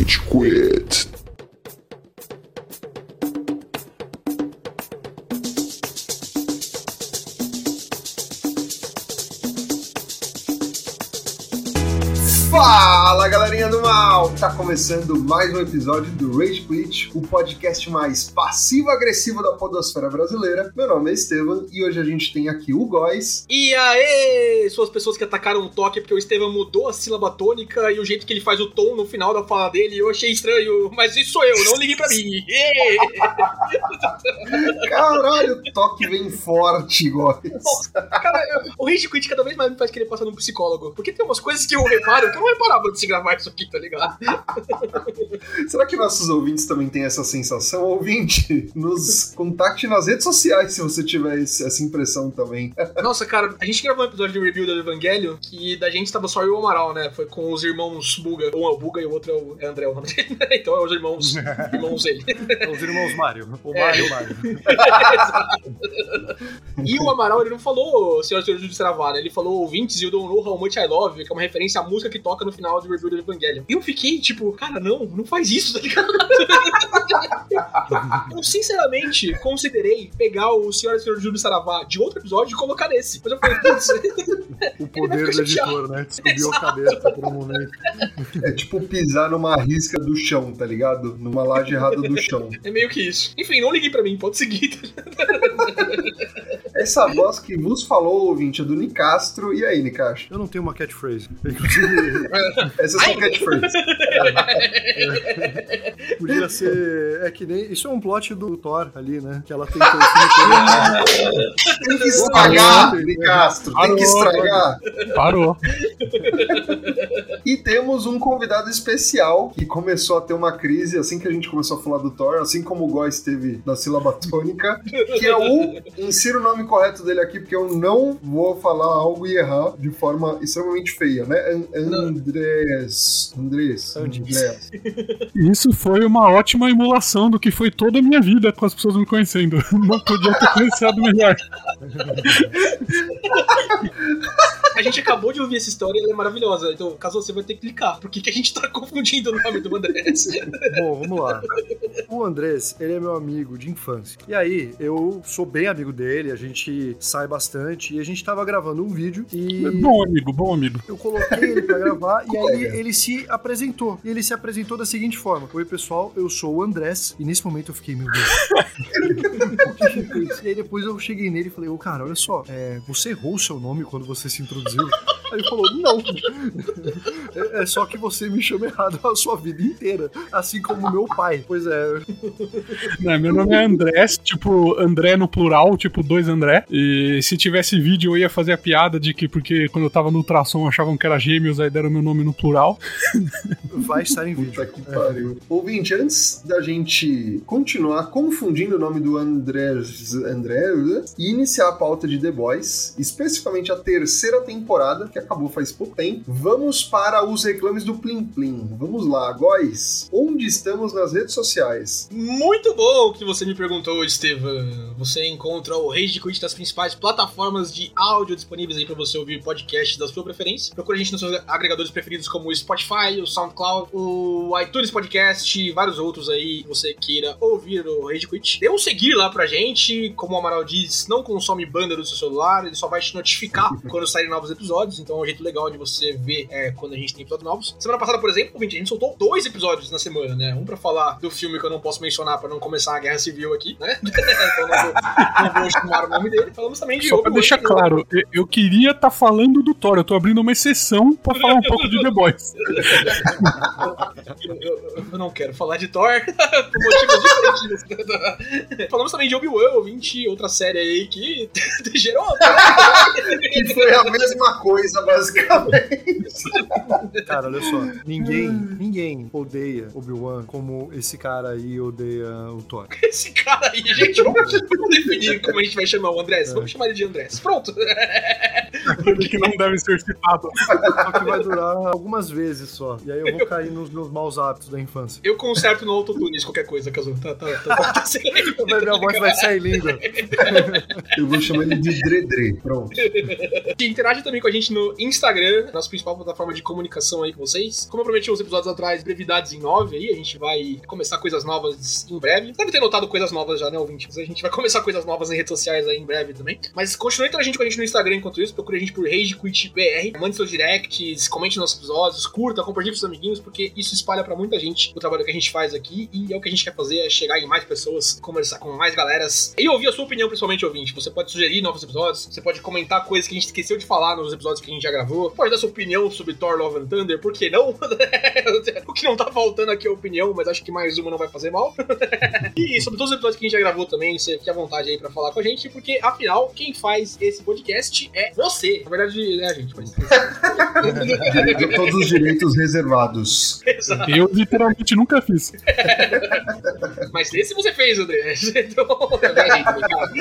Rage Quit. Fala, galerinha do mal! Tá começando mais um episódio do Rage Quit, o podcast mais passivo-agressivo da podosfera brasileira. Meu nome é Estevam e hoje a gente tem aqui o Góis. E aê! São as pessoas que atacaram o toque porque o Estevam mudou a sílaba tônica e o jeito que ele faz o tom no final da fala dele, eu achei estranho, mas isso sou eu, não liguem pra mim. Caralho, o toque vem forte, Góis. Cara, o Rage Quit cada vez mais me faz querer passar num psicólogo, porque tem umas coisas que eu reparo que eu não reparava antes de gravar isso aqui, tá ligado? Será que nossos ouvintes também têm essa sensação? Ouvinte, nos contacte nas redes sociais se você tiver essa impressão também. Nossa, cara, a gente gravou um episódio de review do Evangelho que da gente tava só eu e o Amaral, né? Foi com os irmãos Buga. Um é o Buga e o outro é André, o nome dele. Então é os irmãos ele. Os irmãos Mário. O Mário e o Mário. E o Amaral, ele não falou Senhoras e Senhores do Saravá, né? Ele falou ouvintes e o Don't Know How Much I Love, que é uma referência à música que toca no final do review do Evangelho. E eu fiquei tipo, cara, não faz isso, tá ligado? Eu sinceramente considerei pegar o Senhoras e Senhores do Saravá de outro episódio e colocar nesse. Mas eu falei, putz. O poder do editor, né? Subiu a cabeça por um momento. É tipo pisar numa risca do chão, tá ligado? Numa laje errada do chão. É meio que isso. Enfim, não liguem pra mim, pode seguir. Essa voz que vos falou, ouvinte, é do Nicastro. E aí, Nicastro? Eu não tenho uma catchphrase. Inclusive... Essa é só catchphrase. Podia ser... É que nem... Isso é um plot do Thor ali, né? Que ela tem Tem que estragar, Nicastro. Tem que estragar. Parou. E temos um convidado especial que começou a ter uma crise assim que a gente começou a falar do Thor, assim como o Góis teve na sílaba tônica, que é o... Insira o nome correto dele aqui, porque eu não vou falar algo e errar de forma extremamente feia, né? Andrés. Isso foi uma ótima emulação do que foi toda a minha vida com as pessoas me conhecendo. Não podia ter conhecido melhor. A gente acabou de ouvir essa história e ela é maravilhosa. Então, caso você vai ter que clicar. Por que a gente tá confundindo o nome do Andrés? Bom, vamos lá. O Andrés, ele é meu amigo de infância. E aí, eu sou bem amigo dele, a gente sai bastante e a gente tava gravando um vídeo e... Bom amigo. Eu coloquei ele pra gravar e aí ele se apresentou. E ele se apresentou da seguinte forma: oi, pessoal, eu sou o Andrés. E nesse momento eu fiquei, meu Deus. E aí depois eu cheguei nele e falei, ô, cara, olha só, você errou o seu nome quando você se introduziu? Aí ele falou, não. É só que você me chama errado a sua vida inteira, assim como meu pai. Pois é. Não, meu nome é Andrés, tipo André no plural, tipo 2 André. E se tivesse vídeo eu ia fazer a piada de que porque quando eu tava no ultrassom achavam que era gêmeos, aí deram meu nome no plural. Vai estar em vídeo. Puta que pariu. Ouvinte, antes da gente continuar confundindo o nome do André e iniciar a pauta de The Boys, especificamente a terceira temporada, que acabou faz pouco tempo, vamos para os reclames do Plim Plim. Vamos lá, Góis, onde estamos nas redes sociais? Muito bom que você me perguntou, Estevam. Você encontra o Rage Quit nas principais plataformas de áudio disponíveis aí pra você ouvir podcasts da sua preferência. Procure a gente nos seus agregadores preferidos como o Spotify, o SoundCloud, o iTunes Podcast e vários outros aí que você queira ouvir o Rage Quit. Dê um seguir lá pra gente. Como o Amaral diz, não consome banda do seu celular, ele só vai te notificar quando saírem novos episódios, então é um jeito legal de você ver quando a gente tem episódios novos. Semana passada, por exemplo, a gente soltou 2 episódios na semana, né? Um pra falar do filme que eu não posso mencionar pra não começar a guerra civil aqui, né? Então não vou chamar o nome dele. Falamos também de Só pra deixar claro, eu queria estar falando do Thor, eu tô abrindo uma exceção pra falar um pouco de The Boys. Eu não quero falar de Thor por motivos diferentes. Falamos também de Obi-Wan, 20, outra série aí que gerou... Que foi a mesma coisa, basicamente. Cara, olha só, ninguém odeia Obi-Wan como esse cara aí odeia o Thor. Esse cara aí, gente, vamos definir como a gente vai chamar o Andrés. Vamos chamar ele de Andrés. Pronto. Ele que não deve ser citado. Só que vai durar algumas vezes só. E aí eu vou cair nos meus maus hábitos da infância. Eu conserto no autotune qualquer coisa, Cazu. Tá. Minha voz vai sair linda. Eu vou chamar ele de Dredre. Pronto. Interage também com a gente no Instagram, nossa principal plataforma de comunicação aí com vocês. Como eu prometi uns episódios atrás, brevidades em 9 aí, a gente vai começar coisas novas em breve. Deve ter notado coisas novas já, né, ouvinte? Mas a gente vai começar coisas novas em redes sociais aí em breve também. Mas continue interagindo com a gente no Instagram enquanto isso. Procure a gente por RageQuitBR. Mande seus directs, comente nos nossos episódios, curta, compartilhe com seus amiguinhos, porque isso espalha pra muita gente o trabalho que a gente faz aqui. E é o que a gente quer fazer, é chegar em mais pessoas, conversar com mais galeras e ouvir a sua opinião, principalmente, ouvinte. Você pode sugerir novos episódios, você pode comentar coisas que a gente esqueceu de falar nos episódios que a gente já gravou, pode dar sua opinião sobre Thor Love and Thunder, por que não? O que não tá faltando aqui é a opinião, mas acho que mais uma não vai fazer mal. E sobre todos os episódios que a gente já gravou também, você fique à vontade aí pra falar com a gente, porque afinal, quem faz esse podcast é você. Na verdade, é a gente, mas... Todos os direitos reservados. Exato. Eu literalmente nunca fiz. Mas esse você fez, André. Então, é a gente, cara.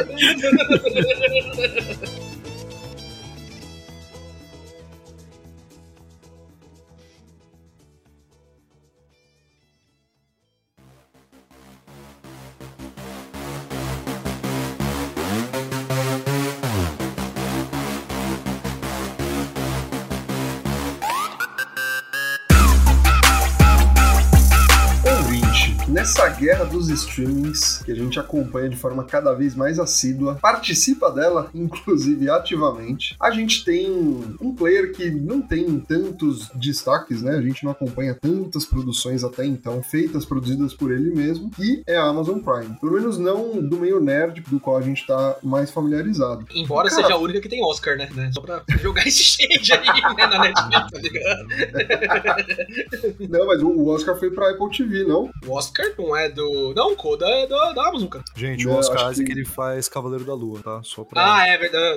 Nessa guerra dos streamings, que a gente acompanha de forma cada vez mais assídua, participa dela, inclusive ativamente, a gente tem um player que não tem tantos destaques, né? A gente não acompanha tantas produções até então, feitas, produzidas por ele mesmo, que é a Amazon Prime. Pelo menos não do meio nerd, do qual a gente tá mais familiarizado. Embora seja a única que tem Oscar, né? Só pra jogar esse shade aí, né, na Netflix, tá ligado? Não, mas o Oscar foi pra Apple TV, não? O Oscar não é do... Não, o Coda é da Amazon, cara. Gente, Não, o Oscar acho Isaac, que- ele faz Cavaleiro da Lua, tá? Só pra... Ah, é verdade.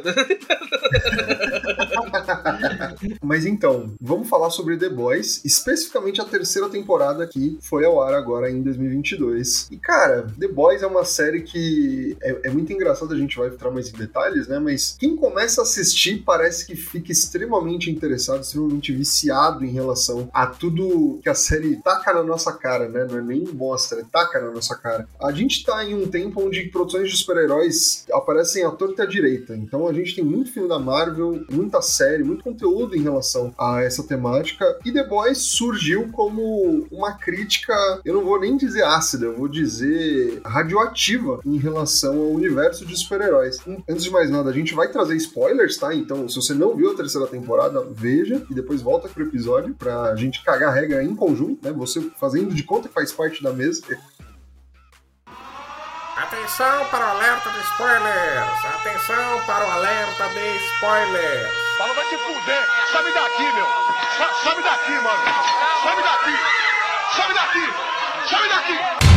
Mas então, vamos falar sobre The Boys, especificamente a terceira temporada que foi ao ar agora em 2022. E cara, The Boys é uma série que é muito engraçado, a gente vai entrar mais em detalhes, né? Mas quem começa a assistir parece que fica extremamente interessado, extremamente viciado em relação a tudo que a série taca na nossa cara, né? Não é nem mostra, é taca na nossa cara. A gente tá em um tempo onde produções de super-heróis aparecem à torta e à direita. Então a gente tem muito filme da Marvel, muita série, muito conteúdo em relação a essa temática. E The Boys surgiu como uma crítica, eu não vou nem dizer ácida, eu vou dizer radioativa em relação ao universo de super-heróis. Antes de mais nada, a gente vai trazer spoilers, tá? Então, se você não viu a terceira temporada, veja e depois volta pro episódio pra gente cagar a regra em conjunto, né? Você fazendo de conta que faz parte da mesa. Atenção para o alerta de spoilers! Atenção para o alerta de spoilers! Fala, vai te fuder! Sobe daqui, meu! Sobe daqui, mano! Sobe daqui! Sobe daqui! Sobe daqui!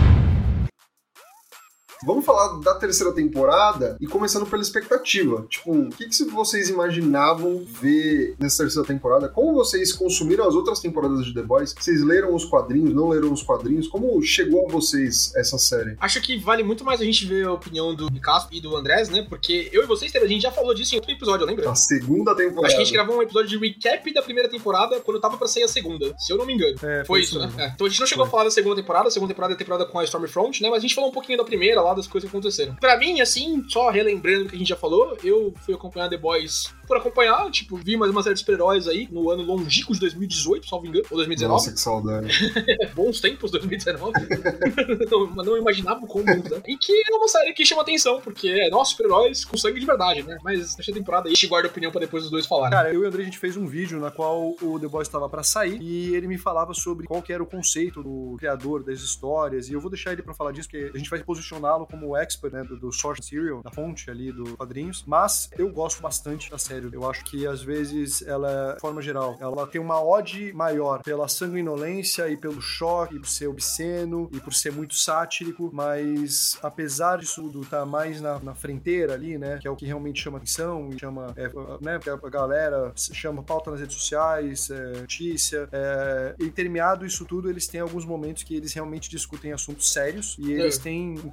Vamos falar da terceira temporada e começando pela expectativa. Tipo, o que vocês imaginavam ver nessa terceira temporada? Como vocês consumiram as outras temporadas de The Boys? Vocês leram os quadrinhos, não leram os quadrinhos? Como chegou a vocês essa série? Acho que vale muito mais a gente ver a opinião do Ricardo e do Andrés, né? Porque eu e vocês, a gente já falou disso em outro episódio, lembra? A segunda temporada. Acho que a gente gravou um episódio de recap da primeira temporada quando tava pra sair a segunda, se eu não me engano. Foi isso, né? É. Então a gente não chegou a falar da segunda temporada é a temporada com a Stormfront, né? Mas a gente falou um pouquinho da primeira lá, das coisas que aconteceram. Pra mim, assim, só relembrando o que a gente já falou, eu fui acompanhar The Boys por acompanhar, tipo, vi mais uma série de super-heróis aí no ano longínquo de 2018, salvo engano, ou 2019. Nossa, que saudade. Bons tempos, 2019. não imaginava como, né? E que é uma série que chama atenção, porque é nossos super-heróis com sangue de verdade, né? Mas nessa temporada aí, a gente guarda a opinião pra depois os dois falarem. Cara, eu e o André, a gente fez um vídeo na qual o The Boys estava pra sair e ele me falava sobre qual que era o conceito do criador das histórias, e eu vou deixar ele pra falar disso, porque a gente vai posicioná-lo como o expert, né, do source material, da fonte ali dos quadrinhos, mas eu gosto bastante da série. Eu acho que, às vezes, ela, de forma geral, ela tem uma ode maior pela sanguinolência e pelo choque, e por ser obsceno e por ser muito sático, mas apesar disso tudo estar mais na fronteira ali, né, que é o que realmente chama atenção e chama, né, que a galera chama pauta nas redes sociais, notícia, intermeado isso tudo, eles têm alguns momentos que eles realmente discutem assuntos sérios e eles têm, tipo,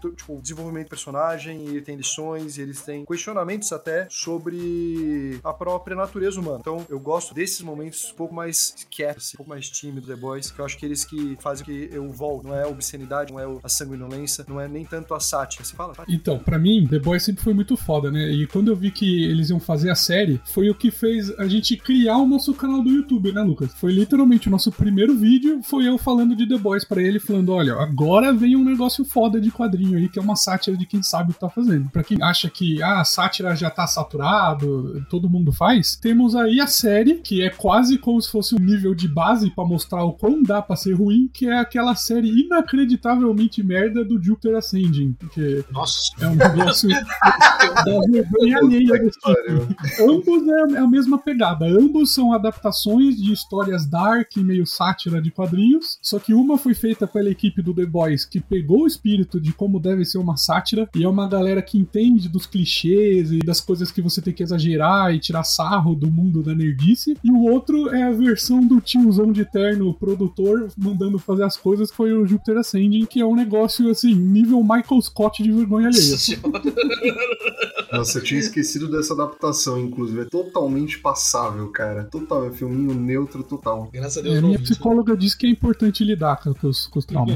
desenvolvimento de personagem, e tem lições, e eles têm questionamentos até sobre a própria natureza humana. Então, eu gosto desses momentos um pouco mais quietos, um pouco mais tímidos do The Boys, que eu acho que eles que fazem que eu volto. Não é a obscenidade, não é a sanguinolência, não é nem tanto a sátira. Você fala? Então, pra mim, The Boys sempre foi muito foda, né? E quando eu vi que eles iam fazer a série, foi o que fez a gente criar o nosso canal do YouTube, né, Lucas? Foi literalmente o nosso primeiro vídeo, foi eu falando de The Boys pra ele, falando, olha, agora vem um negócio foda de quadrinho aí, que é uma sátira de quem sabe o que tá fazendo. Pra quem acha que, a sátira já tá saturado, todo mundo faz, temos aí a série, que é quase como se fosse um nível de base pra mostrar o quão dá pra ser ruim, que é aquela série inacreditavelmente merda do Jupiter Ascending, porque é um negócio da vergonha alheia desse tipo. Ambos é a mesma pegada, ambos são adaptações de histórias dark, meio sátira de quadrinhos, só que uma foi feita pela equipe do The Boys, que pegou o espírito de como deve ser uma sátira, e é uma galera que entende dos clichês e das coisas que você tem que exagerar e tirar sarro do mundo da nerdice, e o outro é a versão do tiozão de terno produtor mandando fazer as coisas, que foi o Jupiter Ascending, que é um negócio, assim, nível Michael Scott de vergonha alheia. Nossa, eu tinha esquecido dessa adaptação, inclusive. É totalmente passável, cara. Total, é um filminho neutro total. Graças a Deus. Minha psicóloga disse que é importante lidar com os traumas.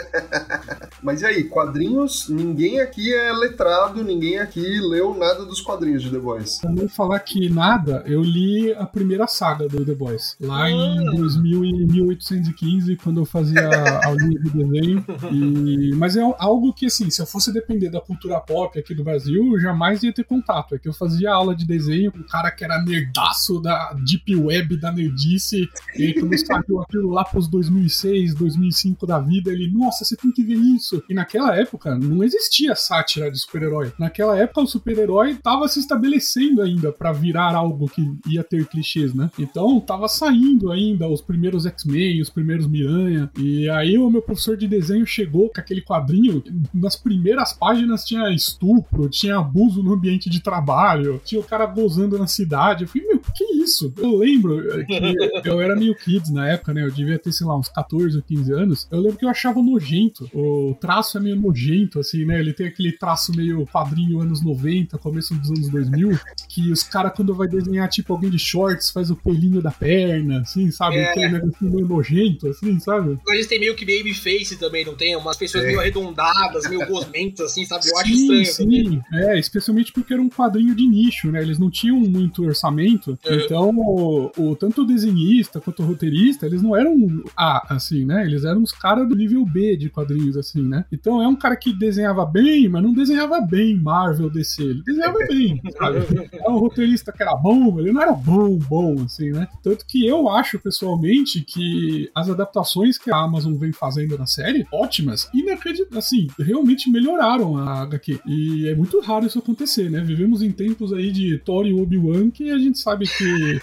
Mas e aí, quadrinhos? Ninguém aqui é letrado, ninguém aqui leu nada dos quadrinhos de The Boys. Pra não falar que nada, eu li a primeira saga do The Boys. Lá em 2000 e 1815, quando eu fazia aulinha de desenho. Mas é algo que, assim, se eu fosse depender da cultura pop aqui do Brasil, eu jamais ia ter contato. É que eu fazia aula de desenho com um cara que era nerdaço da Deep Web, da nerdice. E aí, quando saiu aquilo lá pros 2006, 2005 da vida, ele, nossa, você tem que ver isso. E naquela época, não existia sátira de super-herói. Naquela época, o super-herói tava se estabelecendo ainda pra virar algo que ia ter clichês, né? Então, tava saindo ainda os primeiros X-Men, os primeiros Miranha. E aí, o meu professor de desenho chegou com aquele quadrinho. Nas primeiras páginas tinha estupro, tinha abuso no ambiente de trabalho, tinha o cara gozando na cidade. Eu falei, meu, que isso? Eu lembro que eu era meio kids na época, né? Eu devia ter, sei lá, uns 14 ou 15 anos. Eu lembro que eu achava nojento. O traço é meio nojento, assim, né? Ele tem aquele traço meio quadrinho anos 90, começo dos anos 2000, que os caras, quando vai desenhar, tipo, alguém de shorts, faz o pelinho da perna, assim, sabe? Aquele negócio meio nojento, assim, sabe? A gente tem meio que babyface também, não tem? Umas pessoas meio arredondadas, meio gosmentas, assim, sabe? Eu acho estranho também. Especialmente porque era um quadrinho de nicho, né? Eles não tinham muito orçamento, então tanto o desenhista quanto o roteirista, eles não eram A, assim, né? Eles eram uns caras do nível B de quadrinhos, assim, né? Então é um cara que desenhava bem, mas não desenhava bem Marvel, DC. Ele desenhava bem, sabe? É um roteirista que era bom, ele não era bom, assim, né? Tanto que eu acho, pessoalmente, que as adaptações que a Amazon vem fazendo na série, ótimas, assim, realmente melhoraram a HQ. E é muito raro isso acontecer, né? Vivemos em tempos aí de Thor e Obi-Wan, que a gente sabe que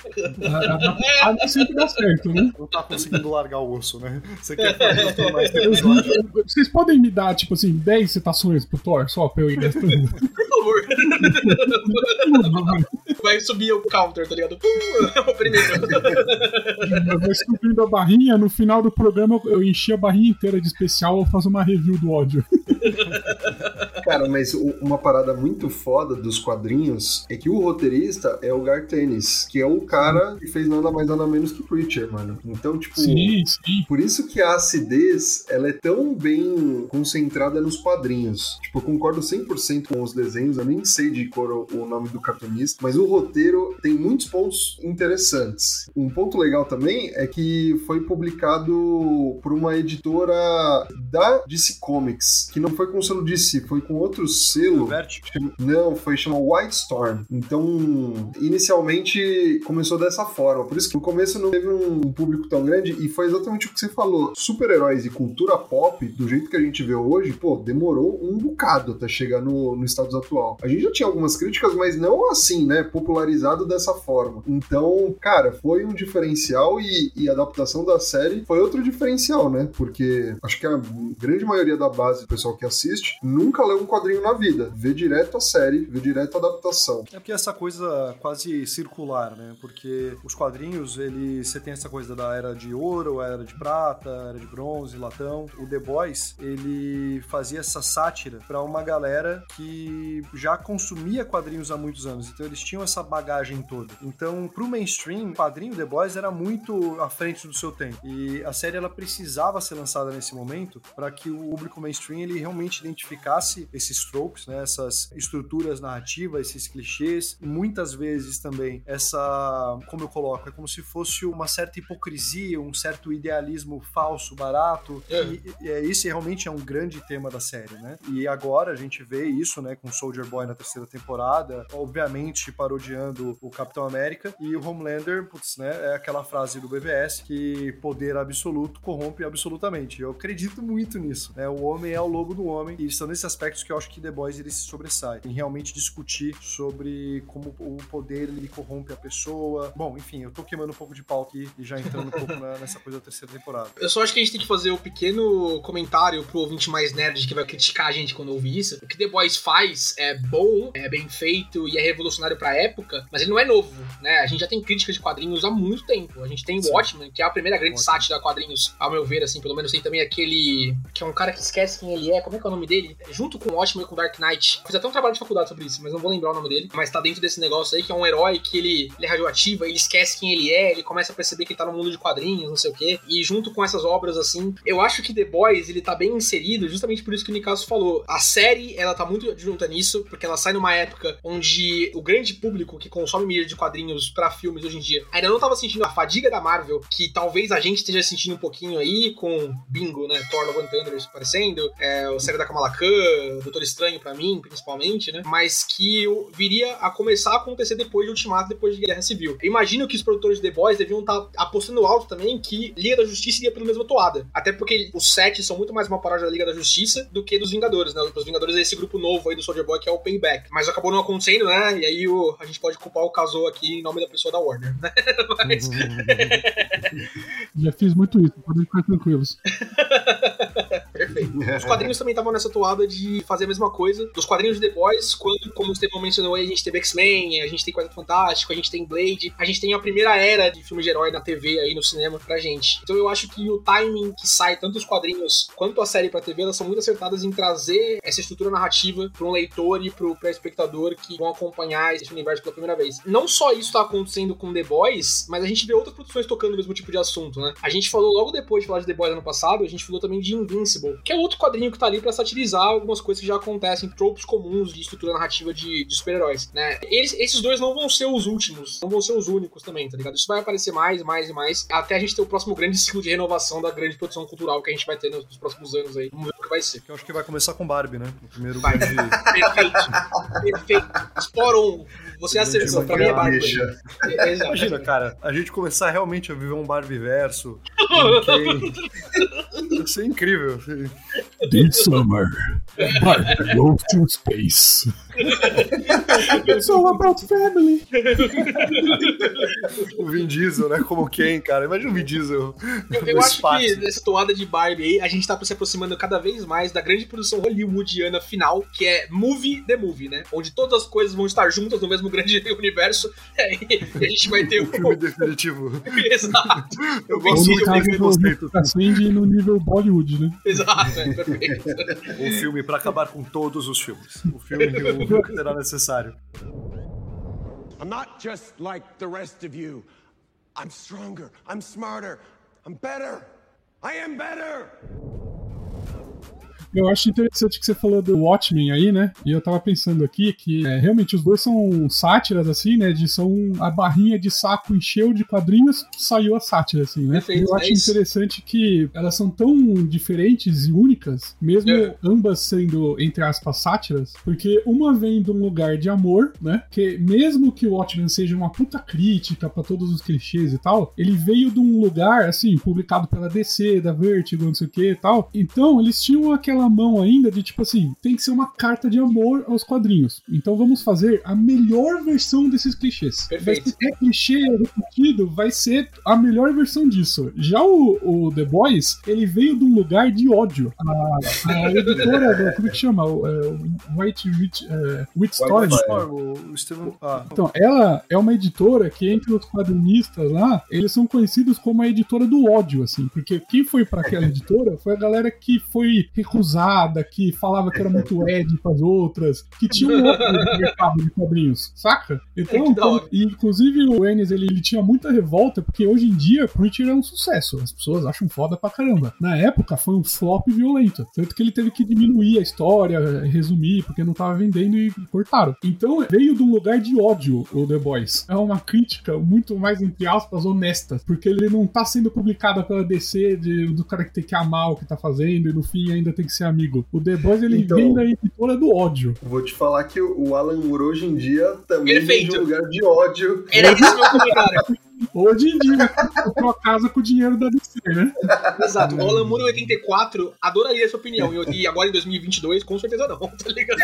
a sempre dá certo, né? Não tá conseguindo largar o osso, né? Você quer fazer mais Vocês podem me dar, tipo assim, 10 citações pro Thor, só pra eu ir gastando? Por favor. Vai subir o counter, tá ligado? O primeiro. Vai subindo a barrinha, no final do programa eu enchi a barrinha inteira de especial, eu faço uma review do ódio. Cara, mas uma parada muito foda dos quadrinhos é que o roteirista é o Garth Ennis, que é o cara que fez nada mais nada menos que Preacher, mano. Então, tipo, sim. Por isso que a acidez, ela é tão bem concentrada nos quadrinhos. Tipo, eu concordo 100% com os desenhos, eu nem sei de cor o nome do cartunista, mas o roteiro tem muitos pontos interessantes. Um ponto legal também é que foi publicado por uma editora da DC Comics, que não foi com o selo DC, foi com outro selo. Não, chama Wildstorm. Então, inicialmente começou dessa forma. Por isso que no começo não teve um público tão grande, e foi exatamente o que você falou. Super-heróis e cultura pop, do jeito que a gente vê hoje, demorou um bocado até chegar no status atual. A gente já tinha algumas críticas, mas não assim, né? Popularizado dessa forma. Então, cara, foi um diferencial, e a adaptação da série foi outro diferencial, né? Porque acho que a grande maioria da base do pessoal que assiste nunca leu um quadrinho na vida. Vê direto a série, vê direto a adaptação. É porque essa coisa quase circular, né? Porque os quadrinhos, você tem essa coisa da Era de Ouro, a Era de Prata, a Era de Bronze, Latão. O The Boys, ele fazia essa sátira pra uma galera que já consumia quadrinhos há muitos anos. Então eles tinham essa bagagem toda. Então, pro mainstream, o quadrinho The Boys era muito à frente do seu tempo. E a série, ela precisava ser lançada nesse momento para que o público mainstream, ele realmente identificasse esses tropes, né? Essas estruturas narrativas, esses clichês. E muitas vezes também essa, como eu coloco, é como se fosse uma certa hipocrisia, um certo idealismo falso, barato. E esse realmente é um grande tema da série, né? E agora a gente vê isso, né, com Soldier Boy na 3ª temporada, obviamente parodiando o Capitão América, e o Homelander, putz, né, é aquela frase do BVS que poder absoluto corrompe absolutamente. Eu acredito muito nisso, né? O homem é o lobo do homem, e são nesses aspectos que eu acho que The Boys ele se sobressai, em realmente discutir sobre como o poder ele corrompe a pessoa. Bom, enfim, eu tô queimando um pouco de pau aqui e já entrando um pouco nessa coisa da 3ª temporada. Eu só acho que a gente tem que fazer um pequeno comentário pro ouvinte mais nerd que vai criticar a gente quando ouvir isso. O que The Boys faz é bom, é bem feito e é revolucionário pra época, mas ele não é novo, né? A gente já tem críticas de quadrinhos há muito tempo. A gente tem o Watchmen, que é a primeira grande sátira de quadrinhos, ao meu ver, assim, pelo menos tem também aquele que é um cara que esquece quem ele é, como é que é o nome dele? Junto com o Watchmen e com o Dark Knight. Fiz até um trabalho de faculdade sobre isso, mas não vou lembrar o nome dele. Mas tá dentro desse negócio aí, que é um herói que ele é radioativo, ele esquece quem ele é, ele começa a perceber que ele tá no mundo de quadrinhos, não sei o quê. E junto com essas obras, assim, eu acho que The Boys, ele tá bem inserido, justamente por isso que o Nicasso falou. A série, ela tá muito junta nisso, porque ela sai numa época onde o grande público que consome mídia de quadrinhos pra filmes hoje em dia ainda não tava sentindo a fadiga da Marvel, que talvez a gente esteja sentindo um pouquinho aí com Bingo, né? Thor Love and Thunder aparecendo, a série da Kamala Khan, Doutor Estranho pra mim, principalmente, né? Mas que viria a começar a acontecer depois de Ultimato, depois de Guerra Civil. Eu imagino que os produtores de The Boys deviam estar apostando alto também que Liga da Justiça iria pela mesma toada. Até porque os sets são muito mais uma paródia da Liga da Justiça do que dos Vingadores, né? Os Vingadores é esse grupo novo aí do Soldier Boy, que é o Payback. Mas acabou não acontecendo, né? E aí a gente pode culpar o Kazuo aqui em nome da pessoa da Warner, né? Mas... Já fiz muito isso, podem ficar tranquilos. Perfeito. Os quadrinhos também estavam nessa toada de fazer a mesma coisa. Dos quadrinhos de The Boys, quando, como o Estevão mencionou aí, a gente teve X-Men, a gente tem Quarteto Fantástico, a gente tem Blade, a gente tem a primeira era de filmes de herói na TV aí no cinema pra gente. Então eu acho que o timing que sai tanto os quadrinhos quanto a série pra TV, elas são muito acertadas em trazer essa estrutura narrativa pra um leitor e pro espectador que vão acompanhar esse universo pela primeira vez. Não só isso tá acontecendo com The Boys, mas a gente vê outras produções tocando o mesmo tipo de assunto, né? A gente falou logo depois de falar de The Boys ano passado, a gente falou também de Invincible, que é outro quadrinho que tá ali pra satirizar algumas coisas que já acontecem, tropos comuns de estrutura narrativa de super-heróis, né? Esses dois não vão ser os últimos, não vão ser os únicos também, tá ligado? Isso vai aparecer mais e mais, até a gente ter o próximo grande ciclo de renovação da grande produção cultural que a gente vai ter nos próximos anos aí. Vamos ver o que vai ser. Que eu acho que vai começar com Barbie, né? O primeiro vai. grande... Perfeito. Sporon. Você acertou, pra mim é Barbie. Imagina, cara, a gente começar realmente a viver um Barbie-verso. Isso é incrível. This summer, Barbie goes to space. It's all about family. O Vin Diesel, né? Como quem, cara? Imagina o Vin Diesel. Eu acho que nessa toada de Barbie aí, a gente tá se aproximando cada vez mais da grande produção hollywoodiana final, que é Movie the Movie, né? Onde todas as coisas vão estar juntas no mesmo grande universo. E a gente vai ter o filme definitivo. Exato. Eu gosto muito desse conceito. Acende no nível Bollywood, né? Exato, perfeito. Um filme pra acabar com todos os filmes. O filme que será necessário. I'm not just like the rest of you. I'm stronger. I'm smarter. I'm better. I am better. Eu acho interessante que você falou do Watchmen aí, né? E eu tava pensando aqui que realmente os dois são sátiras, assim, né? São a barrinha de saco encheu de quadrinhos, saiu a sátira, assim, né? Perfeito, eu acho interessante que elas são tão diferentes e únicas, mesmo ambas sendo, entre aspas, sátiras, porque uma vem de um lugar de amor, né? Que mesmo que o Watchmen seja uma puta crítica pra todos os clichês e tal, ele veio de um lugar, assim, publicado pela DC, da Vertigo, não sei o que e tal. Então, eles tinham aquela na mão ainda de tipo assim, tem que ser uma carta de amor aos quadrinhos. Então vamos fazer a melhor versão desses clichês. Perfeito. É clichê repetido, vai ser a melhor versão disso. Já o The Boys, ele veio de um lugar de ódio. A editora, como é que chama? White Story. Então, ela é uma editora que entre os quadrinistas lá, eles são conhecidos como a editora do ódio, assim, porque quem foi pra aquela editora foi a galera que foi recusada, que falava que era muito Ed pras outras, que tinha um outro mercado de quadrinhos, saca? Então, inclusive o Ennis, ele tinha muita revolta, porque hoje em dia Preacher é um sucesso, as pessoas acham foda pra caramba. Na época foi um flop violento, tanto que ele teve que diminuir a história, resumir, porque não tava vendendo e cortaram. Então veio de um lugar de ódio o The Boys. É uma crítica muito mais, entre aspas, honesta, porque ele não tá sendo publicado pela DC do cara que tem que amar o que tá fazendo e no fim ainda tem que ser amigo. O The Boys, ele vem da editora do ódio. Vou te falar que o Alan Moore hoje em dia também vem de um lugar de ódio. Era isso meu comentário. Hoje em dia, comprou a casa com o dinheiro da DC, né? Exato. O Alan Moore em 84 adoraria essa opinião. E agora em 2022, com certeza não, tá ligado?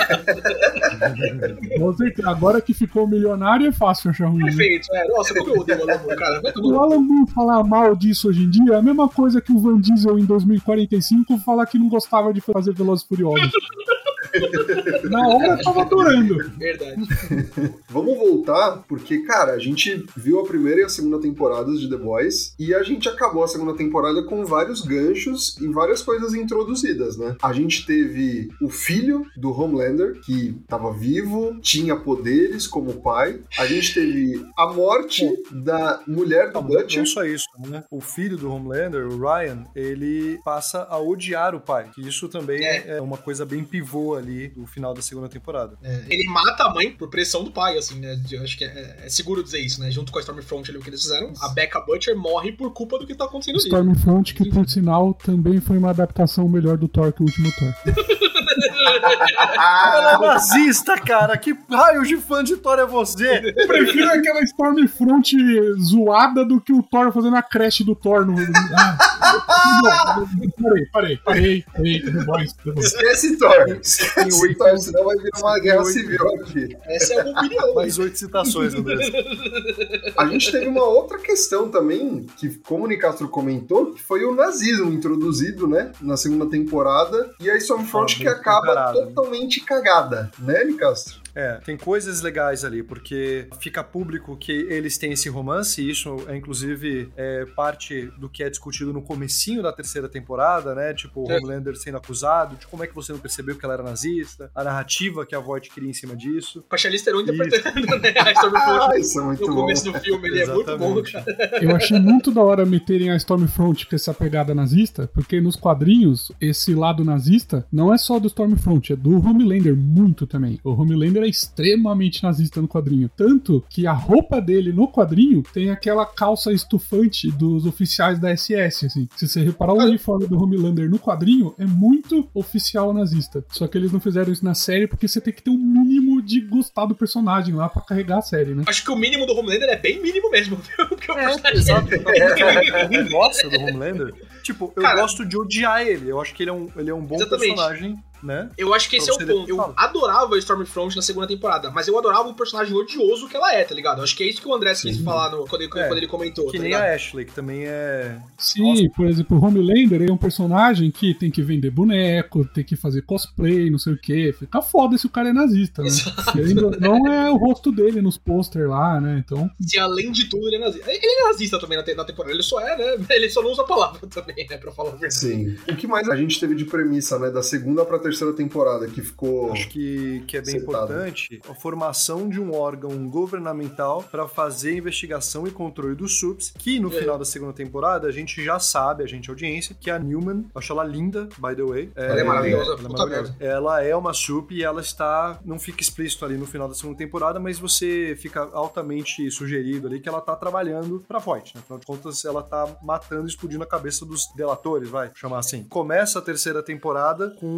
Agora que ficou milionário, é fácil achar ruim. Perfeito, né? Nossa, como eu odeio o Alan Moore, cara. O Alan Moore falar mal disso hoje em dia é a mesma coisa que o Van Diesel em 2045 falar que não gostava de fazer Velozes e Furiosos. Na hora eu tava adorando. Verdade. Vamos voltar, porque, cara, a gente viu a primeira e a segunda temporadas de The Boys e a gente acabou a segunda temporada com vários ganchos e várias coisas introduzidas, né? A gente teve o filho do Homelander, que tava vivo, tinha poderes como pai. A gente teve a morte da mulher do Butcher. Não só isso, né? O filho do Homelander, o Ryan, ele passa a odiar o pai. Que isso também é uma coisa bem pivô ali do final da segunda temporada. Ele mata a mãe por pressão do pai, assim, né? Eu acho que é seguro dizer isso, né? Junto com a Stormfront ali, o que eles fizeram. A Becca Butcher morre por culpa do que tá acontecendo ali. Stormfront, que por sinal também foi uma adaptação melhor do Thor que o último Thor. Ela é nazista, cara. Que raio de fã de Thor é você? Eu prefiro aquela Stormfront zoada do que o Thor fazendo a creche do Thor no... Parei. The Boys. Esquece Thor. Esquece Thor, senão vai virar uma guerra civil aqui. Essa é uma opinião. Mais 8 citações, André. A gente teve uma outra questão também, que como o Nicastro comentou, que foi o nazismo introduzido, né, na segunda temporada, e a Stormfront que acaba totalmente cagada, né, Nicastro? Tem coisas legais ali, porque fica público que eles têm esse romance, e isso é inclusive parte do que é discutido no comecinho da terceira temporada, né? Tipo, o Homelander sendo acusado, de como é que você não percebeu que ela era nazista, a narrativa que a Voight cria em cima disso. Com a Charlize Theron interpretando, né? A Stormfront isso é muito no bom. começo do filme, ele é muito bom, cara. Eu achei muito da hora meterem a Stormfront com essa pegada nazista, porque nos quadrinhos, esse lado nazista não é só do Stormfront, é do Homelander muito também. O Homelander é extremamente nazista no quadrinho. Tanto que a roupa dele no quadrinho tem aquela calça estufante dos oficiais da SS, assim. Se você reparar o uniforme do Homelander no quadrinho, é muito oficial nazista. Só que eles não fizeram isso na série porque você tem que ter um mínimo de gostar do personagem lá pra carregar a série, né? Acho que o mínimo do Homelander é bem mínimo mesmo, viu? Porque o personagem exato. Alguém gosta do Homelander? Tipo, eu gosto de odiar ele. Eu acho que ele é um bom personagem, né? Eu acho que esse é o ponto. Eu adorava a Stormfront na segunda temporada, mas eu adorava o personagem odioso que ela é, tá ligado? Eu acho que é isso que o André quis falar quando ele comentou. Que tá nem ligado? a Ashley, que também é... Sim, por exemplo, o Homelander é um personagem que tem que vender boneco, tem que fazer cosplay, não sei o quê. Fica foda se o cara é nazista, né? Ele não é o rosto dele nos pôster lá, né? Então... E além de tudo, ele é nazista. Ele é nazista também na temporada, ele só é, né? Ele só não usa a palavra também, né? Pra falar a verdade. Sim. O que mais a gente teve de premissa, né? Da segunda pra terceira temporada, que ficou... Acho que é bem importante a formação de um órgão governamental para fazer investigação e controle dos SUPs, que no final da segunda temporada a gente já sabe, a gente audiência, que a Newman, acho ela linda, by the way. Ela é maravilhosa. Ela é maravilhosa. Ela é uma SUP e ela está... Não fica explícito ali no final da segunda temporada, mas você fica altamente sugerido ali que ela tá trabalhando pra Voight, né? Afinal de contas, ela tá matando e explodindo a cabeça dos delatores, vai chamar assim. Começa a terceira temporada com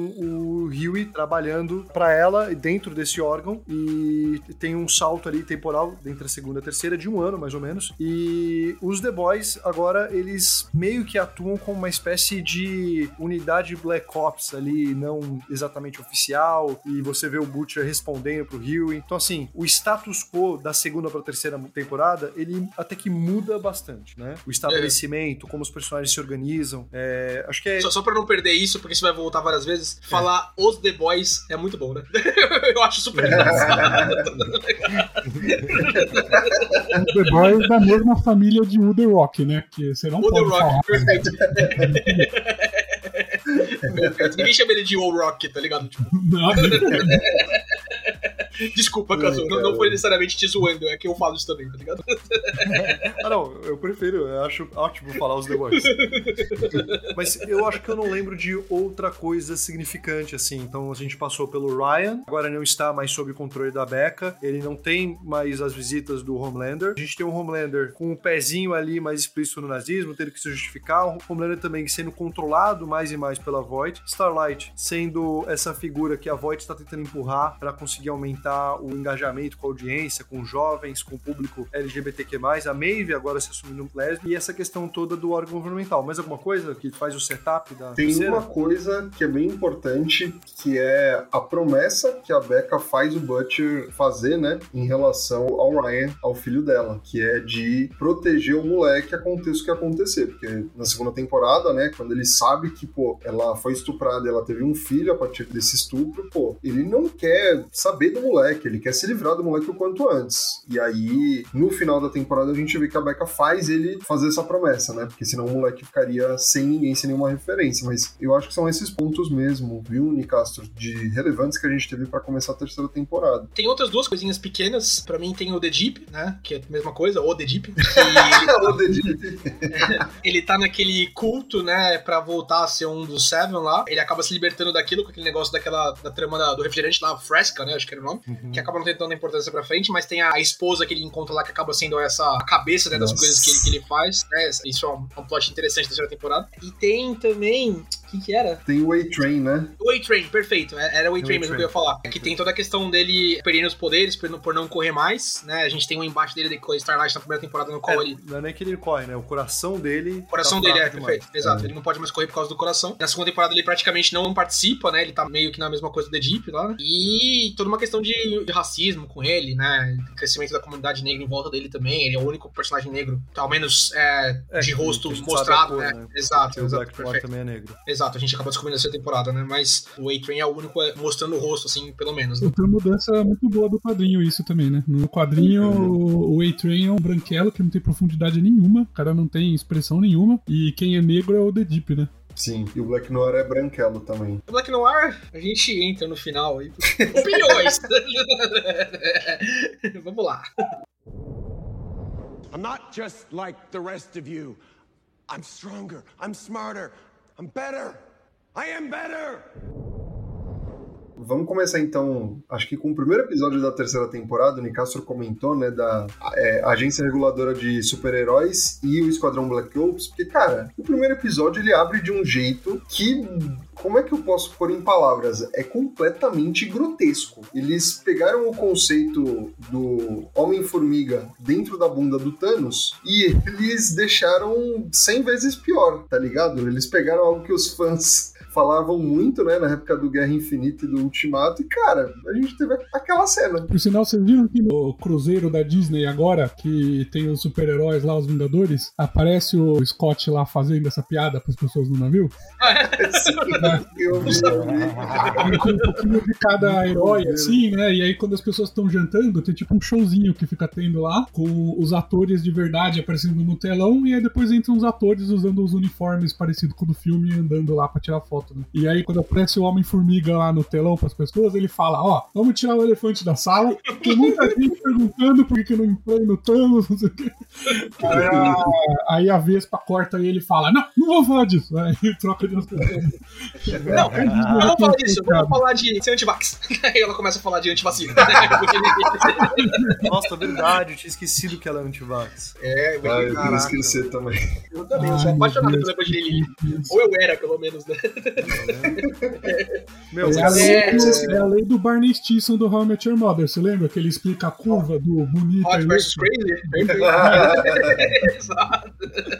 o Huey trabalhando pra ela dentro desse órgão, e tem um salto ali temporal entre a segunda e a terceira de 1 ano, mais ou menos, e os The Boys agora, eles meio que atuam como uma espécie de unidade Black Ops ali, não exatamente oficial, e você vê o Butcher respondendo pro Huey. Então assim, o status quo da segunda pra terceira temporada, ele até que muda bastante, né? O estabelecimento, como os personagens se organizam, acho que é... Só pra não perder isso, porque isso vai voltar várias vezes, falar os The Boys é muito bom, né? Eu acho super engraçado. Os The Boys da mesma família de The Rock, né? Que você não pode falar. Perfeito. Ninguém chama ele de O Rock, tá ligado? Tipo... Não. Desculpa, Caso, não foi necessariamente te zoando, é que eu falo isso também, tá ligado? Não, eu prefiro, eu acho ótimo falar os The Boys. Mas eu acho que eu não lembro de outra coisa significante, assim. Então a gente passou pelo Ryan, agora não está mais sob controle da Becca, ele não tem mais as visitas do Homelander. A gente tem um Homelander com um pezinho ali mais explícito no nazismo, tendo que se justificar. O Homelander também sendo controlado mais e mais pela Voight. Starlight sendo essa figura que a Voight está tentando empurrar para conseguir aumentar o engajamento com a audiência, com os jovens, com o público LGBTQ+, a Maeve agora se assumindo lésbica, e essa questão toda do órgão governamental. Mais alguma coisa que faz o setup da terceira? Uma coisa que é bem importante, que é a promessa que a Becca faz o Butcher fazer, né, em relação ao Ryan, ao filho dela, que é de proteger o moleque, aconteça o que acontecer, porque na segunda temporada, né, quando ele sabe que, ela foi estuprada, ela teve um filho a partir desse estupro, ele não quer saber do moleque, ele quer se livrar do moleque o quanto antes. E aí, no final da temporada, a gente vê que a Becca faz ele fazer essa promessa, né? Porque senão o moleque ficaria sem ninguém, sem nenhuma referência. Mas eu acho que são esses pontos mesmo, viu, Nicastro, de relevantes que a gente teve pra começar a terceira temporada. Tem outras duas coisinhas pequenas. Pra mim tem o The Deep, né? Que é a mesma coisa, o The Deep. O The Deep. Ele tá naquele culto, né? Pra voltar a ser um dos Seven lá. Ele acaba se libertando daquilo, com aquele negócio da trama do refrigerante lá, Fresca, né? Acho que era o nome. Que acaba não tendo tanta importância pra frente, mas tem a esposa que ele encontra lá, que acaba sendo a cabeça, né, das coisas que ele faz, né? Isso é um plot interessante da terceira temporada. E tem também... O que era? Tem o A-Train, né? O A-Train, perfeito. Era o A-Train mesmo que eu ia falar. Que tem toda a questão dele perdendo os poderes por não correr mais, né? A gente tem um embate dele com a Starlight na primeira temporada, no qual ele... Não é nem que ele corre, né? O coração dele... O coração dele perfeito. Exato. Ele não pode mais correr por causa do coração. Na segunda temporada ele praticamente não participa, né? Ele tá meio que na mesma coisa do The Deep lá, né? E toda uma questão de racismo com ele, né? Crescimento da comunidade negra em volta dele também. Ele é o único personagem negro, ao menos de rosto mostrado, cor, né? Exato. O Black Thor também é negro. Exato, a gente acabou descobrindo essa temporada, né? Mas o A-Train é o único mostrando o rosto, assim, pelo menos. Né? Outra mudança muito boa do quadrinho, isso também, né? No quadrinho, o A-Train é um branquelo que não tem profundidade nenhuma, o cara não tem expressão nenhuma, e quem é negro é o The Deep, né? Sim, e o Black Noir é branquelo também. O Black Noir, a gente entra no final aí. Opiniões! Vamos lá. I'm not just like the rest of you. I'm stronger. I'm smarter. I'm better. I am better. Vamos começar então, acho que com o primeiro episódio da terceira temporada. O Nicastro comentou, né, da Agência Reguladora de Super-Heróis e o Esquadrão Black Ops, porque, cara, o primeiro episódio ele abre de um jeito que... Como é que eu posso pôr em palavras? É completamente grotesco. Eles pegaram o conceito do Homem-Formiga dentro da bunda do Thanos e eles deixaram 100 vezes pior, tá ligado? Eles pegaram algo que os fãs falavam muito, né, na época do Guerra Infinita e do Ultimato, e, cara, a gente teve aquela cena. Por sinal, vocês viram que no cruzeiro da Disney agora, que tem os super-heróis lá, os Vingadores, aparece o Scott lá fazendo essa piada pras pessoas no navio? Eu vi. Com um pouquinho de cada herói, assim, né, e aí quando as pessoas estão jantando, tem tipo um showzinho que fica tendo lá, com os atores de verdade aparecendo no telão, e aí depois entram os atores usando os uniformes parecidos com o do filme, andando lá pra tirar foto. Né? E aí, quando aparece o Homem-Formiga lá no telão pras pessoas, ele fala, vamos tirar o elefante da sala. Tem muita gente perguntando por que eu não entrei no Thanos, não sei o quê. Aí a Vespa corta e ele fala, não vou falar disso. Aí troca de assunto. Não vou falar disso, vamos falar de ser antivax. Aí ela começa a falar de antivacina. Nossa, verdade, eu tinha esquecido que ela é antivax. Eu ia esquecer também. Eu também, eu sou apaixonado pela Evangeline Lilly. Ou eu era, pelo menos, né? Meu, é a lei do Barney Stinson do How I Met Your Mother, você lembra? Que ele explica a curva do bonito Hot e versus louco? Crazy. Exato.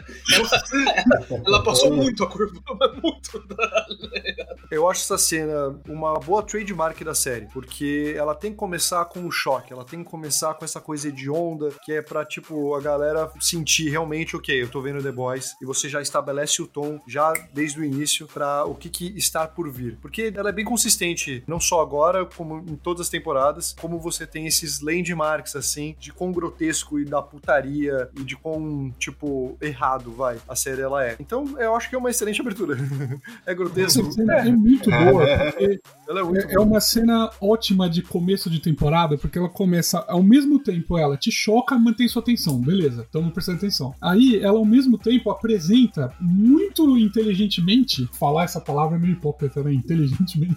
Ela passou muito a curva, muito. Eu acho essa cena uma boa trademark da série, porque ela tem que começar com um choque, ela tem que começar com essa coisa hedionda, que é pra, tipo, a galera sentir realmente, ok, eu tô vendo The Boys, e você já estabelece o tom, já desde o início, pra o que está por vir. Porque ela é bem consistente, não só agora, como em todas as temporadas, como você tem esses landmarks, assim, de quão grotesco e da putaria, e de quão, tipo, errado, a série ela é. Então, eu acho que é uma excelente abertura. É grotesco. Essa cena é muito boa, porque Ela é muito é uma cena ótima de começo de temporada, porque ela começa, ao mesmo tempo, ela te choca, mantém sua atenção, beleza, estamos prestando atenção. Aí, ela ao mesmo tempo apresenta muito inteligentemente, falar essa palavra é meio hipócrita, né? Inteligentemente.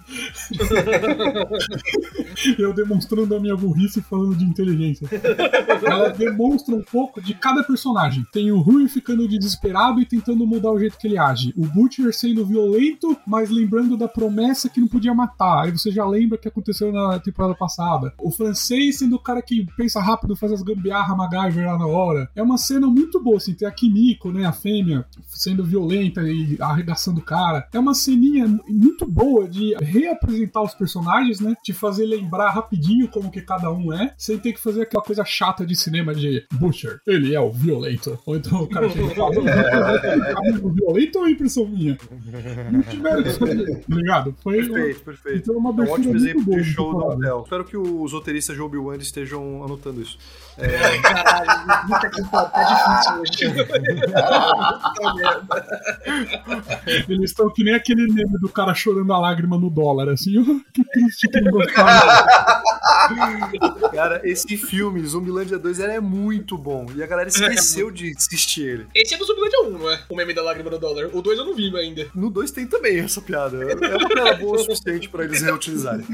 Eu demonstrando a minha burrice falando de inteligência. Ela demonstra um pouco de cada personagem. Tem o Rui ficando desesperado e tentando mudar o jeito que ele age. O Butcher sendo violento, mas lembrando da promessa que não podia matar. Aí você já lembra o que aconteceu na temporada passada. O francês sendo o cara que pensa rápido, faz as gambiarra MacGyver lá na hora. É uma cena muito boa, assim. Tem a Kimiko, né, a fêmea, sendo violenta e arregaçando o cara. É uma ceninha muito boa de reapresentar os personagens, né? De fazer lembrar rapidinho como que cada um é, sem ter que fazer aquela coisa chata de cinema de Butcher, ele é o violento. Ou então o cara chega e fala, o violento ou a impressão minha? Não tiveram que escolher, ligado? Foi Perfeito. Então é uma É um abertura ótimo muito exemplo boa de de show do temporada. hotel. Espero que os roteiristas de Obi-Wan estejam anotando isso. Caralho, puta que pariu, tá difícil hoje. Puta merda. Eles estão que nem aquele meme do cara chorando a lágrima no dólar, assim, que triste que não gostava. Cara, esse filme, Zumbilândia 2, ele é muito bom. E a galera esqueceu de assistir ele. Esse é do Zumbilândia 1, não é? O meme da lágrima do dólar. O 2 eu não vi ainda. No 2 tem também essa piada. É uma piada boa o suficiente pra eles reutilizarem.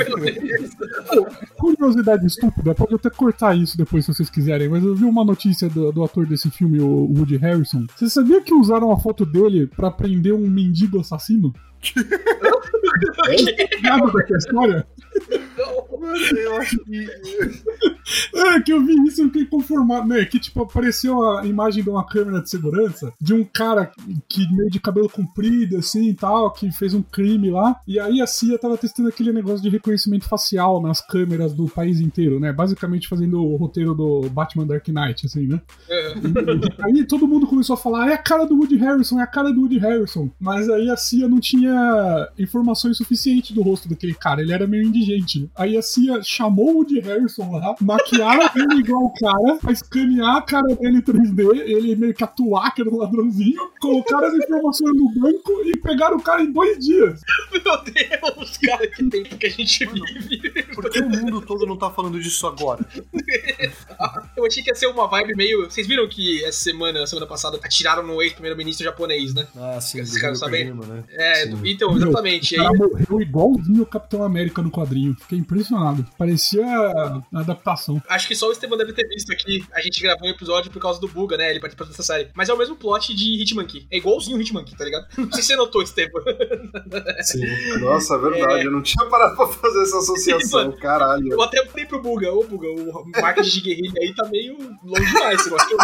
Curiosidade estúpida, pode até cortar isso depois se vocês quiserem, mas eu vi uma notícia do ator desse filme, o Woody Harrelson. Você sabia que usaram a foto dele pra prender um mendigo assassino? Nada daquela história? Eu acho que... É, que eu vi isso e fiquei conformado, né? Que, tipo, apareceu a imagem de uma câmera de segurança de um cara que meio de cabelo comprido, assim, e tal, que fez um crime lá. E aí a CIA tava testando aquele negócio de reconhecimento facial nas câmeras do país inteiro, né? Basicamente fazendo o roteiro do Batman Dark Knight, assim, né? E aí todo mundo começou a falar, é a cara do Woody Harrelson, é a cara do Woody Harrelson. Mas aí a CIA não tinha informações suficientes do rosto daquele cara, ele era meio indigente. Aí a CIA chamou o Woody Harrelson lá, maquiaram ele igual o cara, pra escanear a cara dele em 3D, ele meio que atuar, que era um ladrãozinho, colocaram as informações no banco e pegaram o cara em 2 dias. Meu Deus, cara, que tempo que a gente vive. Por que o mundo todo não tá falando disso agora? Eu achei que ia ser uma vibe meio... Vocês viram que essa semana passada, atiraram no ex-primeiro-ministro japonês, né? Ah, sim. Esses caras sabem. Né? É, Sim. então, exatamente. O cara morreu igualzinho o Capitão América no quadrinho. Fiquei impressionado. Parecia a adaptação. Acho que só o Esteban deve ter visto aqui. A gente gravou um episódio por causa do Buga, né? Ele participou dessa série. Mas é o mesmo plot de Hitmonkey. É igualzinho o Hitmonkey, tá ligado? Não sei se você notou, Esteban. Sim. Nossa, é verdade. Eu não tinha parado pra fazer essa associação. Mano, Caralho. Eu até falei pro Buga, ô Buga, o marketing de guerrilha aí tá meio longe demais, você gosta?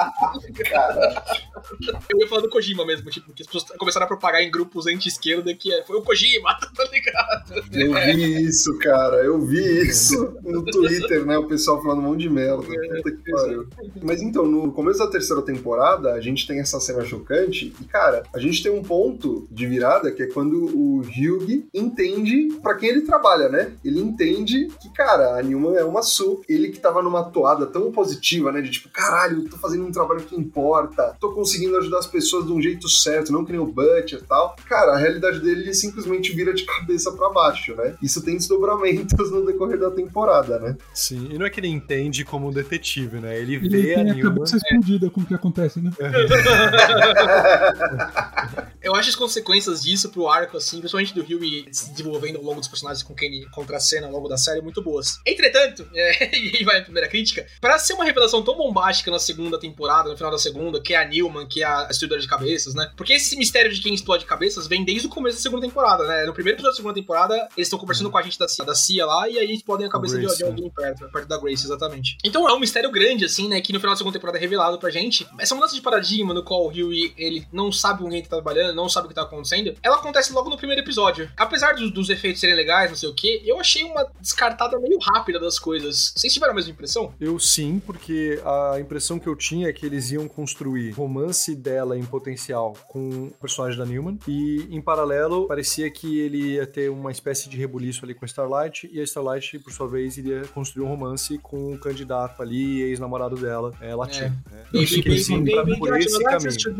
Eu ia falar do Kojima mesmo, tipo, que as pessoas começaram a propagar em grupos anti-esquerda que foi o Kojima, tá ligado? Eu vi isso, cara. Eu vi isso no Twitter, né? O pessoal falando um monte de merda. Puta que pariu. Mas então, no começo da terceira temporada, a gente tem essa cena chocante e, cara, a gente tem um ponto de virada que é quando o Hugh entende pra quem ele trabalha, né? Ele entende que, cara, a Newman é uma ele que tava numa toada tão positiva, né? De tipo, caralho, eu tô fazendo um trabalho que importa, tô conseguindo ajudar as pessoas de um jeito certo, não que nem o Butcher e tal. Cara, a realidade dele simplesmente vira de cabeça pra baixo, né? Isso tem desdobramentos no decorrer da temporada, né? Sim, e não é que ele entende como detetive, né? Ele Ele vê tem a a Newman... cabeça explodida com o que acontece, né? Eu acho as consequências disso pro arco, assim, principalmente do Hughie se desenvolvendo ao longo dos personagens com quem ele contracena ao longo da série, muito boas. Entretanto, e aí vai a primeira crítica, pra ser uma revelação tão bombástica na segunda temporada, no final da segunda, que é a Newman, que é a destruidora de cabeças, né? Porque esse mistério de quem explode cabeças vem desde o começo da segunda temporada, né? No primeiro episódio da segunda temporada, eles estão conversando com a gente da CIA lá, e aí explodem a cabeça de alguém perto da Grace, exatamente. Então é um mistério grande, assim, né? Que no final da segunda temporada é revelado pra gente. Essa mudança de paradigma no qual o Hughie, ele não sabe com quem tá trabalhando, não sabe o que tá acontecendo, ela acontece logo no primeiro episódio. Apesar dos efeitos serem legais, não sei o que, eu achei uma descartada meio rápida das coisas. Vocês tiveram a mesma impressão? Eu sim, porque a impressão que eu tinha é que eles iam construir romance dela em potencial com o personagem da Newman, e em paralelo parecia que ele ia ter uma espécie de rebuliço ali com a Starlight, e a Starlight, por sua vez, iria construir um romance com o candidato ali, ex-namorado dela, latino. Eu achei que eles iam por esse caminho.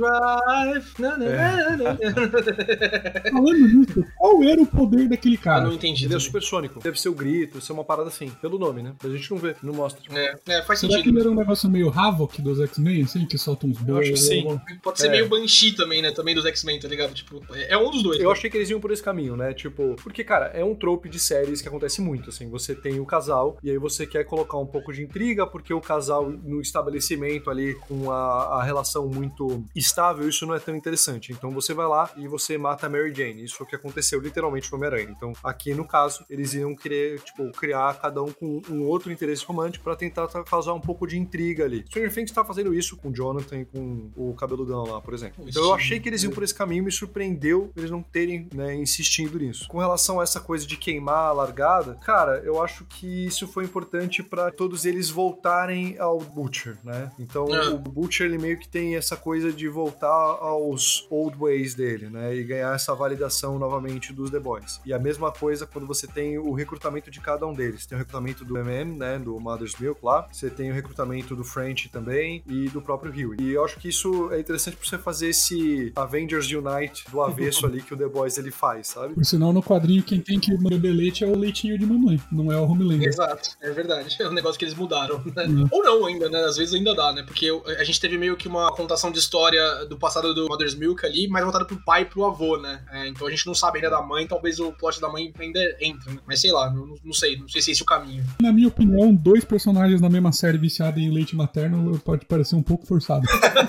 Falando nisso, qual era o poder daquele cara? Eu não entendi. Ele é supersônico. Deve ser o grito, ser uma parada assim, pelo nome, né? A gente não vê, não mostra. Faz Será sentido. que ele era um negócio meio Havok dos X-Men, assim, que solta uns Eu acho que sim. Pode ser meio Banshee também, né? Também dos X-Men, tá ligado? Tipo, é um dos dois. Eu achei que eles iam por esse caminho, né? Tipo, porque, cara, é um trope de séries que acontece muito, assim. Você tem o casal, e aí você quer colocar um pouco de intriga, porque o casal no estabelecimento ali, com a relação muito estável, isso não é tão interessante. Então você vai lá e você mata a Mary Jane. Isso é o que aconteceu literalmente no Homem-Aranha. Então, aqui no caso, eles iam querer, tipo, criar cada um com um outro interesse romântico pra tentar causar um pouco de intriga ali. Stranger Things tá fazendo isso com o Jonathan e com o cabeludão lá, por exemplo. Então eu achei que eles iam por esse caminho, me surpreendeu eles não terem, né, insistindo nisso. Com relação a essa coisa de queimar a largada, cara, eu acho que isso foi importante pra todos eles voltarem ao Butcher, né? Então o Butcher, ele meio que tem essa coisa de voltar aos old ways dele, né? E ganhar essa validação novamente dos The Boys. E a mesma coisa quando você tem o recrutamento de cada um deles. Tem o recrutamento do MM, né? Do Mother's Milk lá. Você tem o recrutamento do French também e do próprio Hughie. E eu acho que isso é interessante pra você fazer esse Avengers Unite do avesso ali que o The Boys ele faz, sabe? Por sinal, no quadrinho, quem tem que beber leite é o leitinho de mamãe, não é o Homelander. Exato, é verdade. É um negócio que eles mudaram, né? Ou não ainda, né? Às vezes ainda dá, né? Porque a gente teve meio que uma contação de história do passado do Mother's Milk ali, mais voltado pro pai e pro avô, né? Então a gente não sabe ainda da mãe, talvez o plot da mãe ainda entre, né? Mas sei lá, não sei se esse é o caminho. Na minha opinião, 2 personagens na mesma série viciados em leite materno pode parecer um pouco forçado.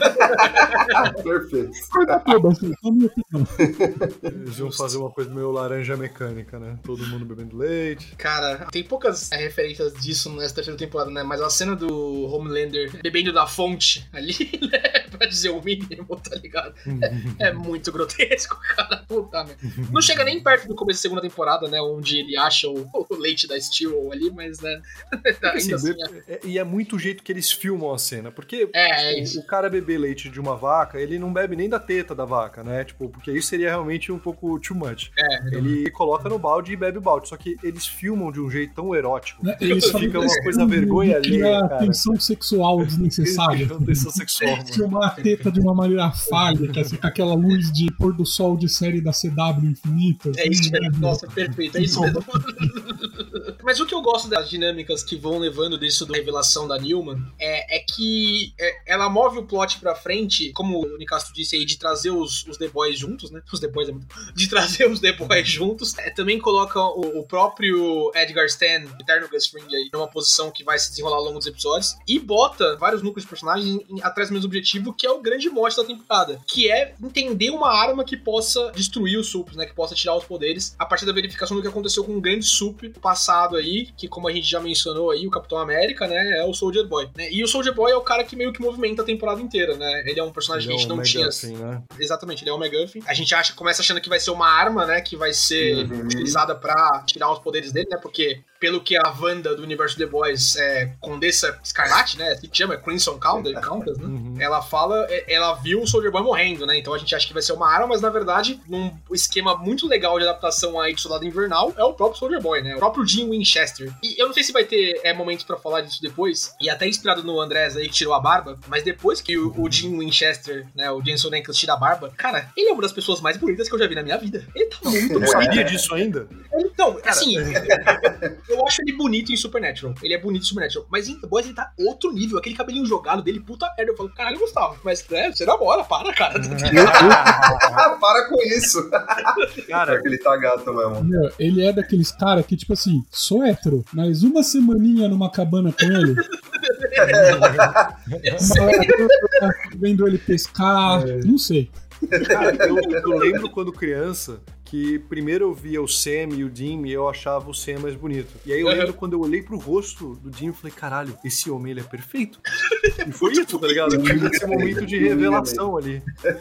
Perfeito. Corta tudo, assim, na minha opinião. Eles iam fazer uma coisa meio laranja mecânica, né? Todo mundo bebendo leite. Cara, tem poucas referências disso nessa terceira temporada, né? Mas a cena do Homelander bebendo da fonte ali, né? Pra dizer o mínimo, tá ligado? É muito grotesco, cara. Puta merda. Não chega nem perto do começo da segunda temporada, né? Onde ele acha o leite da Steel ali, mas, né? Ainda assim, E é muito o jeito que eles filmam a cena. Porque isso. O cara beber leite de uma vaca, ele não bebe nem da teta da vaca, né? Tipo, porque isso seria realmente um pouco too much. Ele coloca no balde e bebe o balde. Só que eles filmam de um jeito tão erótico. Eles fica uma coisa vergonha alheia, cara. Tensão sexual desnecessária. Tensão sexual, mano. Filmar a teta de uma maneira fálica, assim, com aquela luz de pôr do sol de série da CW infinita. Assim, é isso mesmo. Nossa, perfeito. É isso mesmo. Mas o que eu gosto das dinâmicas que vão levando disso da revelação da Newman é que ela move o plot pra frente, como o Nicastro disse aí, de trazer os The Boys juntos, né? Os The Boys é muito... De trazer os The Boys juntos. Também coloca o próprio Edgar Stan, eterno Gus Fring aí, numa posição que vai se desenrolar ao longo dos episódios, e bota vários núcleos de personagens atrás do mesmo objetivo, que é o grande mote da temporada, que é entender uma arma que possa destruir os supers, né? Que possa tirar os poderes, a partir da verificação do que aconteceu com um grande super passado aí, que como a gente já mencionou aí, o Capitão América, né? É o Soldier Boy, né? E o Soldier Boy é o cara que meio que movimenta a temporada inteira, né? Ele é um personagem que a gente não tinha... Né? Exatamente, ele é o McGuffin. A gente começa achando que vai ser uma arma, né? Que vai ser utilizada pra tirar os poderes dele, né? Porque, pelo que a Wanda do universo The Boys Condessa Escarlate, né? Assim que chama, Crimson Countess, né? Ela fala, ela viu o Soldier Boy morrendo, né? Então a gente acha que vai ser uma arma, mas na verdade, num esquema muito legal de adaptação aí de Soldado Invernal, é o próprio Soldier Boy, né? O próprio Jim Winchester. E eu não sei se vai ter momentos pra falar disso depois, e até inspirado no Andrés aí que tirou a barba, mas depois que o Jim Winchester, né? O Jensen Ackles tira a barba, cara, ele é uma das pessoas mais bonitas que eu já vi na minha vida. Ele tá muito Não sabia disso ainda? Então, assim, Eu acho ele bonito em Supernatural. Ele é bonito em Supernatural. Mas em The Boys ele tá outro nível. Aquele cabelinho jogado dele, puta merda. Eu falo, caralho, Gustavo. Mas você namora, para, cara. Para com isso. Cara, Aquele tá gato mesmo. Meu, ele é daqueles caras que, tipo assim, sou hétero, mas uma semaninha numa cabana com ele. Vendo ele pescar, não sei. Cara, eu lembro quando criança que primeiro eu via o Sam e o Dean e eu achava o Sam mais bonito. E aí eu lembro quando eu olhei pro rosto do Dean e falei, caralho, esse homem ele é perfeito. E foi isso, tá ligado? Esse momento de revelação ali.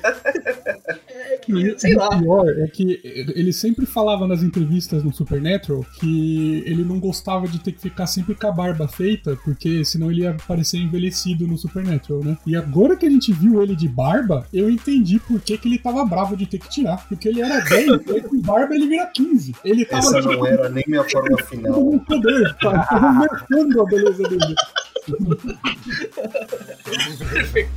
Sei lá. O pior é que ele sempre falava nas entrevistas no Supernatural que ele não gostava de ter que ficar sempre com a barba feita, porque senão ele ia parecer envelhecido no Supernatural, né? E agora que a gente viu ele de barba, eu entendi por que ele tava bravo de ter que tirar. Porque ele era 10, e com barba ele vira 15. Ele tava Essa não era nem minha forma final. com poder, tá? Tava marcando a beleza dele. Perfeito.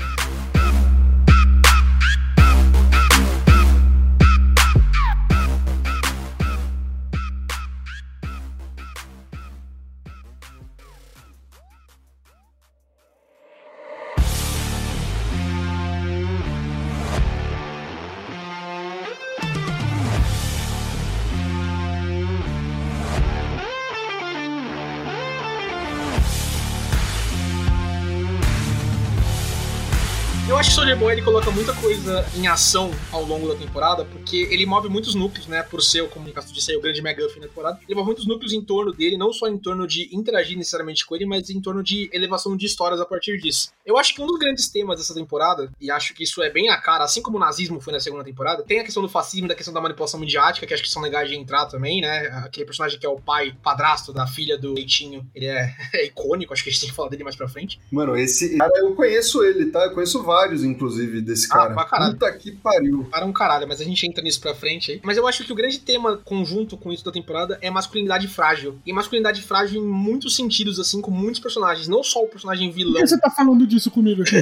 Eu acho que o Soldier Boy ele coloca muita coisa em ação ao longo da temporada, porque ele move muitos núcleos, né? Por ser, como o Castro disse aí, o grande McGuffin na temporada. Ele move muitos núcleos em torno dele, não só em torno de interagir necessariamente com ele, mas em torno de elevação de histórias a partir disso. Eu acho que um dos grandes temas dessa temporada, e acho que isso é bem a cara, assim como o nazismo foi na segunda temporada, tem a questão do fascismo e da questão da manipulação midiática, que acho que são legais de entrar também, né? Aquele personagem que é o pai, padrasto da filha do Leitinho, ele é icônico, acho que a gente tem que falar dele mais pra frente. Mano, esse cara, eu conheço ele, tá? Eu conheço vários, inclusive, desse cara. Pra caralho. Puta que pariu. Para um caralho, mas a gente entra nisso pra frente aí. Mas eu acho que o grande tema conjunto com isso da temporada é masculinidade frágil. E masculinidade frágil em muitos sentidos, assim, com muitos personagens. Não só o personagem vilão. Por que você tá falando disso comigo aqui?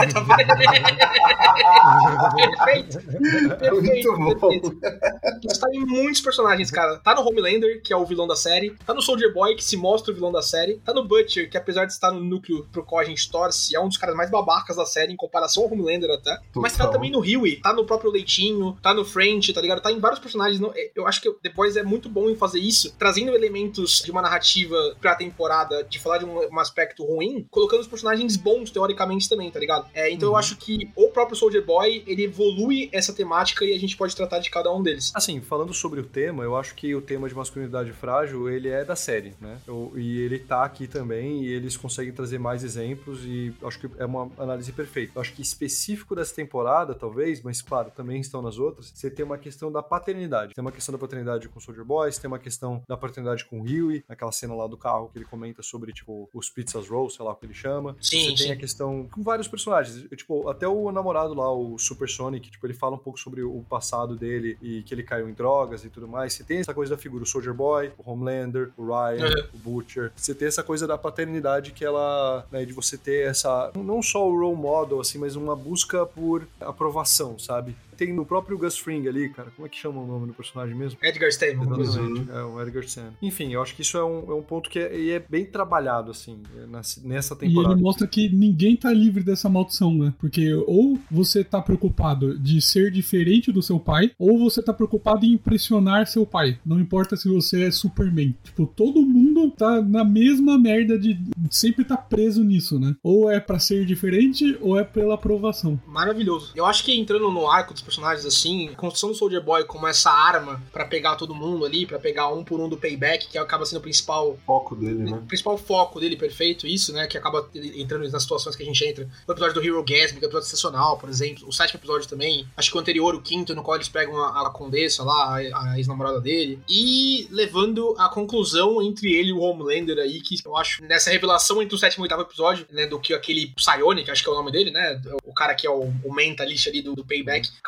Perfeito. Muito bom. Mas tá em muitos personagens, cara. Tá no Homelander, que é o vilão da série. Tá no Soldier Boy, que se mostra o vilão da série. Tá no Butcher, que apesar de estar no núcleo pro qual a gente torce, é um dos caras mais babacas da série, em comparação ao Homelander até. Total. Mas tá também no Huey, tá no próprio Leitinho, tá no French, tá ligado? Tá em vários personagens. Eu acho que The Boys é muito bom em fazer isso, trazendo elementos de uma narrativa pra temporada, de falar de um aspecto ruim, colocando os personagens bons, teoricamente, também, tá ligado? Então eu acho que o próprio Soldier Boy, ele evolui essa temática e a gente pode tratar de cada um deles. Assim, falando sobre o tema, eu acho que o tema de masculinidade frágil, ele é da série, né? E ele tá aqui também, e eles conseguem trazer mais exemplos, e acho que é uma análise perfeita. Eu acho que específico dessa temporada, talvez, mas claro, também estão nas outras, você tem uma questão da paternidade. Tem uma questão da paternidade com o Soldier Boy, tem uma questão da paternidade com o Huey, naquela cena lá do carro que ele comenta sobre, tipo, os pizzas rolls, sei lá o que ele chama. Sim, você tem a questão com vários personagens. Tipo, até o namorado lá, o Super Sonic, tipo, ele fala um pouco sobre o passado dele e que ele caiu em drogas e tudo mais. Você tem essa coisa da figura, o Soldier Boy, o Homelander, o Ryan, o Butcher. Você tem essa coisa da paternidade que ela, né, de você ter essa, não só o role model, assim, mas uma busca por aprovação, sabe? Tem no próprio Gus Fring ali, cara, como é que chama o nome do personagem mesmo? Edgar Steinman. Exatamente, é o Edgar Sand. Enfim, eu acho que isso é um ponto que é bem trabalhado, assim, nessa temporada. E ele mostra que ninguém tá livre dessa maldição, né? Porque ou você tá preocupado de ser diferente do seu pai, ou você tá preocupado em impressionar seu pai. Não importa se você é Superman. Tipo, todo mundo tá na mesma merda de sempre tá preso nisso, né? Ou é pra ser diferente, ou é pela aprovação. Maravilhoso. Eu acho que entrando no arco dos personagens assim, a construção do Soldier Boy como essa arma pra pegar todo mundo ali, pra pegar um por um do payback, que acaba sendo o principal Foco dele, né? o principal foco dele, perfeito, isso, né, que acaba entrando nas situações que a gente entra. O episódio do Hero Gasm, que é um episódio sensacional, por exemplo, o 7º episódio também, acho que o anterior, o 5º, no qual eles pegam a Condessa lá, a ex-namorada dele, e levando a conclusão entre ele e o Homelander aí, que eu acho, nessa revelação entre o 7º e o 8º episódio, né, do que aquele Psionic, acho que é o nome dele, né, o cara que é o mentalist ali do payback, acaba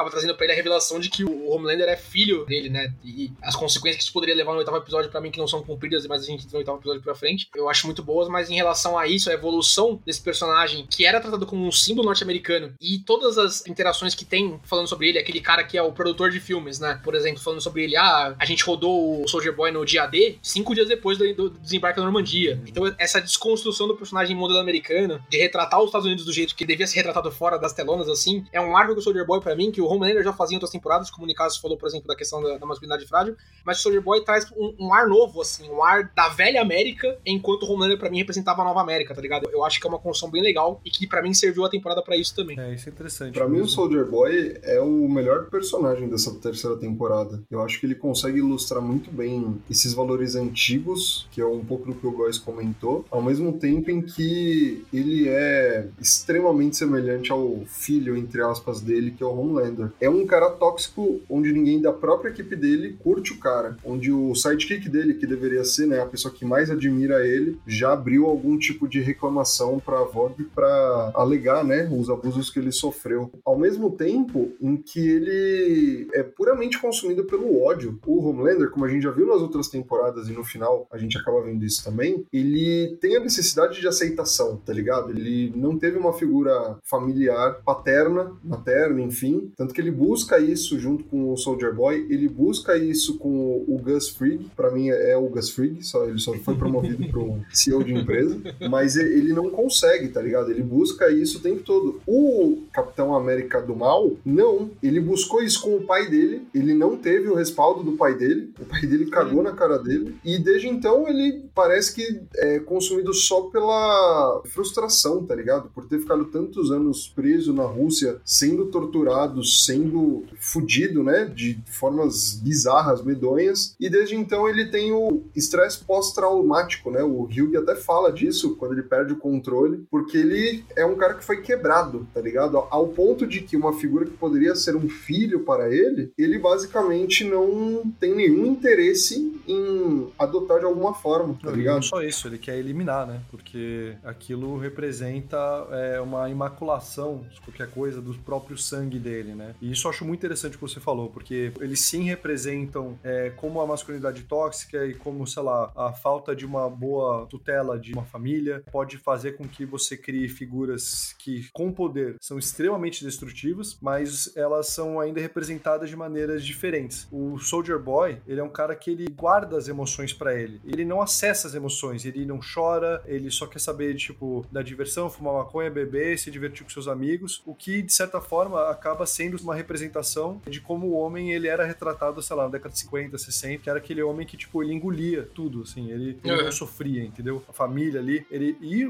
acaba trazendo pra ele a revelação de que o Homelander é filho dele, né? E as consequências que isso poderia levar no 8º episódio, pra mim, que não são cumpridas, mas a gente tem no 8º episódio pra frente, eu acho muito boas, mas em relação a isso, a evolução desse personagem, que era tratado como um símbolo norte-americano, e todas as interações que tem falando sobre ele, aquele cara que é o produtor de filmes, né? Por exemplo, falando sobre ele, a gente rodou o Soldier Boy no dia D, 5 dias depois do desembarque na Normandia. Então, essa desconstrução do personagem modelo americano, de retratar os Estados Unidos do jeito que devia ser retratado fora das telonas, assim, é um arco do Soldier Boy pra mim, que o Homelander já fazia em outras temporadas, como o Nicasso falou, por exemplo, da questão da masculinidade frágil, mas o Soldier Boy traz um ar novo, assim, um ar da velha América, enquanto o Homelander pra mim representava a nova América, tá ligado? Eu acho que é uma construção bem legal e que pra mim serviu a temporada pra isso também. Isso é interessante. Pra mim, o Soldier Boy é o melhor personagem dessa terceira temporada. Eu acho que ele consegue ilustrar muito bem esses valores antigos, que é um pouco do que o Góes comentou, ao mesmo tempo em que ele é extremamente semelhante ao filho, entre aspas, dele, que é o Homelander. É um cara tóxico onde ninguém da própria equipe dele curte o cara, onde o sidekick dele, que deveria ser, né, a pessoa que mais admira ele, já abriu algum tipo de reclamação pra Vogue pra alegar, né, os abusos que ele sofreu. Ao mesmo tempo em que ele é puramente consumido pelo ódio. O Homelander, como a gente já viu nas outras temporadas e no final a gente acaba vendo isso também, ele tem a necessidade de aceitação, tá ligado? Ele não teve uma figura familiar, paterna, materna, enfim, tanto que ele busca isso junto com o Soldier Boy, ele busca isso com o Gus Fring, pra mim é o Gus Fring, ele só foi promovido pro CEO de empresa, mas ele não consegue, tá ligado? Ele busca isso o tempo todo. O Capitão América do Mal, não, ele buscou isso com o pai dele, ele não teve o respaldo do pai dele, o pai dele cagou na cara dele, e desde então ele parece que é consumido só pela frustração, tá ligado? Por ter ficado tantos anos preso na Rússia, sendo torturado, sendo fudido, né? De formas bizarras, medonhas, e desde então ele tem o estresse pós-traumático, né? O Hugh até fala disso quando ele perde o controle, porque ele é um cara que foi quebrado, tá ligado? Ao ponto de que uma figura que poderia ser um filho para ele basicamente não tem nenhum interesse em adotar de alguma forma, tá ligado? Não só isso, ele quer eliminar, né? Porque aquilo representa uma imaculação, qualquer coisa, do próprio sangue dele, né? E isso eu acho muito interessante o que você falou, porque eles sim representam como a masculinidade tóxica e como, sei lá, a falta de uma boa tutela de uma família pode fazer com que você crie figuras que, com poder, são extremamente destrutivas, mas elas são ainda representadas de maneiras diferentes. O Soldier Boy, ele é um cara que ele guarda as emoções pra ele. Ele não acessa as emoções, ele não chora, ele só quer saber, tipo, da diversão, fumar maconha, beber, se divertir com seus amigos, o que, de certa forma, acaba sendo uma representação de como o homem, ele era retratado, sei lá, na década de 50, 60, que era aquele homem que, tipo, ele engolia tudo, assim, ele não sofria, entendeu? A família ali, e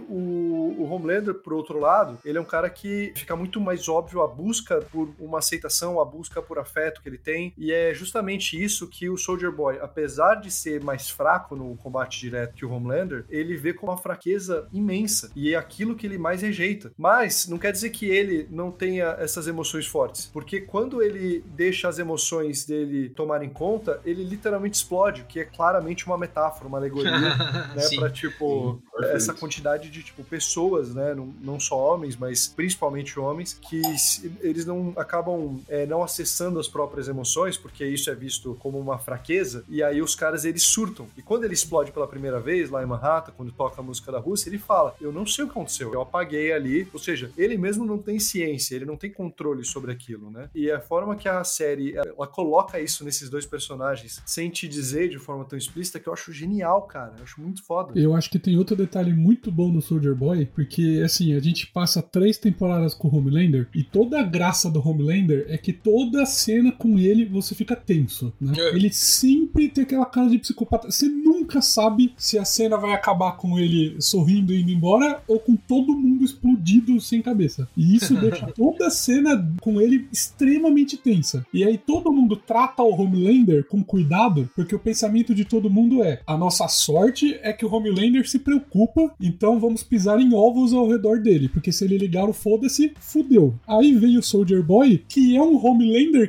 o Homelander, por outro lado, ele é um cara que fica muito mais óbvio a busca por uma aceitação, a busca por afeto que ele tem, e é justamente isso que o Soldier Boy, apesar de ser mais fraco no combate direto que o Homelander, ele vê com uma fraqueza imensa, e é aquilo que ele mais rejeita. Mas não quer dizer que ele não tenha essas emoções fortes, porque quando ele deixa as emoções dele tomarem conta, ele literalmente explode, que é claramente uma metáfora, uma alegoria, né, pra, tipo, essa quantidade de, tipo, pessoas, né, não só homens, mas principalmente homens, que eles não acabam não acessando as próprias emoções, porque isso é visto como uma fraqueza, e aí os caras, eles surtam. E quando ele explode pela primeira vez, lá em Manhattan, quando toca a música da Rússia, ele fala, eu não sei o que aconteceu, eu apaguei ali, ou seja, ele mesmo não tem ciência, ele não tem controle sobre aquilo, né? E a forma que a série, ela coloca isso nesses dois personagens, sem te dizer de forma tão explícita, que eu acho genial, cara, eu acho muito foda. Eu acho que tem outro detalhe muito bom no Soldier Boy, porque, assim, a gente passa 3 temporadas com o Homelander, e toda a graça do Homelander é que toda cena com ele, você fica tenso, né? Ele sempre tem aquela cara de psicopata, você nunca sabe se a cena vai acabar com ele sorrindo e indo embora, ou com todo mundo explodido sem cabeça. E isso deixa toda a cena com ele extremamente tensa. E aí todo mundo trata o Homelander com cuidado, porque o pensamento de todo mundo é, a nossa sorte é que o Homelander se preocupa, então vamos pisar em ovos ao redor dele, porque se ele ligar o foda-se, fudeu. Aí vem o Soldier Boy, que é um Homelander que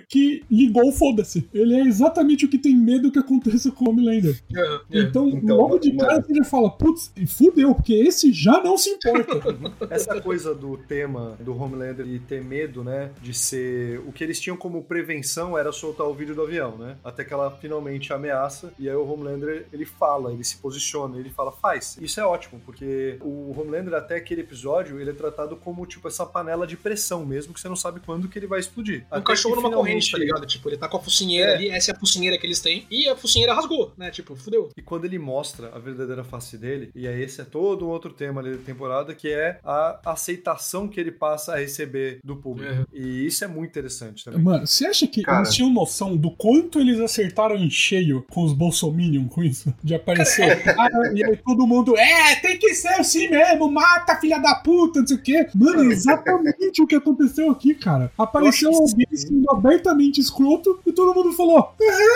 ligou, foda-se. Ele é exatamente o que tem medo que aconteça com o Homelander. Então, logo de cara você já fala, putz, fudeu, porque esse já não se importa. Essa coisa do tema do Homelander e ter medo, né, de ser... O que eles tinham como prevenção era soltar o vídeo do avião, né? Até que ela finalmente ameaça, e aí o Homelander, ele fala, ele se posiciona, ele fala, faz. Isso é ótimo, porque o Homelander, até aquele episódio, ele é tratado como, tipo, essa panela de pressão mesmo, que você não sabe quando que ele vai explodir. Um cachorro numa corrente, tá ligado? Tipo, ele tá com a focinheira ali, essa é a focinheira que eles têm, e a focinheira rasgou, né? Tipo, fudeu. E quando ele mostra a verdadeira face dele, e aí esse é todo um outro tema ali da temporada, que é a aceitação que ele passa a receber do público. E isso é muito interessante também. Mano, você acha que eles tinham noção do quanto eles acertaram em cheio com os Bolsominion com isso? De aparecer, e aí todo mundo, tem que ser assim mesmo, mata filha da puta, não sei o quê. Mano, é exatamente o que aconteceu aqui, cara. Apareceu alguém sendo abertamente escroto e todo mundo falou,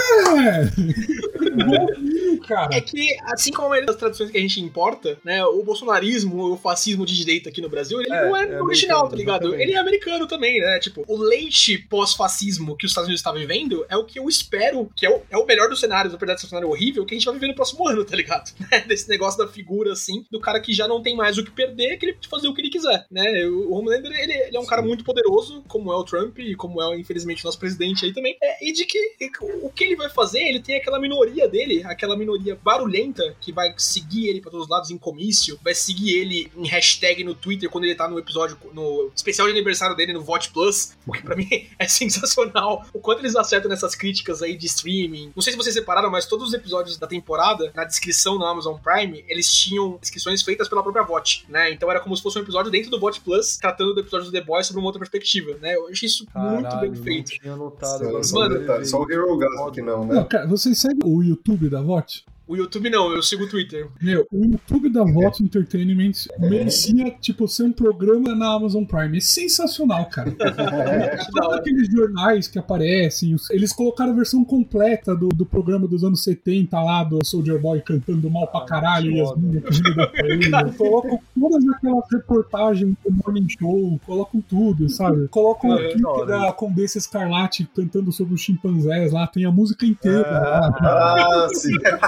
cara. É que, assim como a maioria das tradições que a gente importa, né, o bolsonarismo, o fascismo de direita aqui no Brasil, ele não é original, tá ligado? Exatamente. Ele é americano também, né? Tipo, o leite pós-fascismo que os Estados Unidos estão vivendo é o que eu espero, que é o melhor dos cenários, apesar desse cenário horrível, que a gente vai viver no próximo ano, tá ligado? Desse negócio da figura, assim, do cara que já não tem mais o que perder, que ele pode fazer o que ele quiser, né? O Homelander, ele é um cara muito poderoso, como é o Trump e como é, infelizmente, o nosso presidente aí também, e de que o que ele vai fazer, ele tem aquela minoria dele, aquela minoria barulhenta, que vai seguir ele pra todos os lados em comício, vai seguir ele em hashtag no Twitter, quando ele tá no episódio, no especial de aniversário dele, no Vote Plus, o que pra mim é sensacional, o quanto eles acertam nessas críticas aí de streaming. Não sei se vocês separaram, mas todos os episódios da temporada, na descrição no Amazon Prime, eles tinham descrições feitas pela própria Vote, né? Então era como se fosse um episódio dentro do Vote Plus, tratando do episódio do The Boys sobre uma outra perspectiva, né? Eu achei isso muito bem feito. Não tinha notado. Mano, só o Hero Gas que não, né? Não, cara, vocês seguem o YouTube da Vote? O YouTube não, eu sigo o Twitter. Meu, o YouTube da Vox Entertainment merecia, tipo, ser um programa na Amazon Prime. É sensacional, cara. Todos aqueles jornais que aparecem, eles colocaram a versão completa do programa dos anos 70 lá, do Soldier Boy cantando mal pra caralho e as minhas colocam todas aquelas reportagens do Morning Show, colocam tudo, sabe? Colocam o clipe da Condessa Escarlate cantando sobre os chimpanzés lá, tem a música inteira lá. Sim.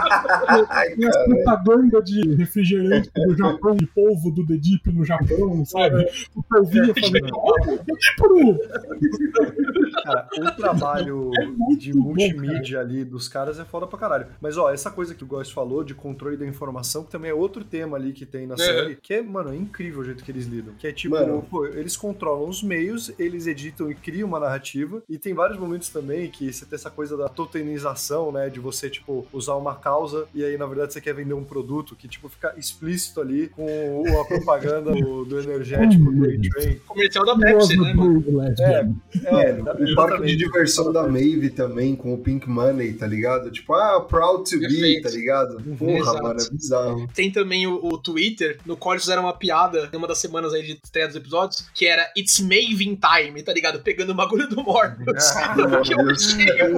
Tem as propagandas de refrigerante do Japão, de polvo do The Deep no Japão, sabe? O polvinho falando. Cara, o trabalho de multimídia ali dos caras é foda pra caralho. Mas, ó, essa coisa que o Góis falou de controle da informação, que também é outro tema ali que tem na série, que é, mano, é incrível o jeito que eles lidam. Que é tipo, pô, eles controlam os meios, eles editam e criam uma narrativa, e tem vários momentos também que você tem essa coisa da totemização, né, de você, tipo, usar uma causa e aí, na verdade, você quer vender um produto que, tipo, fica explícito ali com a propaganda do energético do A-Train. Comercial da Pepsi, né, mano? O parque de diversão da Maeve também, com o Pink Money, tá ligado? Tipo, proud to be, tá ligado? Porra, mano, é bizarro. Tem também o Twitter, no qual eles fizeram uma piada em uma das semanas aí de estreia dos episódios, que era It's Maven Time, tá ligado? Pegando o bagulho do Morbius. Que eu achei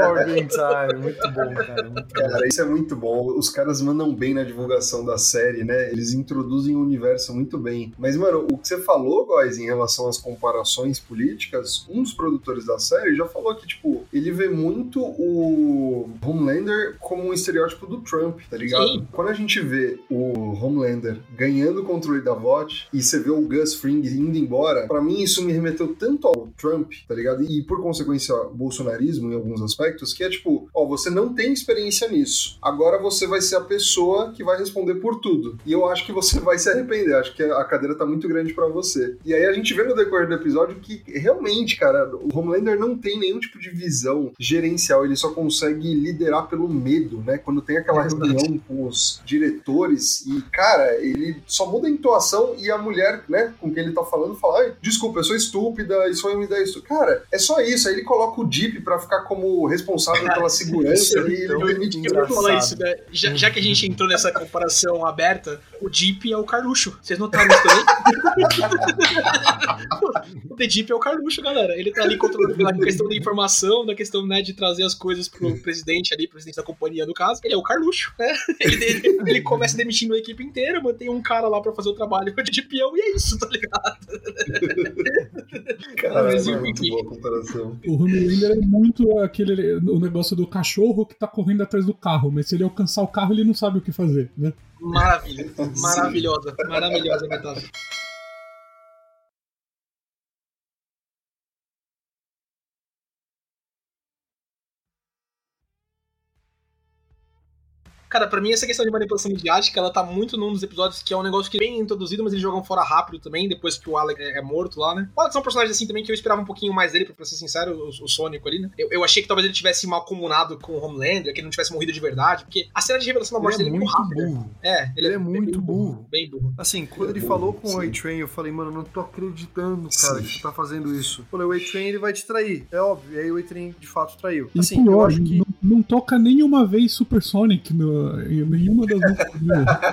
muito bom, cara. Cara, isso é muito bom. Os caras mandam bem na divulgação da série, né? Eles introduzem o universo muito bem. Mas, mano, o que você falou, Góis, em relação às comparações políticas, um dos produtores da série já falou que, tipo, ele vê muito o Homelander como um estereótipo do Trump, tá ligado? Sim. Quando a gente vê o Homelander ganhando o controle da VOT e você vê o Gus Fring indo embora, pra mim isso me remeteu tanto ao Trump, tá ligado? E por consequência ao bolsonarismo em alguns aspectos, que é tipo, você não tem experiência nisso. Agora você vai ser a pessoa que vai responder por tudo. E eu acho que você vai se arrepender. Acho que a cadeira tá muito grande pra você. E aí a gente vê no decorrer do episódio que realmente, cara, o Homelander não tem nenhum tipo de visão gerencial. Ele só consegue liderar pelo medo, né? Quando tem aquela reunião com os diretores e, cara, ele só muda a entoação e a mulher, né, com quem ele tá falando, fala, ai, desculpa, eu sou estúpida, isso vai me dar isso. Cara, é só isso. Aí ele coloca o Deep pra ficar como responsável pela segurança e ele permite que eu vou falar isso, né? Já que a gente entrou nessa comparação aberta, o Deep é o Carluxo. Vocês notaram isso também? O The Deep é o Carluxo, galera. Ele tá ali com controlador da questão da informação, da questão, né, de trazer as coisas pro presidente ali, presidente da companhia, no caso. Ele é o Carluxo, né? Ele começa demitindo a equipe inteira, mantém um cara lá pra fazer o trabalho de peão e é isso, tá ligado? Caralho, é muito boa a comparação. O Homelander é muito o negócio do cachorro que tá correndo atrás do carro, mas se ele alcançar o carro, ele não sabe o que fazer, né? Maravilha. Maravilhosa metáfora. Cara, pra mim essa questão de manipulação midiática, ela tá muito num dos episódios que é um negócio que é bem introduzido, mas eles jogam fora rápido também, depois que o Alex é morto lá, né? O Alex é um personagem assim também que eu esperava um pouquinho mais dele, pra ser sincero, o Sônico ali, né? Eu achei que talvez ele tivesse mal comunado com o Homelander, que ele não tivesse morrido de verdade, porque a cena de revelação da morte dele é muito rápida. Burro. Ele é muito burro. Bem burro. Assim, quando ele falou com o A-Train, eu falei, mano, eu não tô acreditando, cara, que você tá fazendo isso. Eu falei, o A-Train, ele vai te trair. É óbvio. E aí o A-Train, de fato, traiu. Assim, pior, eu acho que... não toca nenhuma vez Super Sonic em nenhuma das músicas.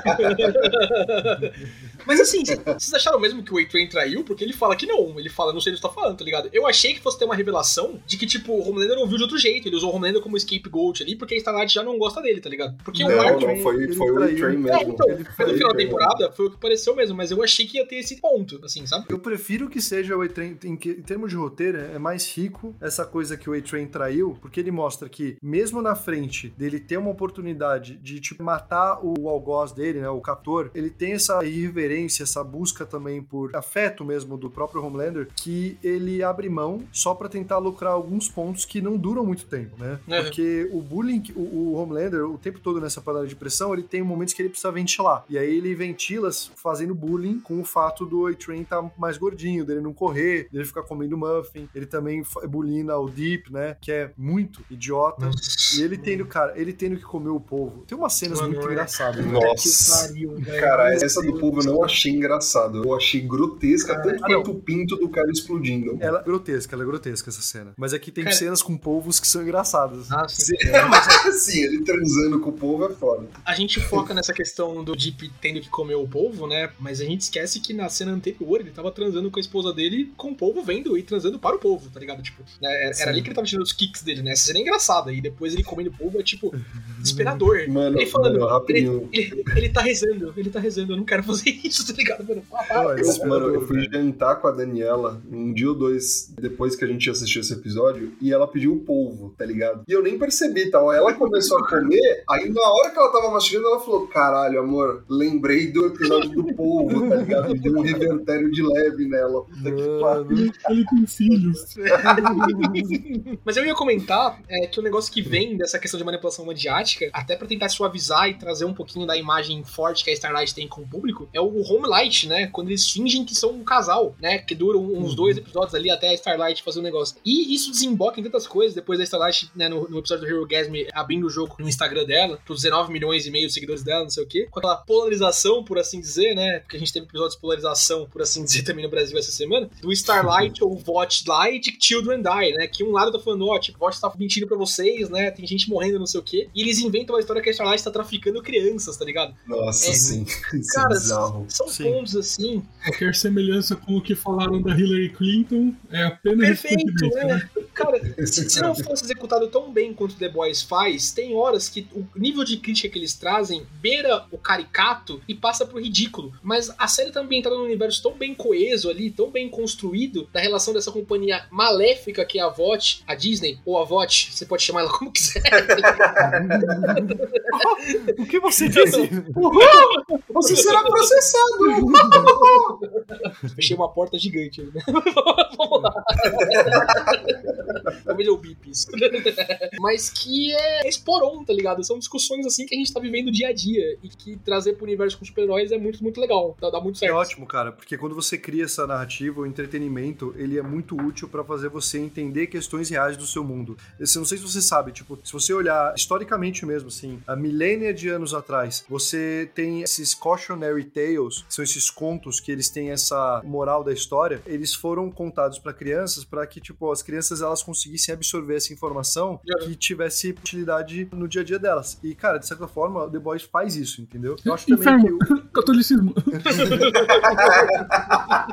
Mas assim, vocês acharam mesmo que o A-Train traiu? Porque ele fala que não. Ele fala, não sei o que você tá falando, tá ligado? Eu achei que fosse ter uma revelação de que, tipo, o Homelander ouviu de outro jeito. Ele usou o Homelander como scapegoat ali, porque a Starlight já não gosta dele, tá ligado? Porque não, o Martin... Não, foi o A-Train mesmo. Então, no final da temporada, foi o que pareceu mesmo, mas eu achei que ia ter esse ponto, assim, sabe? Eu prefiro que seja o A-Train, em termos de roteiro, é mais rico essa coisa que o A-Train traiu, porque ele mostra que, mesmo na frente dele ter uma oportunidade de, tipo, matar o algoz dele, né, o captor, ele tem essa irreverência, essa busca também por afeto mesmo do próprio Homelander, que ele abre mão só pra tentar lucrar alguns pontos que não duram muito tempo, né? Porque o bullying, o Homelander, o tempo todo nessa panela de pressão, ele tem momentos que ele precisa ventilar. E aí ele ventila fazendo bullying com o fato do A-Train tá mais gordinho, dele não correr, dele ficar comendo muffin. Ele também bullying o Deep, né? Que é muito idiota. Nossa. E ele tendo que comer o povo. Tem umas cenas muito engraçadas. Nossa. Cara, essa do povo eu não achei engraçado. Eu achei grotesca, tanto quanto o pinto do cara explodindo. Ela é grotesca essa cena. Mas aqui tem cenas com povos que são engraçadas. Ah, sim. Sim, ele transando com o povo é foda. A gente foca nessa questão do Deep tendo que comer o povo, né? Mas a gente esquece que na cena anterior ele tava transando com a esposa dele, com o povo vendo e transando para o povo, tá ligado? Tipo, era ali que ele tava tirando os kicks dele, né? Essa cena é engraçada. E depois ele comendo o povo é, tipo, desesperador. Mano, ele falando, rapidinho. Ele tá rezando, eu não quero fazer isso, tá ligado? Mano, eu fui jantar com a Daniela um dia ou dois depois que a gente assistiu esse episódio e ela pediu o polvo, tá ligado? E eu nem percebi, tal. Ela começou a comer, aí na hora que ela tava mastigando, ela falou, caralho, amor, lembrei do episódio do polvo, tá ligado? E deu um revertério de leve nela. Ele tem filhos. Mas eu ia comentar que o negócio que vem dessa questão de manipulação midiática, até pra tentar suavizar e trazer um pouquinho da imagem forte que a Starlight tem com o público, é o Homelight, né? Quando eles fingem que são um casal, né? Que duram uns 2 episódios ali até a Starlight fazer o negócio. E isso desemboca em tantas coisas, depois da Starlight, né, no episódio do Hero Gasm, abrindo o jogo no Instagram dela, pros 19 milhões e meio de seguidores dela, não sei o quê, com aquela polarização, por assim dizer, né? Porque a gente teve episódios de polarização, por assim dizer, também no Brasil essa semana, do Starlight ou Vought Lie de Children Die, né? Que um lado tá falando, tipo, Vought tá mentindo pra vocês, né? Tem gente morrendo, não sei o quê. E eles inventam uma história que a Starlight tá traficando crianças, tá ligado? Nossa, sim. Cara, são pontos assim. Qualquer semelhança com o que falaram da Hillary Clinton é apenas perfeito, né? Cara, se não fosse executado tão bem quanto The Boys faz, tem horas que o nível de crítica que eles trazem beira o caricato e passa pro ridículo. Mas a série tá ambientada num universo tão bem coeso ali, tão bem construído, da relação dessa companhia maléfica que é a VOT, a Disney, ou a VOT, você pode chamar ela como quiser. O que você disse? Você será processado! Fechei uma porta gigante. Né? Vamos lá. Talvez eu bip isso. Mas que é esporon, tá ligado? São discussões assim que a gente tá vivendo dia a dia e que trazer pro universo com super-heróis é muito, muito legal. Dá muito certo. É ótimo, cara, porque quando você cria essa narrativa, o entretenimento, ele é muito útil pra fazer você entender questões reais do seu mundo. Eu não sei se você sabe, tipo, se você olhar historicamente mesmo, assim, há milênia de anos atrás, você tem esses cautionary tales, que são esses contos que eles têm essa moral da história, eles foram contados pra crianças pra que, tipo, as crianças elas conseguissem absorver essa informação que tivesse utilidade no dia a dia delas. E, cara, de certa forma, o The Boys faz isso, entendeu? Eu acho também que Catolicismo.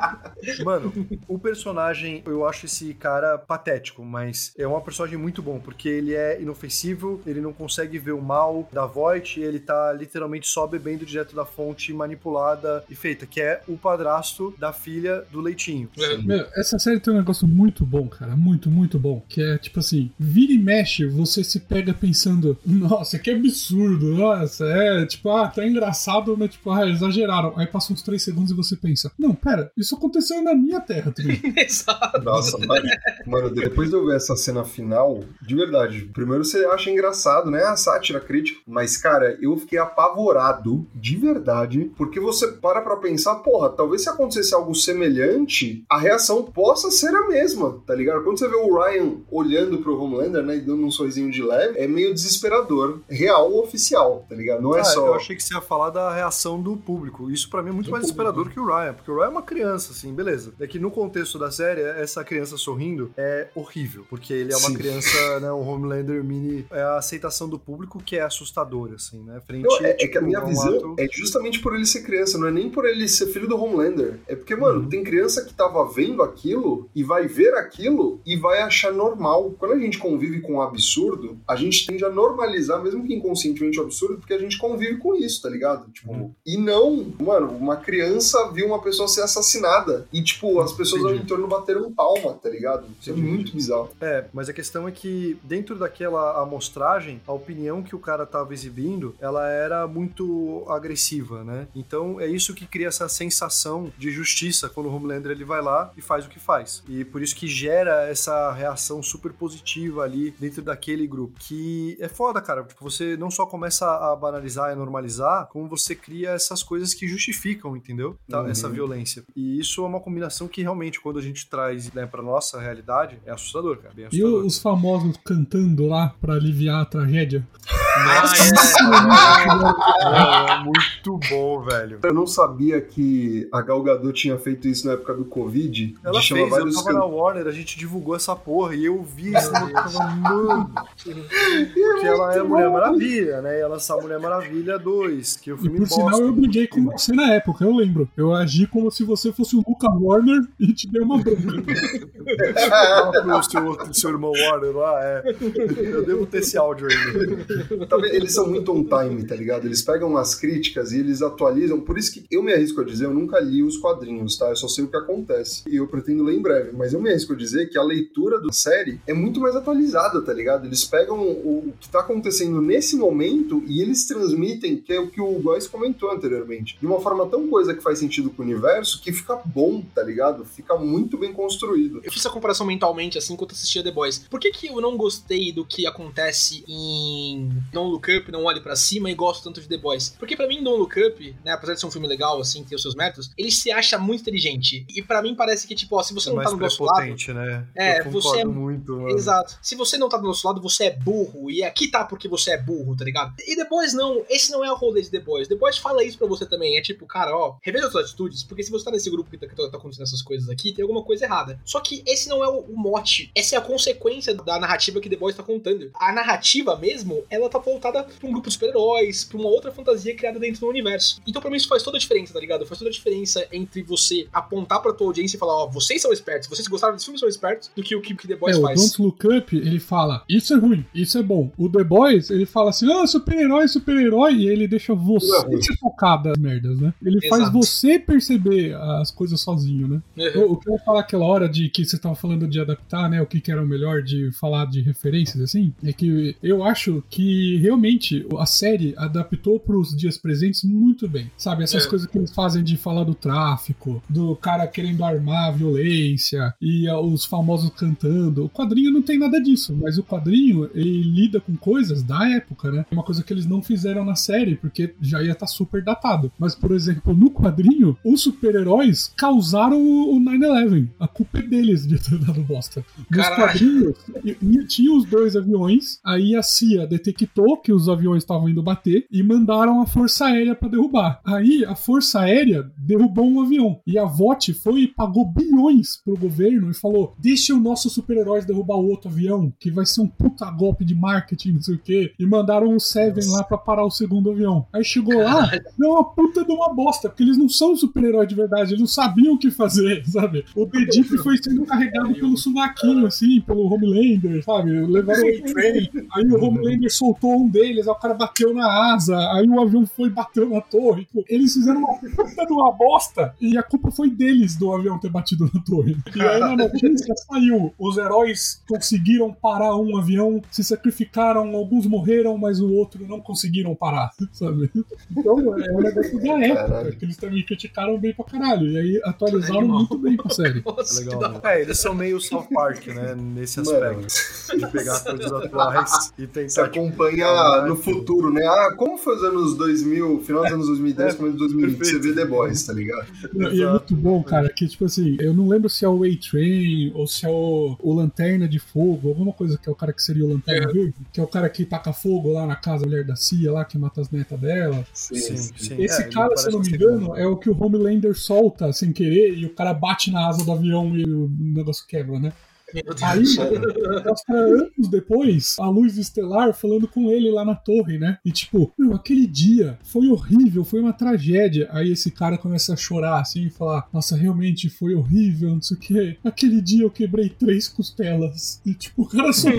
Mano, o personagem, eu acho esse cara patético, mas é um personagem muito bom, porque ele é inofensivo, ele não consegue ver o mal da Voight, e ele tá literalmente só bebendo direto da fonte manipulada e feita, que é o padrasto da filha do Leitinho. Meu, essa série tem um negócio muito bom, cara, muito, muito bom, que é tipo assim, vira e mexe, você se pega pensando, nossa, que absurdo, nossa, tipo, tá engraçado, mas tipo, exageraram. Aí passa uns 3 segundos e você pensa, não, pera, isso aconteceu na minha terra também. Exato. Nossa, mano, depois de eu ver essa cena final, de verdade, primeiro você acha engraçado, né, a sátira crítica, mas, cara, eu fiquei apavorado, de verdade, porque você para pra pensar, porra, talvez se acontecesse algo semelhante, a reação possa ser a mesma, tá ligado? Quando você vê o Ryan olhando pro Homelander, né, e dando um sorrisinho de leve, é meio desesperador, real ou oficial, tá ligado? Não é só... Eu achei que você ia falar da reação do público, isso pra mim é muito mais desesperador que o Ryan, porque o Ryan é uma criança, assim, beleza. É que no contexto da série, essa criança sorrindo é horrível, porque ele é uma criança, né, o Homelander mini, é a aceitação do público que é assustadora, assim, né, frente... Não, que a minha visão é justamente por ele ser criança, não é nem por ele ser filho do Homelander, é porque, mano, tem criança que tava vendo aquilo e vai ver aquilo e vai achar normal. Quando a gente convive com o absurdo, a gente tende a normalizar, mesmo que inconscientemente, o absurdo, porque a gente convive com isso, tá ligado? Tipo, e não, mano, uma criança viu uma pessoa ser assassinada e, tipo, as pessoas ao entorno bateram palma, tá ligado? Isso é muito bizarro. Mas a questão é que dentro daquela amostragem, a opinião que o cara tava exibindo, ela era muito agressiva, né? Então é isso que cria essa sensação de justiça quando o Homelander ele vai lá e faz o que faz. E por isso que gera essa reação super positiva ali dentro daquele grupo. Que é foda, cara. Tipo, você não só começa a banalizar e normalizar, como você cria essas coisas que justificam, entendeu? Essa violência. E isso é uma combinação que realmente, quando a gente traz, né, pra nossa realidade, é assustador, cara. Bem assustador. E os famosos cantando lá pra aliviar a tragédia? É muito bom, velho. Eu não sabia que a Gal Gadot tinha feito isso na época do Covid. Ela fez, eu tava na Warner, a gente divulgou essa porra e eu vi isso e tava, mano. Porque ela é Mulher Maravilha, né? E ela lançou Mulher Maravilha 2, que o filme por sinal, eu briguei com você na época, eu lembro. Eu agi como se você fosse o Luca Warner e te dei uma bronca. O seu irmão Warner lá, eu devo ter esse áudio aí. Eles são muito on time, tá ligado? Eles pegam as críticas e eles atualizam. Por isso que eu me arrisco a dizer, eu nunca li os quadrinhos, tá? Eu só sei o que acontece. E eu pretendo ler em breve. Mas eu me arrisco a dizer que a leitura da série é muito mais atualizada, tá ligado? Eles pegam o que tá acontecendo nesse momento e eles transmitem, que é o que o Góes comentou anteriormente, de uma forma tão coisa que faz sentido com o universo que fica bom, tá ligado? Fica muito bem construído. Eu fiz a comparação mentalmente, assim, enquanto assistia The Boys. Por que eu não gostei do que acontece em Don't Look Up, Não Olhe Pra Cima e gosto tanto de The Boys? Porque pra mim, Don't Look Up, né, apesar de ser um filme legal, assim, ter os seus métodos, ele se acha muito inteligente. E pra mim parece que, tipo, ó, se você não tá do nosso lado... né? Você é muito, mano. Exato. Se você não tá do nosso lado, você é burro. E aqui tá porque você é burro, tá ligado? E The Boys não. Esse não é o rolê de The Boys. The Boys fala isso pra você também. É tipo, cara, ó, reveja suas atitudes, porque se você tá nesse grupo que tá acontecendo essas coisas aqui, tem alguma coisa errada. Só que esse não é o mote. Essa é a consequência da narrativa que The Boys tá contando. A narrativa mesmo, ela tá voltada pra um grupo de super-heróis, pra uma outra fantasia criada dentro do universo. Então pra mim isso faz toda a diferença, tá ligado? Faz toda a diferença entre você apontar pra tua audiência e falar, ó, vocês são espertos, vocês gostaram desse filme, são espertos, do que o que The Boys faz. O Don't Look Up, ele fala, isso é ruim, isso é bom. O The Boys, ele fala assim, super-herói, super-herói, e ele deixa você se focar das merdas, né? Ele faz você perceber as coisas sozinho, né? O que eu ia falar aquela hora de que você tava falando de adaptar, né, o que era o melhor de falar de referências, assim, é que eu acho que realmente a série adaptou pros dias presentes muito bem, sabe? Essas coisas que eles fazem de falar do tráfico, do cara querendo armar a violência e os famosos cantando. O quadrinho não tem nada disso, mas o quadrinho, ele lida com coisas da época, né? Uma coisa que eles não fizeram na série, porque já ia estar super datado. Mas, por exemplo, no quadrinho, os super-heróis causaram o 9/11. A culpa é deles de ter dado bosta. Nos quadrinhos, tinha os 2 aviões, aí a CIA detectou avisou que os aviões estavam indo bater e mandaram a Força Aérea pra derrubar. Aí a Força Aérea derrubou um avião. E a VOT foi e pagou bilhões pro governo e falou: deixa o nosso super-heróis derrubar o outro avião, que vai ser um puta golpe de marketing, não sei o quê. E mandaram o Seven lá pra parar o segundo avião. Aí chegou lá, deu uma puta de uma bosta, porque eles não são super-heróis de verdade, eles não sabiam o que fazer, sabe? O The Deep foi sendo carregado pelo sovaquinho, assim, pelo Homelander, sabe? Levaram o A-Train, aí o Homelander soltou um deles, aí o cara bateu na asa, aí o avião foi e bateu na torre. Pô, eles fizeram uma puta de uma bosta, e a culpa foi deles do avião ter batido na torre. E aí na notícia saiu, os heróis conseguiram parar um avião, se sacrificaram, alguns morreram, mas o outro não conseguiram parar, sabe? Então é um negócio da época, que eles também criticaram bem pra caralho, e aí atualizaram muito bem pra série. Nossa, Legal, né? Eles são meio South Park, né, nesse aspecto, de pegar coisas atuais e tentar... Você acompanha no futuro, né? Como foi os anos 2000, final dos anos 2010, começo de 2020, você vê The Boys, tá ligado? E é muito bom, cara, que tipo assim, eu não lembro se é o A-Train ou se é o Lanterna de Fogo, alguma coisa que é o cara que seria o Lanterna Verde, que é o cara que taca fogo lá na casa, a mulher da CIA lá, que mata as netas dela. Sim. Esse cara, se eu não me engano, é o que o Homelander solta sem querer e o cara bate na asa do avião e o negócio quebra, né? Aí, mostra anos depois, a luz estelar falando com ele lá na torre, né? E tipo, meu, aquele dia foi horrível, foi uma tragédia. Aí esse cara começa a chorar assim e falar: nossa, realmente foi horrível, não sei o que. Aquele dia eu quebrei 3 costelas. E tipo, o cara só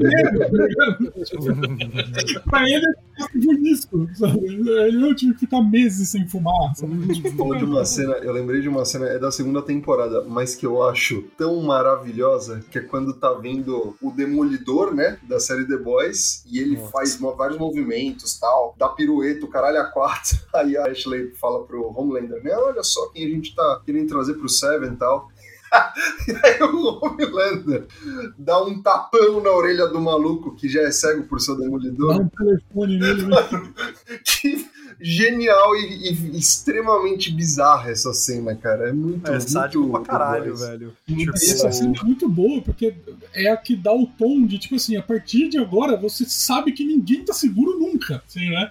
pra ele é bonito, sabe? Ele não tive que ficar meses sem fumar, sabe? Falou de uma cena, eu lembrei de uma cena, é da segunda temporada, mas que eu acho tão maravilhosa, que é quando tá vendo o Demolidor, né, da série The Boys, e ele faz vários movimentos, tal, dá pirueta, o caralho a 4, aí a Ashley fala pro Homelander, né, olha só quem a gente tá querendo trazer pro Seven e tal. E aí o Homelander dá um tapão na orelha do maluco, que já é cego por ser Demolidor. Dá um telefone nele, né? Que genial e extremamente bizarra essa cena, cara. É muito sádico pra caralho, velho. Tipo, essa cena é muito boa, porque é a que dá o tom de, tipo assim, a partir de agora você sabe que ninguém tá seguro nunca, assim, né?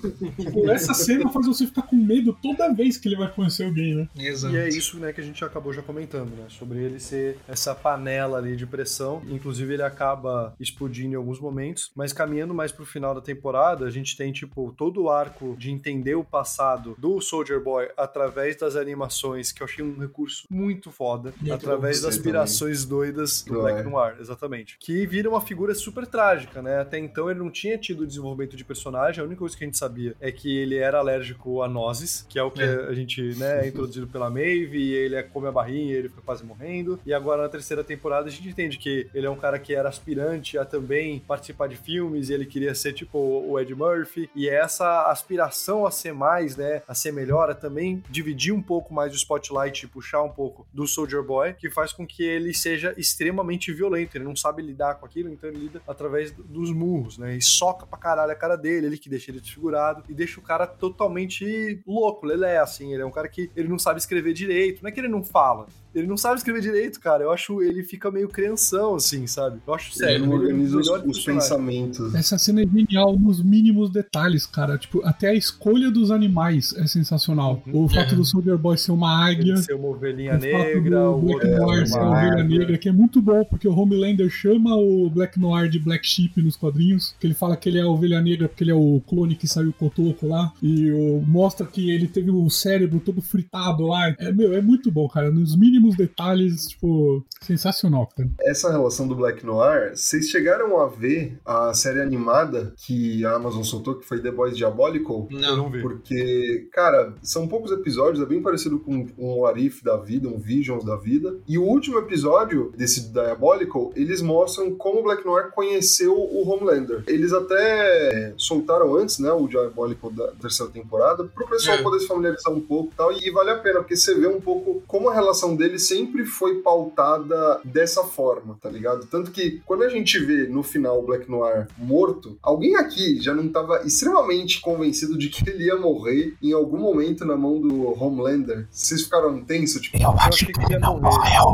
Essa cena faz você ficar com medo toda vez que ele vai conhecer alguém, né? Exato. E é isso, né, que a gente acabou já comentando, né? Sobre ele ser essa panela ali de pressão. Inclusive, ele acaba explodindo em alguns momentos. Mas caminhando mais pro final da temporada, a gente tem, tipo, todo o arco de entender o passado do Soldier Boy através das animações, que eu achei um recurso muito foda. Através das aspirações doidas do Black Noir, exatamente. Que vira uma figura super trágica, né? Até então ele não tinha tido desenvolvimento de personagem. A única coisa que a gente sabia é que ele era alérgico a nozes, que é o que a gente, né, é introduzido pela Maeve, e ele come a barrinha e ele fica quase morrendo. E agora na terceira temporada a gente entende que ele é um cara que era aspirante a também participar de filmes, e ele queria ser tipo o Ed Murphy, e essa aspiração a ser mais, né, a ser melhor, a também dividir um pouco mais o spotlight e puxar um pouco do Soldier Boy, que faz com que ele seja extremamente violento. Ele não sabe lidar com aquilo, então ele lida através dos murros, né, e soca pra caralho a cara dele, ele que deixa ele desfigurado e deixa o cara totalmente louco, lelé, assim. Ele é um cara que ele não sabe escrever direito. Não é que ele não fala, ele não sabe escrever direito, cara. Eu acho ele fica meio crianção, assim, sabe? Eu acho sério. Ele organiza os pensamentos. Essa cena é genial nos mínimos detalhes, cara. Tipo, até a escolha dos animais é sensacional. O fato do Soldier Boy ser uma águia. Ele ser uma ovelhinha negra. O Black Noir ser uma ovelha negra, que é muito bom, porque o Homelander chama o Black Noir de Black Sheep nos quadrinhos, que ele fala que ele é a ovelha negra porque ele é o clone que saiu cotoco lá, e mostra que ele teve o cérebro todo fritado lá. É muito bom, cara. Nos mínimos detalhes, tipo, sensacional, cara. Essa relação do Black Noir, vocês chegaram a ver a série animada que a Amazon soltou, que foi The Boys Diabolical? Não vi. Porque, cara, são poucos episódios, é bem parecido com um What If da vida, um Visions da vida. E o último episódio desse Diabolical, eles mostram como o Black Noir conheceu o Homelander. Eles até soltaram antes, né, o Diabolical da terceira temporada, pro pessoal poder se familiarizar um pouco e tal, e vale a pena, porque você vê um pouco como a relação deles sempre foi pautada dessa forma, tá ligado? Tanto que, quando a gente vê no final o Black Noir morto, alguém aqui já não tava extremamente convencido de que ele ia morrer em algum momento na mão do Homelander? Vocês ficaram tensos? Tipo, eu acho que ele ia morrer.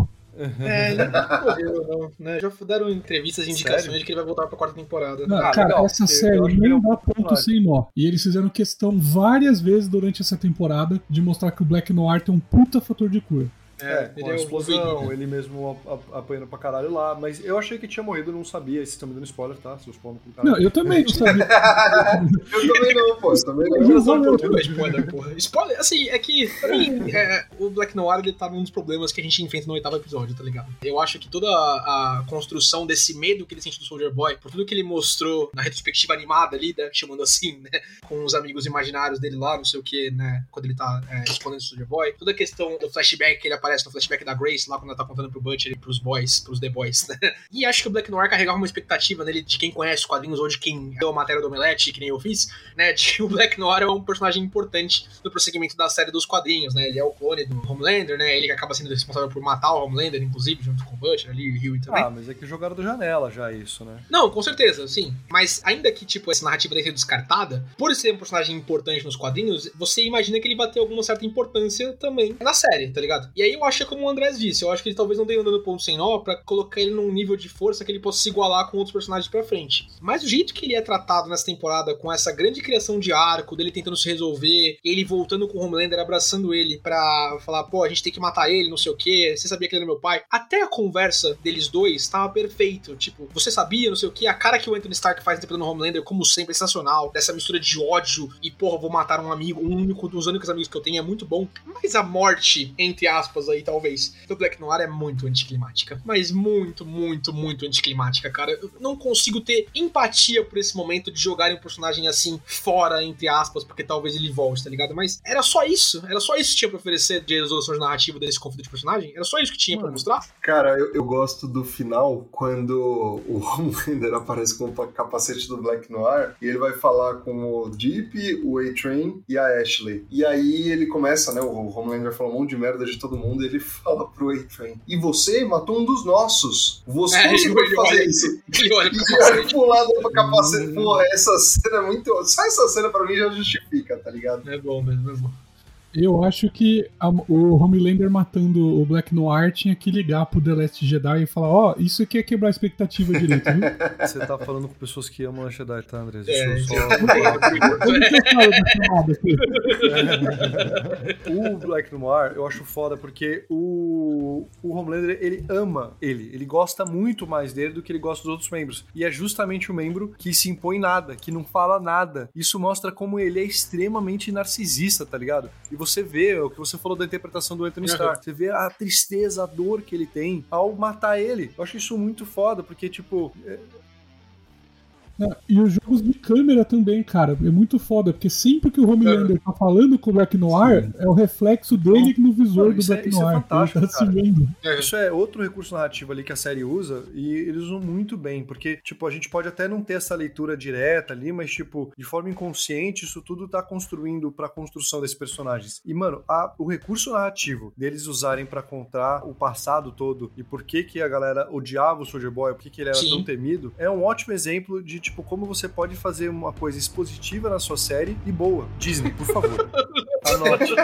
Ele não morreu, não, né? Já deram entrevistas e indicações Sério? de que ele vai voltar pra 4ª temporada. Não, cara, legal, essa porque eu série acho que ele é não um dá pouco ponto mais. sem nó. E eles fizeram questão várias vezes durante essa temporada de mostrar que o Black Noir tem um puta fator de cura. Com a explosão, ele mesmo apanhando pra caralho lá. Mas eu achei que tinha morrido, eu não sabia. Vocês estão me dando spoiler, tá? Seus pau no cu, caralho. Não, eu também não sabia. Eu também não, pô. Também não. Tudo é spoiler, porra. Spoiler, assim, é que, pra mim, o Black Noir, ele tá num dos problemas que a gente enfrenta no 8º episódio, tá ligado? Eu acho que toda a construção desse medo que ele sente do Soldier Boy, por tudo que ele mostrou na retrospectiva animada ali, né, chamando assim, né, com os amigos imaginários dele lá, não sei o que, né, quando ele tá escondendo o Soldier Boy, toda a questão do flashback que ele aparece no flashback da Grace, lá quando ela tá contando pro Butcher e pros boys, pros The Boys, né? E acho que o Black Noir carregava uma expectativa nele de quem conhece os quadrinhos ou de quem deu a matéria do Omelete, que nem eu fiz, né? De que o Black Noir é um personagem importante no prosseguimento da série dos quadrinhos, né? Ele é o clone do Homelander, né? Ele que acaba sendo responsável por matar o Homelander, inclusive, junto com o Butcher ali e o Huey também. Mas é que jogaram da janela já isso, né? Não, com certeza, sim. Mas ainda que, tipo, essa narrativa tenha sido descartada, por ser um personagem importante nos quadrinhos, você imagina que ele vai ter alguma certa importância também na série, tá ligado? E aí eu acho, como o Andrés disse, eu acho que ele talvez não tenha dando ponto sem nó pra colocar ele num nível de força que ele possa se igualar com outros personagens pra frente. Mas o jeito que ele é tratado nessa temporada, com essa grande criação de arco, dele tentando se resolver, ele voltando com o Homelander, abraçando ele pra falar, pô, a gente tem que matar ele, não sei o que, você sabia que ele era meu pai? Até a conversa deles dois tava perfeito, tipo, você sabia, não sei o que, a cara que o Anthony Stark faz interpretando o Homelander, como sempre, é sensacional, dessa mistura de ódio e, porra, vou matar um amigo, um único dos únicos amigos que eu tenho, é muito bom. Mas a morte, entre aspas aí, talvez, do Black Noir é muito anticlimática. Mas muito, muito, muito anticlimática, cara. Eu não consigo ter empatia por esse momento de jogarem um personagem assim fora, entre aspas, porque talvez ele volte, tá ligado? Mas era só isso que tinha pra oferecer de resolução de narrativa desse conflito de personagem? Era só isso que tinha pra mostrar? Cara, eu gosto do final quando o Homelander aparece com o capacete do Black Noir e ele vai falar com o Deep, o A-Train e a Ashley. E aí ele começa, né, o Homelander fala um monte de merda de todo mundo e ele fala pro A-Train, e você matou um dos nossos. Você pode fazer isso. Ele olha pro lado do capacete. Porra, essa cena é muito... Só essa cena pra mim já justifica, tá ligado? É bom mesmo, é bom. Eu acho que o Homelander matando o Black Noir tinha que ligar pro The Last Jedi e falar, isso aqui é quebrar a expectativa direito, viu? Você tá falando com pessoas que amam a Jedi, tá, Andrés? O Black Noir, eu acho foda porque o Homelander, ele ama ele gosta muito mais dele do que ele gosta dos outros membros. E é justamente o membro que se impõe nada, que não fala nada. Isso mostra como ele é extremamente narcisista, tá ligado? E você vê o que você falou da interpretação do Anthony Stark. Você vê a tristeza, a dor que ele tem ao matar ele. Eu acho isso muito foda, porque, tipo... E os jogos de câmera também, cara, é muito foda, porque sempre que o Homelander tá falando com o Black Noir, é o reflexo dele no visor do Black Noir. É fantástico, ele tá se vendo. Isso é outro recurso narrativo ali que a série usa, e eles usam muito bem, porque, tipo, a gente pode até não ter essa leitura direta ali, mas, tipo, de forma inconsciente, isso tudo tá construindo pra construção desses personagens. E, mano, o recurso narrativo deles usarem pra contar o passado todo e por que a galera odiava o Soldier Boy, por que ele era tão temido, é um ótimo exemplo de, tipo, como você pode fazer uma coisa expositiva na sua série e boa. Disney, por favor. Anote.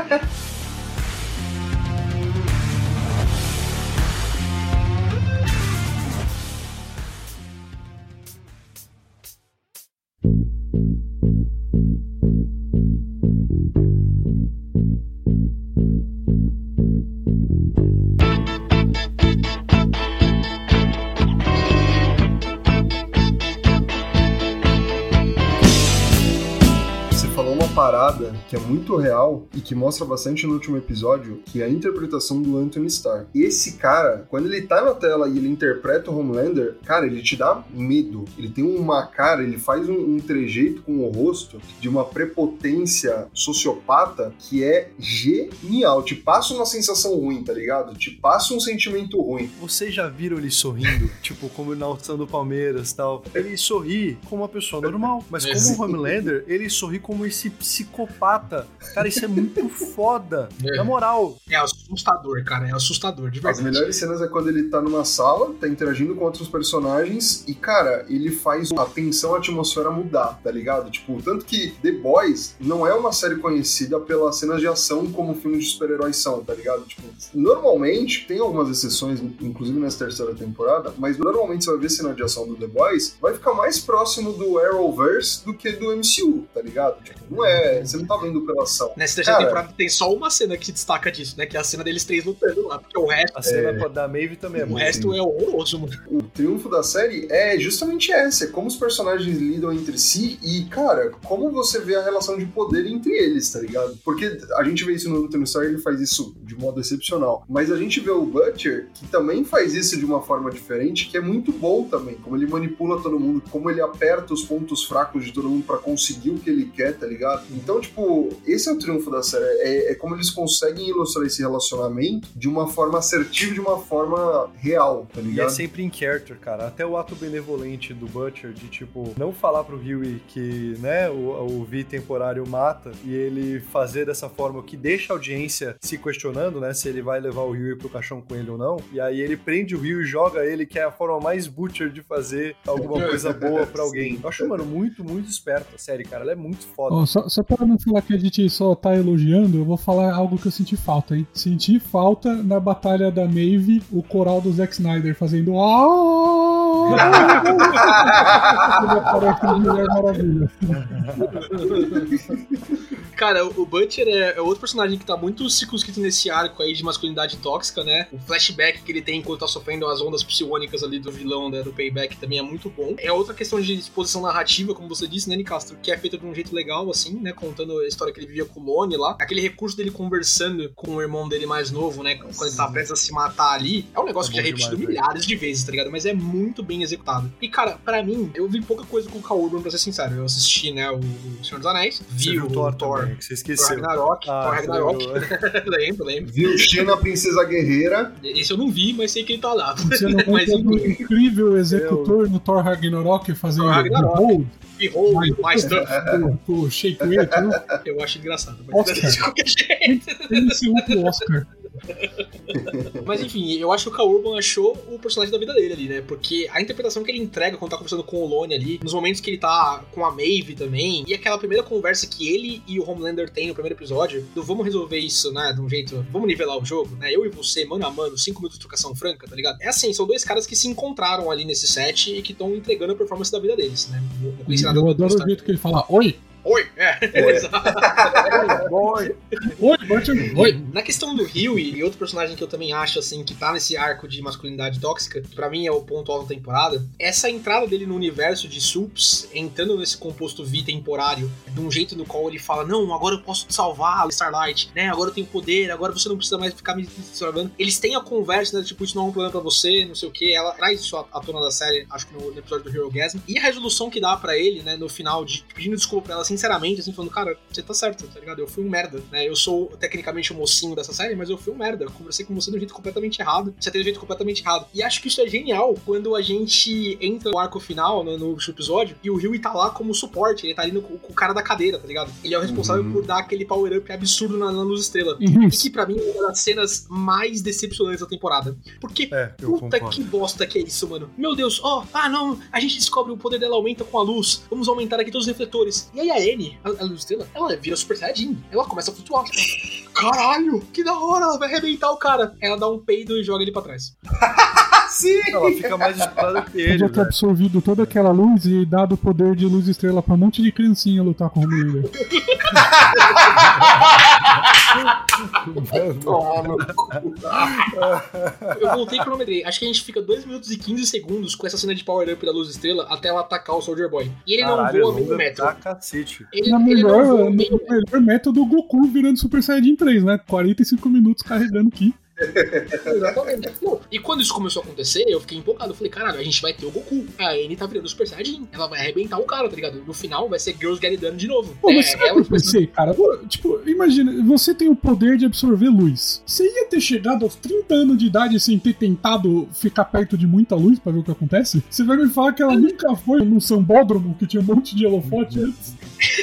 Parada que é muito real e que mostra bastante no último episódio, que é a interpretação do Anthony Starr. Esse cara, quando ele tá na tela e ele interpreta o Homelander, cara, ele te dá medo. Ele tem uma cara, ele faz um trejeito com o rosto de uma prepotência sociopata que é genial. Te passa uma sensação ruim, tá ligado? Te passa um sentimento ruim. Vocês já viram ele sorrindo? Tipo, como na audição do Palmeiras e tal. Ele sorri como uma pessoa normal, mas como o Homelander, ele sorri como esse psicopata. Cara, isso é muito foda. Na moral. assustador, cara. É assustador, de As verdade. melhores cenas é quando ele tá numa sala, tá interagindo com outros personagens e, cara, ele faz a tensão, a atmosfera mudar, tá ligado? Tipo, tanto que The Boys não é uma série conhecida pelas cenas de ação como filmes de super-heróis são, tá ligado? Tipo, normalmente, tem algumas exceções, inclusive nessa terceira temporada, mas normalmente você vai ver cena de ação do The Boys, vai ficar mais próximo do Arrowverse do que do MCU, tá ligado? Tipo, não é, você não tá vendo pela ação. Nessa terceira Cara, temporada tem só uma cena que se destaca disso, né? Que é a cena deles três lutando lá. Porque o resto, A cena da Maeve também é o muito. resto é horroroso, mano. O triunfo da série é justamente essa, é como os personagens lidam entre si e, cara, como você vê a relação de poder entre eles, tá ligado? Porque a gente vê isso no Luthor Star, ele faz isso de modo excepcional, mas a gente vê o Butcher, que também faz isso de uma forma diferente, que é muito bom também, como ele manipula todo mundo, como ele aperta os pontos fracos de todo mundo pra conseguir o que ele quer, tá ligado? Então, tipo, esse é o triunfo da série, é como eles conseguem ilustrar esse relacionamento de uma forma assertiva, de uma forma real, tá E ligado? é sempre em character, cara. Até o ato benevolente do Butcher de, tipo, não falar pro Huey que, né, o V temporário mata e ele fazer dessa forma que deixa a audiência se questionando, né, se ele vai levar o Huey pro caixão com ele ou não. E aí ele prende o Huey e joga ele, que é a forma mais Butcher de fazer alguma coisa boa pra alguém. Eu acho, mano, muito, muito esperto a série, cara. Ela é muito foda. Ó, só pra não falar que a gente só tá elogiando, eu vou falar algo que eu senti falta, hein? Senti falta na batalha da Maeve, o coral do Zack Snyder fazendo. Ele aparece em Mulher Maravilha. Cara, o Butcher é outro personagem que tá muito circunscrito nesse arco aí de masculinidade tóxica, né? O flashback que ele tem enquanto tá sofrendo as ondas psionicas ali do vilão, né, do Payback, também é muito bom. É outra questão de exposição narrativa, como você disse, né, Nicastro? Que é feita de um jeito legal, assim, né? Contando a história que ele vivia com o Lone lá. Aquele recurso dele conversando com o irmão dele mais novo, né? Quando ele tá prestes a se matar ali. É um negócio que já é repetido milhares de vezes, tá ligado? Mas é muito bem executado. E, cara, pra mim, eu vi pouca coisa com o Khal Urban, pra ser sincero. Eu assisti, né, o Senhor dos Anéis. Vi o Thor também, que você esqueceu. Thor Ragnarok. Lembro. Viu Xena, Princesa Guerreira. Esse eu não vi, mas sei que ele tá lá. Você não Mas lembra do enfim. incrível executor no Thor Ragnarok fazendo Thor Ragnarok. Behold? Behold, mais stuff. O Shake Weight, viu? Eu acho engraçado. Mas Oscar. de qualquer jeito. MCU pro Oscar. Mas enfim, eu acho que o Khal Urban achou o personagem da vida dele ali, né? Porque a interpretação que ele entrega quando tá conversando com o Lone ali, nos momentos que ele tá com a Maeve também, e aquela primeira conversa que ele e o Homelander têm no primeiro episódio, do vamos resolver isso, né? De um jeito, vamos nivelar o jogo, né? Eu e você, mano a mano, 5 minutos de trocação franca, tá ligado? É assim, são dois caras que se encontraram ali nesse set e que estão entregando a performance da vida deles, né? Não conheci nada Eu adoro o jeito que ele fala, oi! Oi! Exato. Oi! Oi, Butcher! Oi! Na questão do Huey, e outro personagem que eu também acho, assim, que tá nesse arco de masculinidade tóxica, que pra mim é o ponto alto da temporada, essa entrada dele no universo de Supes, entrando nesse composto V temporário, de um jeito no qual ele fala, não, agora eu posso te salvar, Starlight, né, agora eu tenho poder, agora você não precisa mais ficar me salvando. Eles têm a conversa, né, tipo, isso não é um problema pra você, não sei o que, ela traz isso à tona da série, acho que no episódio do Hero Gasm, e a resolução que dá pra ele, né, no final, de pedindo desculpa pra ela, sinceramente, assim, falando, cara, você tá certo, tá ligado? Eu fui um merda, né? Eu sou tecnicamente o mocinho dessa série, mas eu fui um merda. Eu conversei com você de um jeito completamente errado. Você tem um jeito completamente errado. E acho que isso é genial quando a gente entra no arco final, no último episódio, e o Huey tá lá como suporte. Ele tá ali com o cara da cadeira, tá ligado? Ele é o responsável por dar aquele power-up absurdo na Luz Estrela. E que pra mim é uma das cenas mais decepcionantes da temporada. Porque puta que bosta que é isso, mano. Meu Deus, não, a gente descobre o poder dela aumenta com a luz. Vamos aumentar aqui todos os refletores. E aí a Annie, a Luz Estrela, ela vira Super Saiyajin. Ela começa a flutuar. Caralho, que da hora, ela vai arrebentar o cara. Ela dá um peido e joga ele pra trás. Sim! Ela fica mais disparada que ele. Podia ter absorvido toda aquela luz e dado o poder de Luz Estrela pra um monte de criancinha lutar com o Homelander. Eu voltei e cronometrei. Acho que a gente fica 2 minutos e 15 segundos com essa cena de power up da Luz Estrela até ela atacar o Soldier Boy. E ele não voa meio metro. Cacete. Ele No não melhor voa meio metro. método, o Goku virando Super Saiyajin 3, né? 45 minutos carregando Ki. Exatamente. Pô, e quando isso começou a acontecer, eu fiquei empolgado. Eu falei, caralho, a gente vai ter o Goku. A Annie tá virando Super Saiyajin. Ela vai arrebentar o cara, tá ligado? No final vai ser Girls Get It Done de novo. Pô, mas sabe o que vai ser, cara? Tipo, imagina, você tem o poder de absorver luz. Você ia ter chegado aos 30 anos de idade sem ter tentado ficar perto de muita luz pra ver o que acontece? Você vai me falar que ela nunca foi num sambódromo que tinha um monte de holofote antes?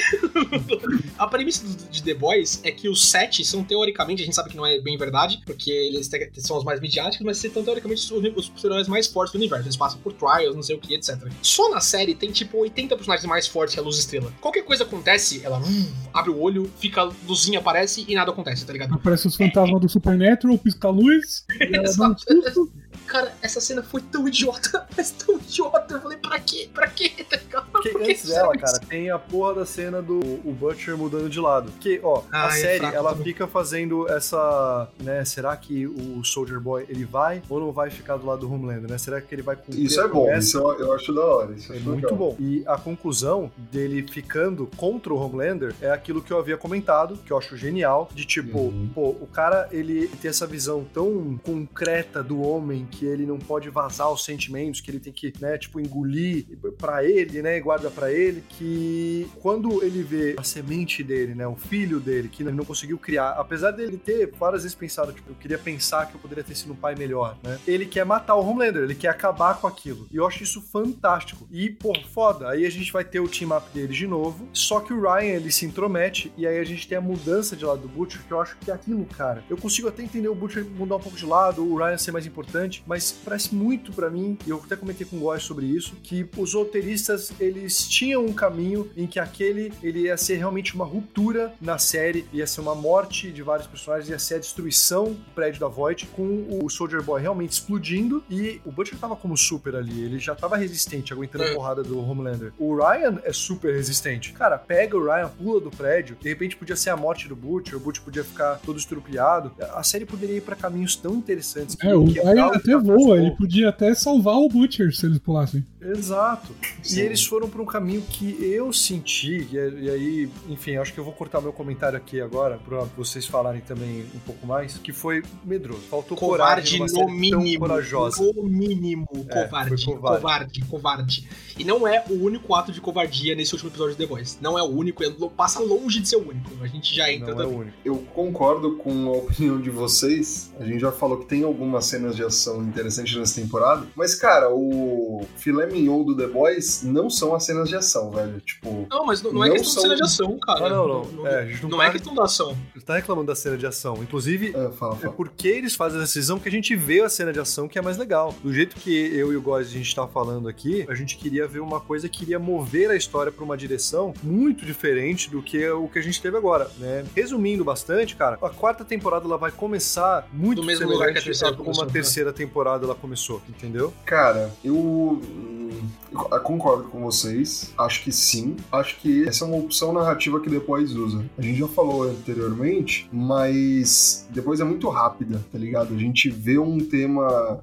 A premissa de The Boys é que os 7 são, teoricamente, a gente sabe que não é bem verdade, porque eles são os mais midiáticos, mas são, teoricamente, os personagens mais fortes do universo. Eles passam por trials, não sei o que, etc. Só na série tem, tipo, 80 personagens mais fortes que a Luz Estrela. Qualquer coisa acontece, ela abre o olho, fica, luzinha aparece e nada acontece, tá ligado? Aparece os fantasmas do Supernatural, pisca a luz, e ela dá um susto. Cara, essa cena foi tão idiota, mas tão idiota. Eu falei, pra quê? Pra quê? Tá ligado? Porque antes dela, cara, tem a porra da cena do o Butcher mudando de lado. Porque, ó, a série, ela fica fazendo essa, né, será que o Soldier Boy, ele vai ou não vai ficar do lado do Homelander, né? Será que ele vai cumprir? Isso é bom, isso eu acho da hora. Isso é muito bom. E a conclusão dele ficando contra o Homelander é aquilo que eu havia comentado, que eu acho genial, de tipo, pô, o cara, ele tem essa visão tão concreta do homem que ele não pode vazar os sentimentos, que ele tem que, né, tipo, engolir pra ele, né, e guarda pra ele, que quando ele vê a semente dele, né, o filho dele, que ele não conseguiu criar, apesar dele ter várias vezes pensado, tipo, eu queria pensar que eu poderia ter sido um pai melhor, né, ele quer matar o Homelander, ele quer acabar com aquilo, e eu acho isso fantástico, e, pô, foda, aí a gente vai ter o team-up dele de novo, só que o Ryan, ele se intromete, e aí a gente tem a mudança de lado do Butcher, que eu acho que é aquilo, cara, eu consigo até entender o Butcher mudar um pouco de lado, o Ryan ser mais importante, mas parece muito pra mim, e eu até comentei com o Góis sobre isso, que os roteiristas, eles tinham um caminho em que ele ia ser realmente uma ruptura na série, ia ser uma morte de vários personagens, ia ser a destruição do prédio da Voight, com o Soldier Boy realmente explodindo, e o Butcher tava como super ali, ele já tava resistente, aguentando a porrada do Homelander. O Ryan é super resistente. Cara, pega o Ryan, pula do prédio, de repente podia ser a morte do Butcher, o Butcher podia ficar todo estrupiado, a série poderia ir pra caminhos tão interessantes. O Ryan até voa, ele podia até salvar o Butcher se eles pulassem. Exato. Sim. E eles foram por um caminho que eu senti, e aí, enfim, acho que eu vou cortar meu comentário aqui agora, pra vocês falarem também um pouco mais, que foi medroso. Faltou coragem numa série tão corajosa. No mínimo, covarde. E não é o único ato de covardia nesse último episódio de The Boys. Não é o único, passa longe de ser o único. A gente já entra... Não é o único. Eu concordo com a opinião de vocês. A gente já falou que tem algumas cenas de ação interessantes nessa temporada, mas, cara, o filé mignon do The Boys não são as cenas de ação, velho. Tipo... Não, mas não é questão de cena de ação, cara. Não é questão da ação. Ele tá reclamando da cena de ação. Inclusive, fala. É porque eles fazem a decisão que a gente vê a cena de ação que é mais legal. Do jeito que eu e o Góis a gente tá falando aqui, a gente queria ver uma coisa que iria mover a história pra uma direção muito diferente do que o que a gente teve agora, né? Resumindo bastante, cara, a quarta temporada ela vai começar muito semelhante a como uma terceira temporada ela começou, entendeu? Cara, eu concordo com vocês. Acho que sim. Acho que essa é uma opção narrativa que The Boys usa. A gente já falou anteriormente, mas depois é muito rápida, tá ligado? A gente vê um tema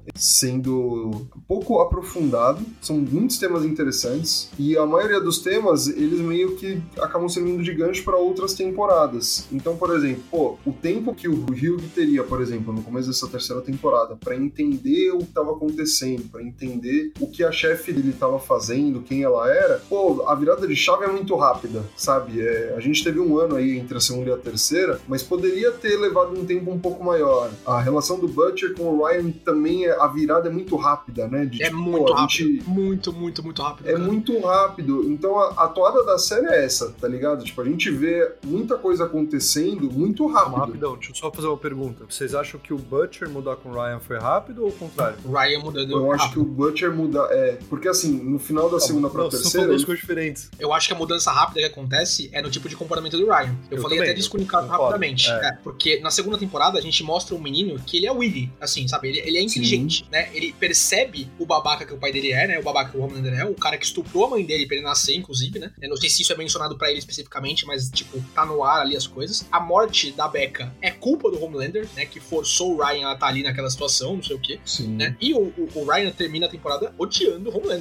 sendo um pouco aprofundado. São muitos temas interessantes e a maioria dos temas, eles meio que acabam servindo de gancho para outras temporadas. Então, por exemplo, o tempo que o Hugh teria, por exemplo, no começo dessa terceira temporada, para entender o que estava acontecendo, para entender o que a chefe dele estava fazendo, quem ela era, a virada de chave é muito rápida, sabe? A gente teve um ano aí entre a segunda e a terceira, mas poderia ter levado um tempo um pouco maior. A relação do Butcher com o Ryan também, a virada é muito rápida, né? Muito rápido. Muito rápido. É muito rápido. Então a toada da série é essa, tá ligado? Tipo, a gente vê muita coisa acontecendo muito rápido. Rapidão, deixa eu só fazer uma pergunta. Vocês acham que o Butcher mudar com o Ryan foi rápido ou o contrário? O Ryan mudando Eu acho que o Butcher muda... porque assim, no final da segunda pra terceira... São duas coisas diferentes. Eu acho que a mudança rápida que acontece é no tipo de comportamento do Ryan. Eu falei também, até disso rapidamente. Porque na segunda temporada a gente mostra um menino que ele é Willy, assim, sabe? Ele é inteligente, né? Ele percebe o babaca que o pai dele é, né? O babaca que o Homelander é, o cara que estuprou a mãe dele pra ele nascer, inclusive, né? Eu não sei se isso é mencionado pra ele especificamente, mas, tipo, tá no ar ali as coisas. A morte da Becca é culpa do Homelander, né? Que forçou o Ryan a estar ali naquela situação, não sei o quê. Sim. Né? E o Ryan termina a temporada odiando o Homelander.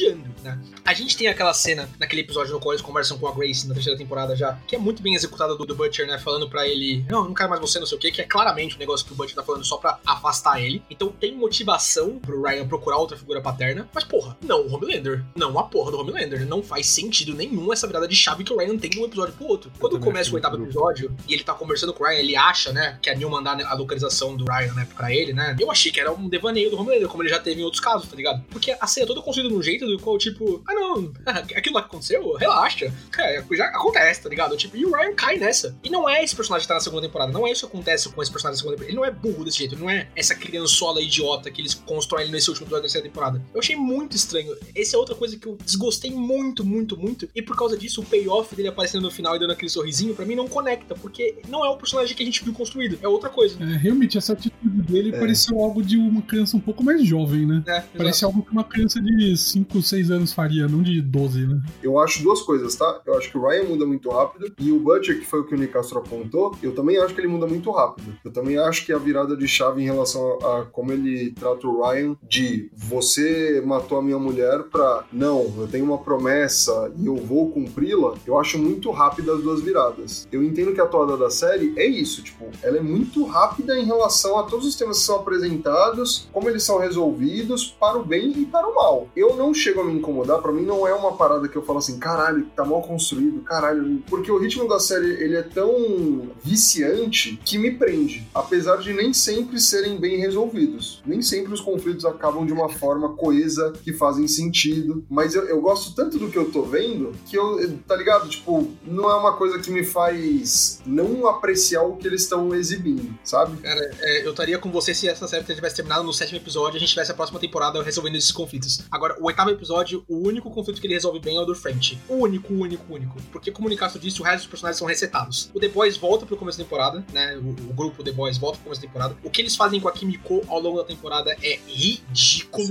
odiando, né? A gente tem aquela cena naquele episódio no qual eles conversam com a Grace na terceira temporada já, que é muito bem executada do Butcher, né? Falando pra ele, não quero mais você, não sei o que é claramente um negócio que o Butcher tá falando só pra afastar ele. Então tem motivação pro Ryan procurar outra figura paterna, mas porra, não o Homelander. Não a porra do Homelander. Não faz sentido nenhum essa virada de chave que o Ryan tem de um episódio pro outro. Quando começa o 8º episódio e ele tá conversando com o Ryan, ele acha, né, que a Neil mandar a localização do Ryan, né, pra ele, né? Eu achei que era um devaneio do Homelander, como ele já teve em outros casos, tá ligado? Porque a cena é toda construída de um jeito do qual, tipo, não, aquilo lá que aconteceu, relaxa. Já acontece, tá ligado? Tipo, e o Ryan cai nessa. E não é esse personagem que tá na segunda temporada, não é isso que acontece com esse personagem da segunda temporada. Ele não é burro desse jeito, ele não é essa criançola idiota que eles constroem nesse último episódio da terceira temporada. Eu achei muito estranho. Essa é outra coisa que eu desgostei muito, muito, muito. E por causa disso, o payoff dele aparecendo no final e dando aquele sorrisinho, pra mim não conecta, porque não é o personagem que a gente viu construído, é outra coisa. Realmente, essa atitude dele pareceu algo de uma criança um pouco mais jovem, né? Parece algo que uma criança de 5, 6 anos faria, não de 12, né? Eu acho duas coisas, tá? Eu acho que o Ryan muda muito rápido, e o Butcher, que foi o que o Nicastro apontou, eu também acho que ele muda muito rápido. Eu também acho que a virada de chave em relação a como ele trata o Ryan, de você matou a minha mulher pra, não, eu tenho uma promessa e eu vou cumpri-la, eu acho muito rápida as duas viradas. Eu entendo que a toada da série é isso, tipo, ela é muito rápida em relação a todos os temas que são apresentados, como eles são resolvidos, para o bem e para o mal. Eu não chego a me incomodar, pra mim não é uma parada que eu falo assim, caralho, tá mal construído, caralho, porque o ritmo da série, ele é tão viciante que me prende, apesar de nem sempre serem bem resolvidos. Nem sempre os conflitos acabam de uma forma coesa, que fazem sentido, mas eu gosto tanto do que eu tô vendo, que eu, tá ligado? Tipo, não é uma coisa que me faz não apreciar o que eles estão exibindo, sabe? Cara, eu estaria com você se essa série tivesse terminado no 7º episódio e a gente tivesse a próxima temporada resolvendo esses conflitos. Agora, o 8º episódio, o único conflito que ele resolve bem é o do French. O único. Porque, como o Nicasso disse, o resto dos personagens são resetados. O The Boys volta pro começo da temporada, né? O grupo The Boys volta pro começo da temporada. O que eles fazem com a Kimiko ao longo da temporada é ridículo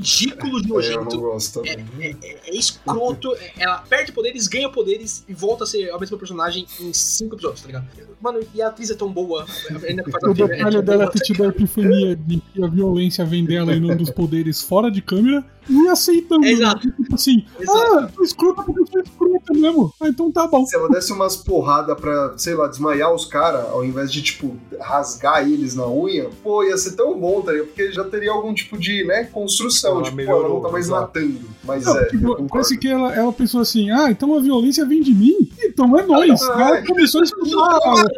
de nojento. Eu não gosto. É escroto. Ela perde poderes, ganha poderes e volta a ser a mesma personagem em 5 episódios, tá ligado? Mano, e a atriz é tão boa. Ainda faz o detalhe dela ter tido a epifania de que a violência vem dela e não dos poderes fora de câmera e aceitando. Exato. Né? Tipo assim, tô escrota porque eu sou escrota mesmo. Então tá bom. Se ela desse umas porradas pra, sei lá, desmaiar os caras, ao invés de, tipo, rasgar eles na unha, pô, ia ser tão bom, tá ligado? Porque já teria algum tipo de, né, construção. Ela tipo, melhorou, ela não tá mais matando. Mas não, tipo, parece que ela pensou assim, então a violência vem de mim? Então é nóis. Ela começou a escutar.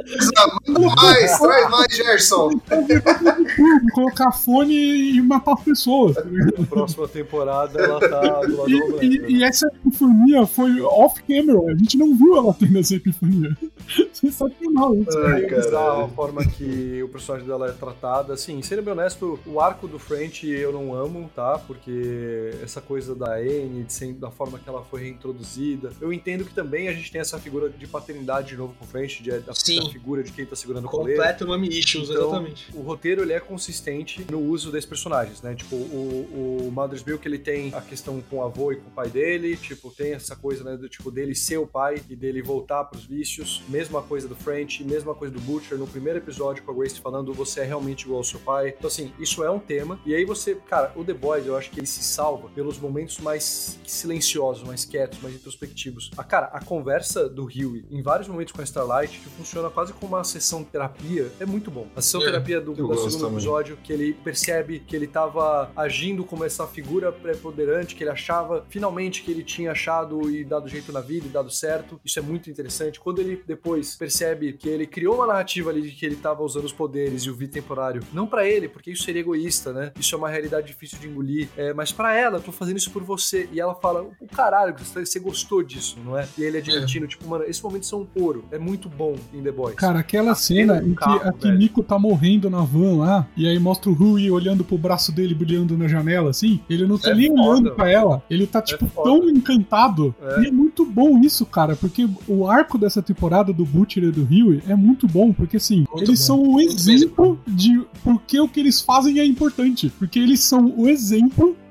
Traz mais, Gerson. Colocar fone e matar pessoas. Na próxima temporada ela tá do lado do e essa epifania foi off-camera. A gente não viu ela tendo essa epifania. Sensacional isso. É bizarro a forma que o personagem dela é tratada. Assim, sendo bem honesto, o arco do French eu não amo, tá? Porque essa coisa da Anne, da forma que ela foi reintroduzida. Eu entendo que também a gente tem essa figura de paternidade de novo com o French, da figura de quem tá segurando o coleiro. Completo mami issues, então, exatamente. O roteiro, ele é consistente no uso desses personagens, né? Tipo, o Mother's Milk, ele tem a questão com o avô e com o pai dele, tipo, tem essa coisa, né, do tipo, dele ser o pai e dele voltar pros vícios. Mesma coisa do French, mesma coisa do Butcher, no primeiro episódio com a Grace falando, você é realmente igual ao seu pai. Então, assim, isso é um tema. E aí você, cara, o The Boys, eu acho que ele se salva pelos momentos mais silenciosos, mais quietos, mais introspectivos. A conversa do Huey, em vários momentos com a Starlight, que funciona quase como uma sessão de terapia, é muito bom. A sessão de terapia do segundo episódio, que ele percebe que ele tava agindo como essa figura preponderante, que ele achava, finalmente, que ele tinha achado e dado jeito na vida e dado certo. Isso é muito interessante. Quando ele depois percebe que ele criou uma narrativa ali de que ele tava usando os poderes e o vi temporário, não pra ele, porque isso seria egoísta, né? Isso é uma realidade difícil de engolir, mas pra ela, eu tô fazendo isso por você. E ela fala, o caralho, você gostou disso, não é? E ele admitindo, tipo, mano, esses momentos são ouro. É muito bom em The Boys. Cara, aquela cena em que a Kimiko tá morrendo na van lá, e aí mostra o Rui olhando pro braço dele brilhando na janela, assim, ele não tá nem olhando pra ela, ele tá, tipo, tão encantado. E é muito bom isso, cara, porque o arco dessa temporada do Butcher e do Huey é muito bom, porque, assim, eles são o exemplo de por que o que eles fazem é importante, porque eles são o exemplo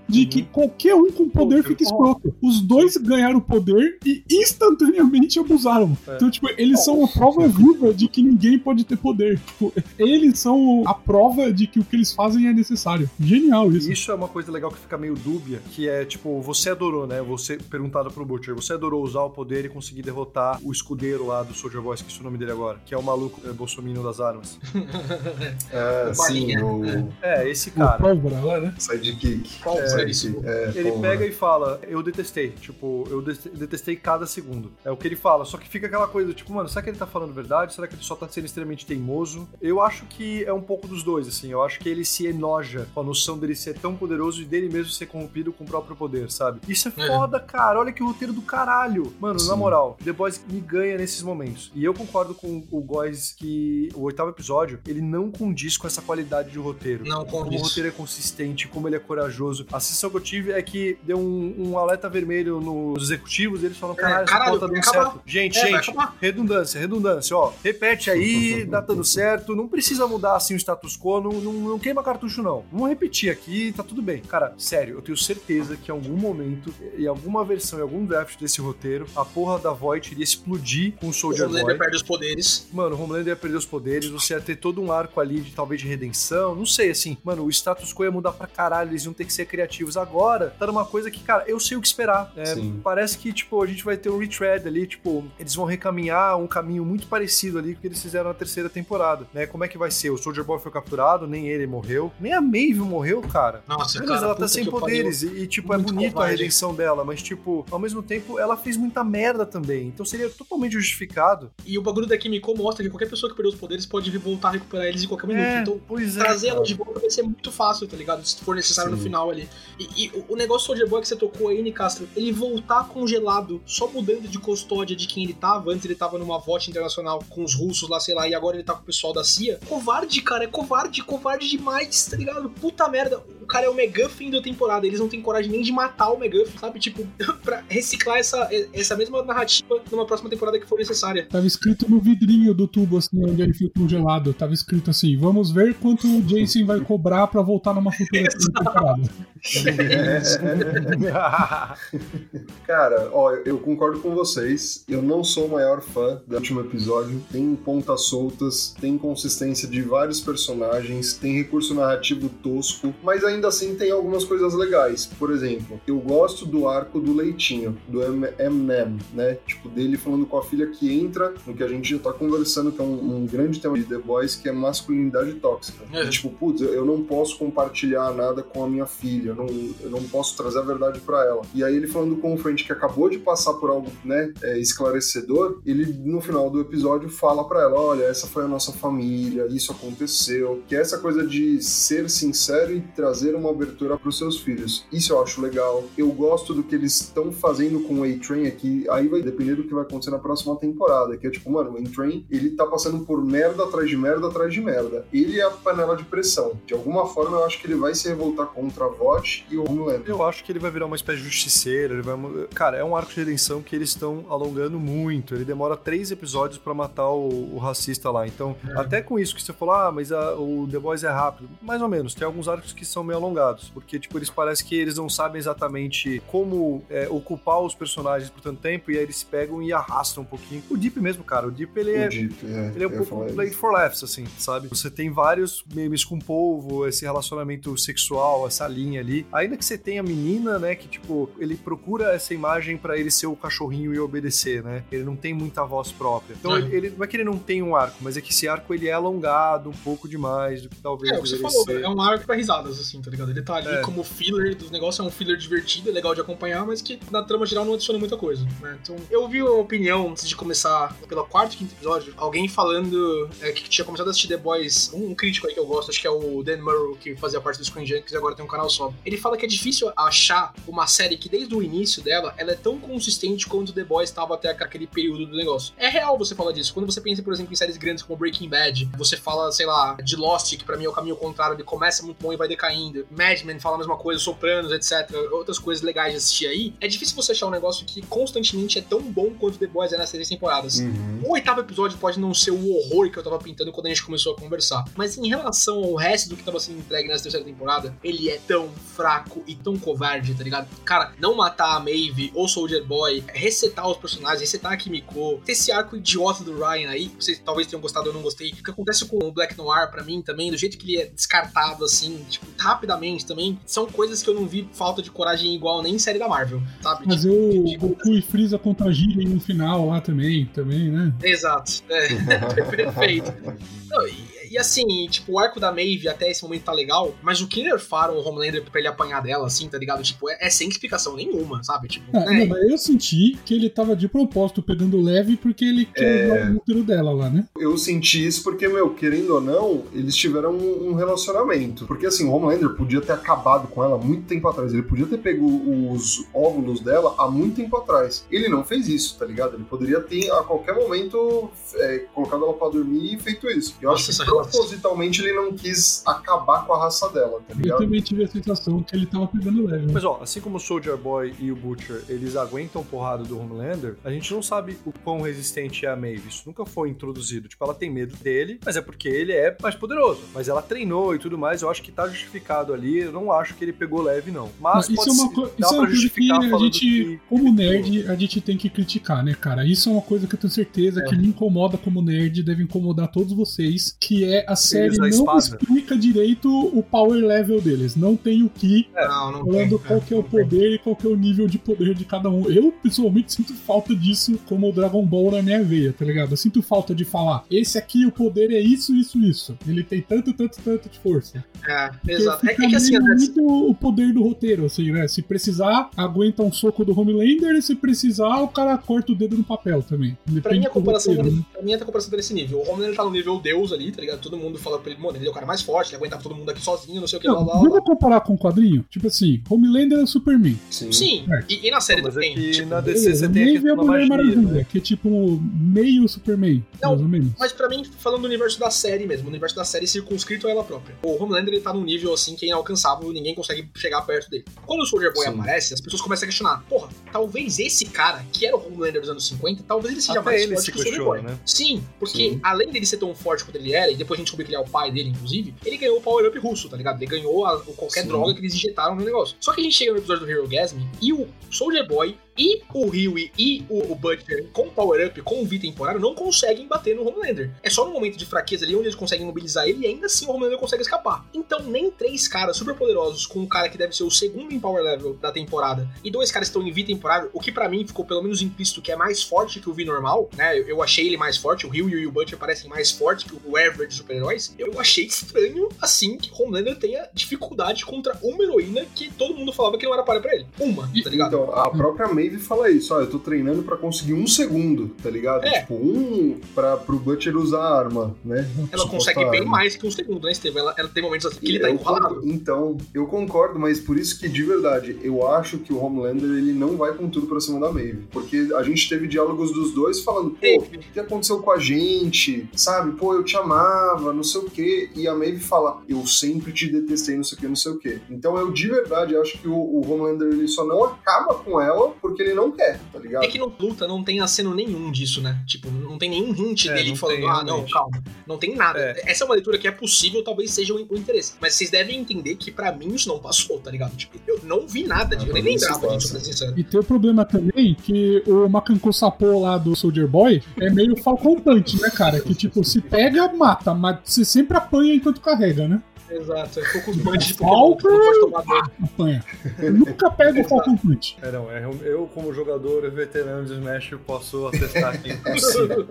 de que qualquer um com poder fica escroto. Os dois ganharam poder e instantaneamente abusaram. Então, tipo, eles são a prova viva de que ninguém pode ter poder. Tipo, eles são a prova de que o que eles fazem é necessário. Genial isso. Isso é uma coisa legal que fica meio dúbia, que é, tipo, você adorou, né? Você, perguntado pro Butcher, você adorou usar o poder e conseguir derrotar o escudeiro lá do Soldier Boy, esqueci o nome dele agora, que é o maluco bolsominion das armas. Sim, Esse cara. O pólvora lá, né? Sidekick. Ele pega e fala, eu detestei. Tipo, eu detestei cada segundo. É o que ele fala. Só que fica aquela coisa, tipo, mano, será que ele tá falando verdade? Será que ele só tá sendo extremamente teimoso? Eu acho que é um pouco dos dois, assim. Eu acho que ele se enoja com a noção dele ser tão poderoso e dele mesmo ser corrompido com o próprio poder, sabe? Isso é foda, cara. Olha que roteiro do caralho. Mano, na moral, The Boys me ganha nesses momentos. E eu concordo com o Góis que o 8º episódio, ele não condiz com essa qualidade de roteiro. Não condiz. Como o roteiro é consistente, como ele é corajoso. A sensação que eu tive é que deu um alerta vermelho nos executivos, eles falam, caralho, essa tá dando certo. Gente, redundância, ó. Repete aí, tá dando certo. Não precisa mudar assim o status quo, não queima cartucho, não. Vamos repetir aqui, tá tudo bem. Cara, sério, eu tenho certeza que em algum momento, em alguma versão, em algum draft desse roteiro, a porra da Voight iria explodir com o Soldier Boy. O Homelander perde os poderes. Mano, o Homelander ia perder os poderes, você ia ter todo um arco ali de talvez de redenção, não sei, assim. Mano, o status quo ia mudar pra caralho, eles iam ter que ser criativos. Agora, tá numa coisa que, cara, eu sei o que esperar. Parece que, tipo, a gente vai ter um retread ali, tipo, eles vão recaminhar um caminho muito parecido ali que eles fizeram na 3ª temporada, né? Como é que vai ser? O Soldier Boy foi capturado, nem ele morreu, nem a Maeve morreu, cara. Nossa, beleza, cara, ela tá sem poderes e, tipo, é bonito a redenção dela, mas, tipo, ao mesmo tempo, ela fez muita merda também, então seria totalmente justificado. E o bagulho da Kimiko mostra que qualquer pessoa que perdeu os poderes pode voltar a recuperar eles em qualquer minuto. Então, trazer ela de volta vai ser muito fácil, tá ligado? Se for necessário no final ali. E o negócio do Soldier Boy que você tocou aí, Nicastro, ele voltar congelado, só mudando de custódia de quem ele tava. Antes ele tava numa VOT internacional com os russos lá, sei lá, e agora ele tá com o pessoal da CIA. Covarde, cara, é covarde demais, tá ligado? Puta merda, o cara é o McGuffin da temporada, eles não têm coragem nem de matar o McGuffin, sabe? Tipo, pra reciclar essa mesma narrativa numa próxima temporada que for necessária. Tava escrito no vidrinho do tubo, assim, onde ele fica congelado, tava escrito assim, vamos ver quanto o Jason vai cobrar pra voltar numa futura temporada. Cara, ó, eu concordo com vocês. Eu não sou o maior fã do último episódio. Tem pontas soltas, tem consistência de vários personagens, tem recurso narrativo tosco, mas ainda assim tem algumas coisas legais. Por exemplo, eu gosto do arco do Leitinho, do Eminem, né? Tipo, dele falando com a filha que entra no que a gente já tá conversando, que é um grande tema de The Boys, que é masculinidade tóxica. E, tipo, putz, eu não posso compartilhar nada com a minha filha, eu não posso trazer a verdade pra ela. E aí ele falando com o Friend que acabou de passar por algo, né, esclarecedor, ele no final do episódio fala pra ela, olha, essa foi a nossa família, isso aconteceu, que é essa coisa de ser sincero e trazer uma abertura pros seus filhos. Isso eu acho legal. Eu gosto do que eles estão fazendo com o A-Train aqui, aí vai depender do que vai acontecer na próxima temporada, que é tipo, mano, o A-Train, ele tá passando por merda atrás de merda atrás de merda. Ele é a panela de pressão. De alguma forma, eu acho que ele vai se revoltar contra a VOT e o Homelander. Eu acho que ele vai virar uma espécie de justiceiro, ele vai... Cara, é um arco de redenção que eles estão alongando muito. Ele demora 3 episódios pra matar o racista lá. Então, até com isso que você falou, mas o The Boys é rápido. Mais ou menos. Tem alguns arcos que são meio alongados, porque, tipo, eles parecem que eles não sabem exatamente como ocupar os personagens por tanto tempo, e aí eles pegam e arrastam um pouquinho. O Deep mesmo, cara. O Deep, ele é um pouco played for laughs, assim, sabe? Você tem vários memes com o povo, esse relacionamento sexual, essa linha ali. Ainda que você tenha a menina, né, que, tipo, ele procura essa imagem pra ele ser o cachorrinho e obedecer, né? Ele não tem muita voz própria. Então, ele não é que ele não tem um arco, mas é que esse arco, ele é alongado um pouco demais do que talvez você falou, é um arco pra risadas, assim, tá ligado? Ele tá ali como filler dos negócios, é um filler divertido, é legal de acompanhar, mas que na trama geral não adiciona muita coisa, né? Então, eu vi uma opinião, antes de começar, pelo 4º, 5º episódio, alguém falando que tinha começado a assistir The Boys, um crítico aí que eu gosto, acho que é o Dan Murrow, que fazia parte do Screen Junkies e agora tem um canal só. Ele fala que é difícil achar uma série que desde o início dela, ela é tão consistente quanto The Boys estava até aquele período do negócio. É real você falar disso. Quando você pensa, por exemplo, em séries grandes como Breaking Bad, você fala, sei lá, de Lost, que pra mim é o caminho contrário, ele começa muito bom e vai decaindo. assim, Mad Men fala a mesma coisa, Sopranos, etc., outras coisas legais de assistir aí, é difícil você achar um negócio que constantemente é tão bom quanto The Boys é nas 3 temporadas. O 8º episódio pode não ser o horror que eu tava pintando quando a gente começou a conversar, mas em relação ao resto do que tava sendo entregue nessa 3ª temporada, ele é tão fraco e tão covarde, tá ligado? Cara, não matar a Maeve ou Soldier Boy, resetar os personagens, resetar a Kimiko, ter esse arco idiota do Ryan aí, vocês talvez tenham gostado ou não gostei, o que acontece com o Black Noir pra mim também, do jeito que ele é descartado assim, tipo, rapidamente também, são coisas que eu não vi falta de coragem igual nem em série da Marvel, sabe? Mas tipo, o Goku e Freeza contra-girem no final lá também, né? Exato, perfeito. Não, e assim, tipo, o arco da Maeve até esse momento tá legal, mas o que nerfaram o Homelander pra ele apanhar dela, assim, tá ligado? Tipo, é sem explicação nenhuma, sabe? Tipo, não, mas eu senti que ele tava de propósito pegando leve porque ele quer usar o útero dela lá, né? Eu senti isso porque, querendo ou não, eles tiveram um relacionamento. Porque, assim, o Homelander podia ter acabado com ela há muito tempo atrás. Ele podia ter pego os óvulos dela há muito tempo atrás. Ele não fez isso, tá ligado? Ele poderia ter, a qualquer momento, colocado ela pra dormir e feito isso. Eu acho que propositalmente ele não quis acabar com a raça dela, tá ligado? Eu também tive a sensação que ele tava pegando leve. Mas assim como o Soldier Boy e o Butcher, eles aguentam porrada do Homelander, a gente não sabe o quão resistente é a Maeve. Isso nunca foi introduzido. Tipo, ela tem medo dele, mas é porque ele é mais poderoso. Mas ela treinou e tudo mais, eu acho que tá justificado ali. Eu não acho que ele pegou leve, não. Mas isso é uma coisa que a gente, como nerd, a gente tem que criticar, né, cara? Isso é uma coisa que eu tenho certeza que me incomoda como nerd, deve incomodar todos vocês, que é a série não explica direito o power level deles. Não tem o que falando qual que é o poder e qual que é o nível de poder de cada um. Eu, pessoalmente, sinto falta disso como o Dragon Ball na minha veia, tá ligado? Eu sinto falta de falar, esse aqui o poder é isso, isso, isso. Ele tem tanto de força. Exato. É que assim, muito o poder do roteiro, assim, né? Se precisar, aguenta um soco do Homelander, e se precisar, o cara corta o dedo no papel também. Pra mim, a comparação tá nesse nível. O Homelander tá no nível Deus ali, tá ligado? Todo mundo fala pra ele, mano, ele é o cara mais forte, ele aguentava todo mundo aqui sozinho, não sei o que, blá. Vamos comparar com o quadrinho? Tipo assim, Homelander é o Superman. Sim. E na série também. Tipo, na DC você tem a questão da Mulher magia, Maravilha, né? que é tipo meio Superman, mais ou menos. Mas pra mim, falando do universo da série mesmo, o universo da série circunscrito a ela própria. O Homelander, ele tá num nível assim que é inalcançável, ninguém consegue chegar perto dele. Quando o Soldier Boy aparece, as pessoas começam a questionar, porra, talvez esse cara, que era o Homelander dos anos 50, talvez ele seja até mais ele forte se que o Soldier Boy. né? Sim, porque além dele ser tão forte quanto ele era, e depois a gente descobriu que ele é o pai dele, inclusive, ele ganhou o power-up russo, tá ligado? Ele ganhou qualquer droga que eles injetaram no negócio. Só que a gente chega no episódio do Hero Gasm e o Soldier Boy e o Huey e o Butcher com power-up, com o V temporário, não conseguem bater no Homelander. É só no momento de fraqueza ali onde eles conseguem mobilizar ele e ainda assim o Homelander consegue escapar. Então nem 3 caras super poderosos com um cara que deve ser o segundo em power level da temporada e 2 caras que estão em V temporário, o que pra mim ficou pelo menos implícito que é mais forte que o V normal, né? Eu achei ele mais forte, o Huey e o Butcher parecem mais fortes que o average de super-heróis. Eu achei estranho, assim, que o Homelander tenha dificuldade contra uma heroína que todo mundo falava que não era para pra ele. Tá ligado? Então, a própria Maeve fala isso, eu tô treinando pra conseguir 1 segundo, tá ligado? Tipo, pro Butcher usar a arma, né? Ela consegue bem mais que 1 segundo, né, Steve? Ela tem momentos assim que ele tá encurralado. Então, eu concordo, mas por isso que, de verdade, eu acho que o Homelander, ele não vai com tudo pra cima da Maeve. Porque a gente teve diálogos dos dois falando, o que aconteceu com a gente? Sabe? Eu te amava, não sei o quê. E a Maeve fala, eu sempre te detestei, não sei o quê, não sei o quê. Então, eu de verdade acho que o Homelander, ele só não acaba com ela porque ele não quer, tá ligado? É que no luta não tem aceno nenhum disso, né? Tipo, não tem nenhum hint dele falando, não, calma. Não tem nada. Essa é uma leitura que é possível, talvez seja o interesse. Mas vocês devem entender que pra mim isso não passou, tá ligado? Tipo, eu não vi nada disso, eu nem lembrava disso, pra ser sincero. E tem o problema também que o Macanco Sapô lá do Soldier Boy é meio Falcon Punch, né, cara? Que tipo, se pega, mata, mas você sempre apanha enquanto carrega, né? Exato, é poucos bandes de Pokémon que não pode tomar dano. Apanha. Eu nunca pego o Falcon Punch. Eu, como jogador veterano de Smash, posso atestar que é impossível.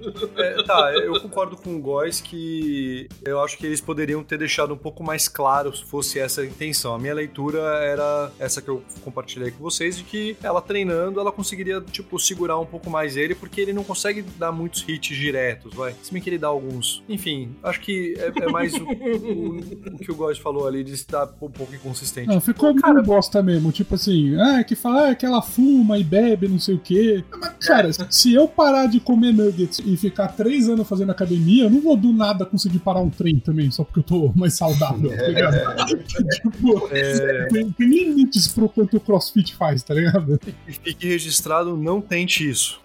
Eu concordo com o Góis que eu acho que eles poderiam ter deixado um pouco mais claro se fosse essa a intenção. A minha leitura era essa que eu compartilhei com vocês, de que ela treinando, ela conseguiria, tipo, segurar um pouco mais ele, porque ele não consegue dar muitos hits diretos, se bem que ele dá alguns. Enfim, acho que é mais o que o Góis falou ali de estar um pouco inconsistente. Não, ficou meio bosta mesmo. Tipo assim, que fala que ela fuma e bebe, não sei o quê. Mas, cara, se eu parar de comer nuggets e ficar 3 anos fazendo academia, eu não vou do nada conseguir parar um trem também, só porque eu tô mais saudável, tá ligado? Tipo, tem limites pro quanto o CrossFit faz, tá ligado? E fique registrado, não tente isso.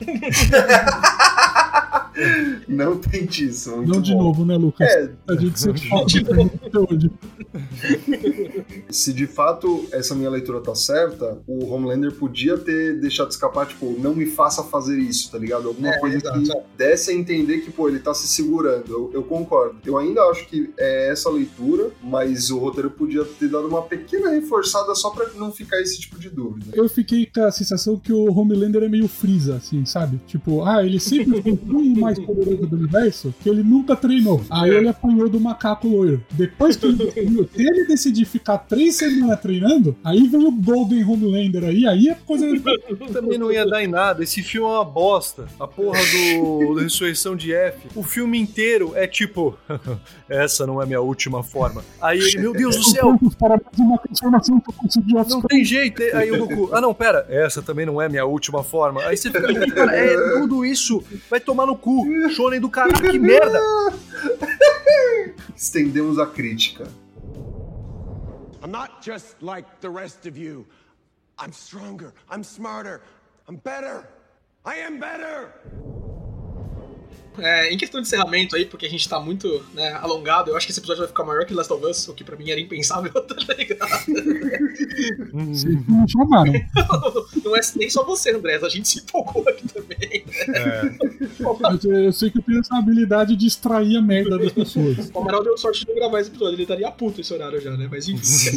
Não tente isso. Não de novo, né, Lucas? A gente sempre fala hoje. Se de fato essa minha leitura tá certa, o Homelander podia ter deixado escapar, tipo, não me faça fazer isso, tá ligado? Alguma coisa que desse a entender que, pô, ele tá se segurando. Eu concordo. Eu ainda acho que é essa leitura, mas o roteiro podia ter dado uma pequena reforçada só pra não ficar esse tipo de dúvida. Eu fiquei com a sensação que o Homelander é meio Freeza, assim, sabe? Tipo, ele sempre foi o mais poderoso do universo, que ele nunca treinou. Aí ele apanhou do macaco loiro. Depois que ele treinou, se ele decidir ficar 3 semanas treinando, aí vem o Golden Homelander aí a coisa... Também não ia dar em nada. Esse filme é uma bosta. A porra da Ressurreição de F. O filme inteiro é tipo, essa não é minha última forma. Aí ele, meu Deus do céu, para mais uma transformação que eu consegui. Não tem jeito. Aí o Goku, não, pera, essa também não é minha última forma. Aí você fica, cara, tudo isso vai tomar no cu. Shonen do caralho, que merda. Estendemos a crítica. I'm not just like the rest of you. I'm stronger, I'm smarter, I'm better. I am better. Em questão de encerramento aí, porque a gente tá muito, né, alongado, eu acho que esse episódio vai ficar maior que Last of Us, o que pra mim era impensável, tá ligado? Não chamaram. Não é nem só você, André, a gente se empolgou aqui também. Eu sei que eu tenho essa habilidade de extrair a merda das pessoas. O Amaral deu sorte de não gravar esse episódio, ele estaria puto esse horário já, né? Mas enfim.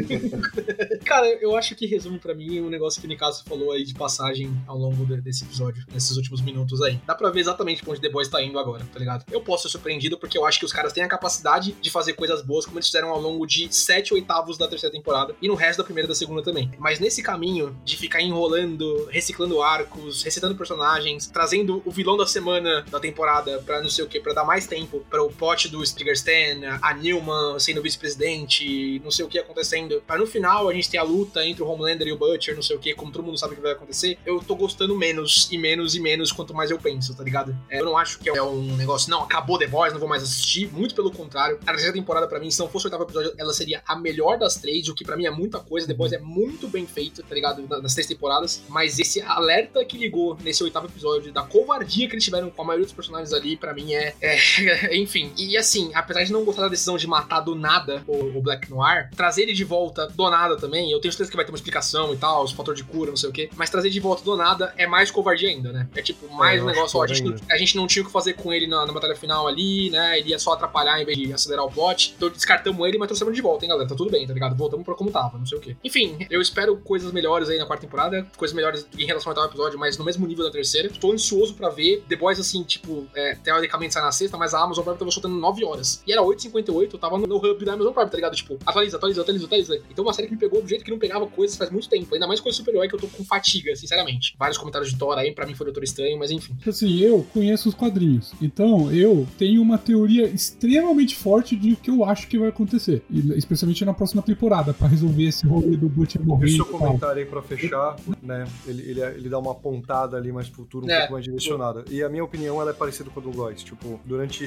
Cara, eu acho que resume pra mim um negócio que o Nicasso falou aí de passagem ao longo desse episódio, nesses últimos minutos aí. Dá pra ver exatamente pra onde The Boys tá indo agora, tá ligado? Eu posso ser surpreendido porque eu acho que os caras têm a capacidade de fazer coisas boas como eles fizeram ao longo de 7/8 da terceira temporada e no resto da primeira e da segunda também. Mas nesse caminho de ficar enrolando, reciclando arcos, recitando personagens, trazendo o vilão da semana da temporada pra não sei o que, pra dar mais tempo para o plot do Trigger Stan, a Newman sendo vice-presidente, não sei o que acontecendo, pra no final a gente ter a luta entre o Homelander e o Butcher, não sei o que, como todo mundo sabe o que vai acontecer, eu tô gostando menos e menos e menos quanto mais eu penso, tá ligado? Eu não acho que é um negócio, não, acabou The Boys, não vou mais assistir, muito pelo contrário. A terceira temporada pra mim, se não fosse o 8º episódio, ela seria a melhor das 3, o que pra mim é muita coisa. The Boys é muito bem feito, tá ligado? Nas 3 temporadas, mas esse alerta que ligou nesse 8º episódio, da covardia que eles tiveram com a maioria dos personagens ali, pra mim enfim. E assim, apesar de não gostar da decisão de matar do nada o Black Noir, trazer ele de volta do nada também, eu tenho certeza que vai ter uma explicação e tal, os fatores de cura, não sei o que, mas trazer de volta do nada é mais covardia ainda, né? É tipo, mais um negócio, a gente não tinha o que fazer com ele na batalha final ali, né? Ele ia só atrapalhar em vez de acelerar o plot. Então descartamos ele, mas trouxemos de volta, hein, galera? Tá tudo bem, tá ligado? Voltamos pra como tava, não sei o quê. Enfim, eu espero coisas melhores aí na 4ª temporada, coisas melhores em relação ao 8º episódio, mas no mesmo nível da terceira. Estou ansioso pra ver. The Boys, assim, tipo, teoricamente sai na sexta, mas a Amazon Prime tava soltando 9 horas. E era 8h58, eu tava no hub da Amazon Prime, tá ligado? Tipo, atualiza. Então uma série que me pegou do jeito que não pegava coisas faz muito tempo. Ainda mais coisa super-herói que eu tô com fatiga, sinceramente. Vários comentários de Thor aí, pra mim foi Doutor Estranho, mas enfim. Assim, eu conheço os quadrinhos. Então, eu tenho uma teoria extremamente forte de o que eu acho que vai acontecer. E, especialmente na próxima temporada, pra resolver esse rolê do Butcher morrer. Deixa eu comentar aí pra fechar, né? Ele dá uma pontada ali mais pro futuro, um pouco mais direcionada. E a minha opinião, ela é parecida com a do Góis. Tipo, durante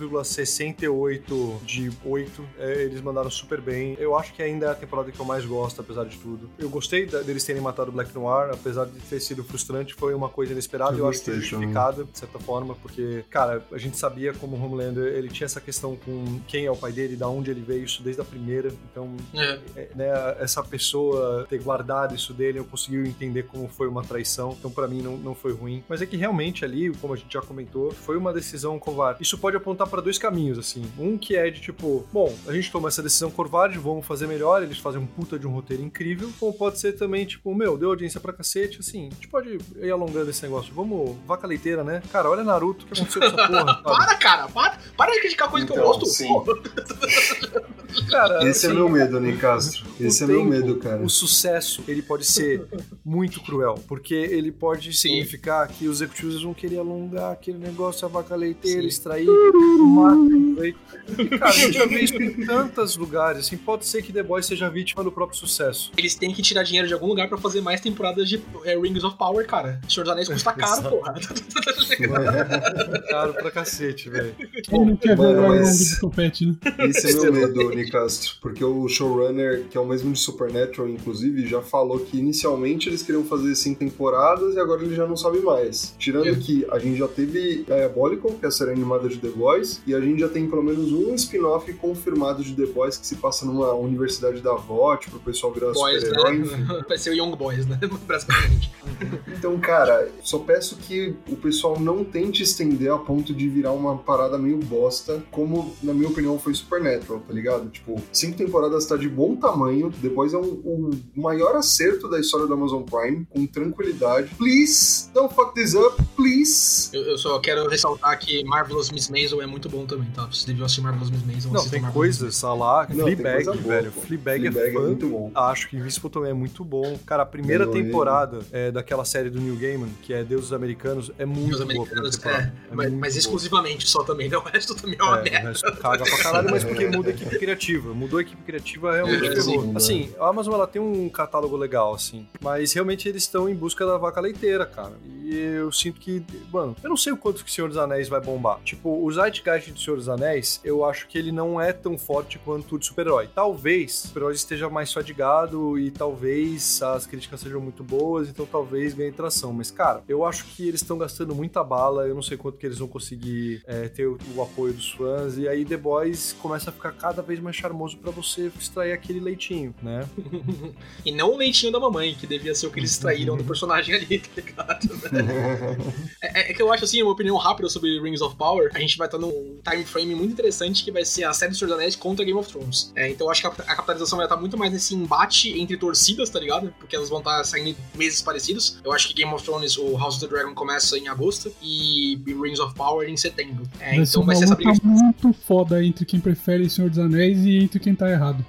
7,68 de 8, eles mandaram super bem. Eu acho que ainda é a temporada que eu mais gosto, apesar de tudo. Eu gostei deles terem matado o Black Noir, apesar de ter sido frustrante, foi uma coisa inesperada. Eu acho que justificada, de certa forma, porque, cara, a gente sabia como o Homelander, ele tinha essa questão com quem é o pai dele, da onde ele veio, isso desde a primeira. Então, né, essa pessoa ter guardado isso dele, eu consegui entender como foi uma traição. Então, pra mim, não foi ruim. Mas é que realmente ali, como a gente já comentou, foi uma decisão covarde. Isso pode apontar pra 2 caminhos, assim. Um que é de tipo, bom, a gente tomou essa decisão covarde, vamos fazer melhor, eles fazem um puta de um roteiro incrível. Ou pode ser também, tipo, deu audiência pra cacete, assim, a gente pode ir alongando esse negócio. Vamos, vaca leiteira, né? Cara, olha Naruto, o que aconteceu com essa porra? Para, cara, para de criticar coisa que eu gosto. Sim. Cara, esse é meu medo, Nicastro. Esse é meu medo, cara. O sucesso, ele pode ser muito cruel, porque ele pode significar que os executivos vão querer alongar aquele negócio, a vaca leiteira, extrair, mata, e, cara, a gente já vê isso em tantos lugares, assim, pode ser que The Boys seja vítima do próprio sucesso. Eles têm que tirar dinheiro de algum lugar pra fazer mais temporadas de Rings of Power, cara. Senhor dos Anéis custa caro, porra. Caro pra cacete, velho. Quem não quer ver o longo do topete, né? Esse é meu medo, Nicastro, porque o showrunner, que é o mesmo de Supernatural, inclusive, já falou que inicialmente eles queriam fazer 5 temporadas e agora ele já não sabe mais. Tirando que a gente já teve Diabolical, que é a série animada de The Boys, e a gente já tem pelo menos um spin-off confirmado de The Boys que se passa numa universidade da VOT pro pessoal virar super-herói, enfim. Vai ser o Young Boys, né? Basicamente. Então, cara, só peço que o pessoal não tente estender a ponto de virar uma parada meio bosta, como, na minha opinião, foi Supernatural, tá ligado? Tipo, 5 temporadas tá de bom tamanho, The Boys é o maior acerto da história da Amazon Prime, com tranquilidade. Please, don't fuck this up, please! Eu só quero ressaltar que Marvelous Miss Maisel é muito bom também, tá? Vocês deviam assistir Marvelous Miss Maisel. Não, tem coisas lá, Fleabag, velho. Fleabag é muito bom. Acho que Invincible também é muito bom. Cara, a primeira temporada daquela série do Neil Gaiman, que é Deuses Americanos, é muito boa. Mas exclusivamente só também, né? O resto também é uma merda. O resto caga pra caralho, mas porque muda a equipe criativa. Mudou a equipe criativa, realmente ferrou. Assim, a Amazon, ela tem um catálogo legal, assim, mas realmente eles estão em busca da vaca leiteira, cara. E eu sinto que, mano, eu não sei o quanto que o Senhor dos Anéis vai bombar. Tipo, o Zeitgeist do Senhor dos Anéis, eu acho que ele não é tão forte quanto o de super-herói. Talvez o super-herói esteja mais fadigado e talvez as críticas sejam muito boas, então talvez ganhe tração. Mas, cara, eu acho que eles estão gastando muita bala, eu não sei quanto que eles vão conseguir ter o apoio dos fãs, e aí The Boys começa a ficar cada vez mais charmoso pra você extrair aquele leitinho, né? E não o leitinho da mamãe, que devia ser o que eles extraíram do personagem ali, tá ligado? É que eu acho, assim, uma opinião rápida sobre Rings of Power, a gente vai estar num time frame muito interessante, que vai ser a série do Senhor dos Anéis contra Game of Thrones. Então eu acho que a capitalização vai estar muito mais nesse embate entre torcidas, tá ligado? Porque elas vão estar saindo em meses parecidos. Eu acho que Game of Thrones, o House of the Dragon começa em agosto e Rings of Power em setembro. Então vai ser essa briga muito foda entre quem prefere Senhor dos Anéis e entre quem tá errado.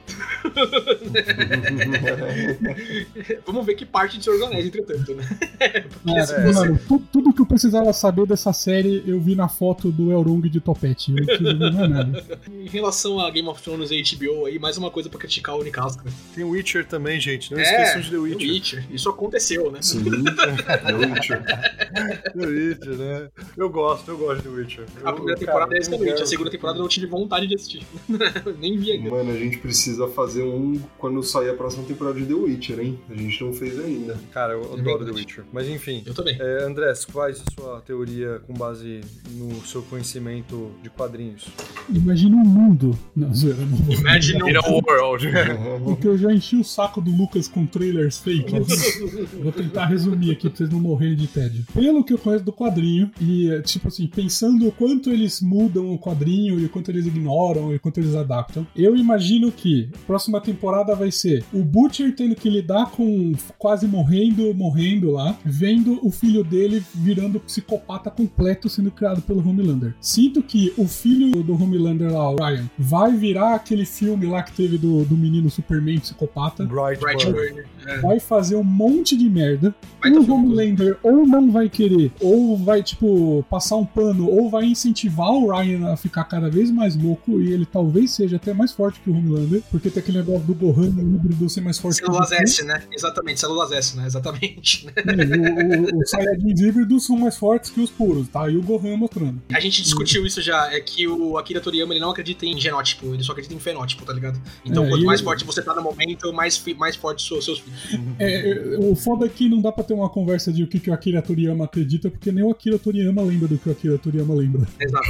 Vamos ver que parte de Senhor dos Anéis, entretanto, né? Mano, tudo que eu precisava saber dessa série eu vi na foto do Elrond de topete. Eu não preciso ver mais nada. Em relação a Game of Thrones e HBO aí, mais uma coisa pra criticar o Nicastro. Tem Witcher também, gente. Não esqueçam de The Witcher. Isso aconteceu, né? Sim, The Witcher. The Witcher, né? Eu gosto de The Witcher. A primeira temporada é excelente, a segunda temporada eu não tive vontade de assistir. Nem vi ainda. Mano, a gente precisa fazer quando sair a próxima temporada de The Witcher, hein? A gente não fez ainda. Cara, eu adoro The Witcher. Mas enfim. Eu também. Andrés, quais a sua teoria com base no seu conhecimento de quadrinhos? Imagina um mundo. Não, zoeira, não vou. Imagine a world. Porque eu já enchi o saco do Lucas com trailers fakes. Vou tentar resumir aqui pra vocês não morrerem de tédio. Pelo que eu conheço do quadrinho, e tipo assim, pensando o quanto eles mudam o quadrinho, e o quanto eles ignoram, e o quanto eles adaptam, eu imagino que a próxima temporada vai ser o Butcher tendo que lidar com quase morrendo lá, vendo o filho dele virando psicopata completo sendo criado pelo Homelander. Sinto que o filho do Homelander lá, o Ryan, vai virar aquele filme lá que teve do menino Superman psicopata. Brightburn. Vai fazer um monte de merda. O Homelander ou não vai querer, ou vai, tipo, passar um pano, ou vai incentivar o Ryan a ficar cada vez mais louco, e ele talvez seja até mais forte que o Homelander, porque tem aquele negócio do Gohan híbrido ser mais forte Células S, né? Exatamente, células S, né? Exatamente. Os Saiyajins híbridos são mais fortes que os puros, tá? E o Gohan mostrando. A gente discutiu isso já, é que o Akira Toriyama, ele não acredita em genótipo, ele só acredita em fenótipo, tá ligado? Então, quanto mais forte você tá no momento, mais forte são seus filhos. O foda é que não dá pra ter uma conversa de o que o Akira Toriyama acredita, porque nem o Akira Toriyama lembra do que o Akira Toriyama lembra. Exato.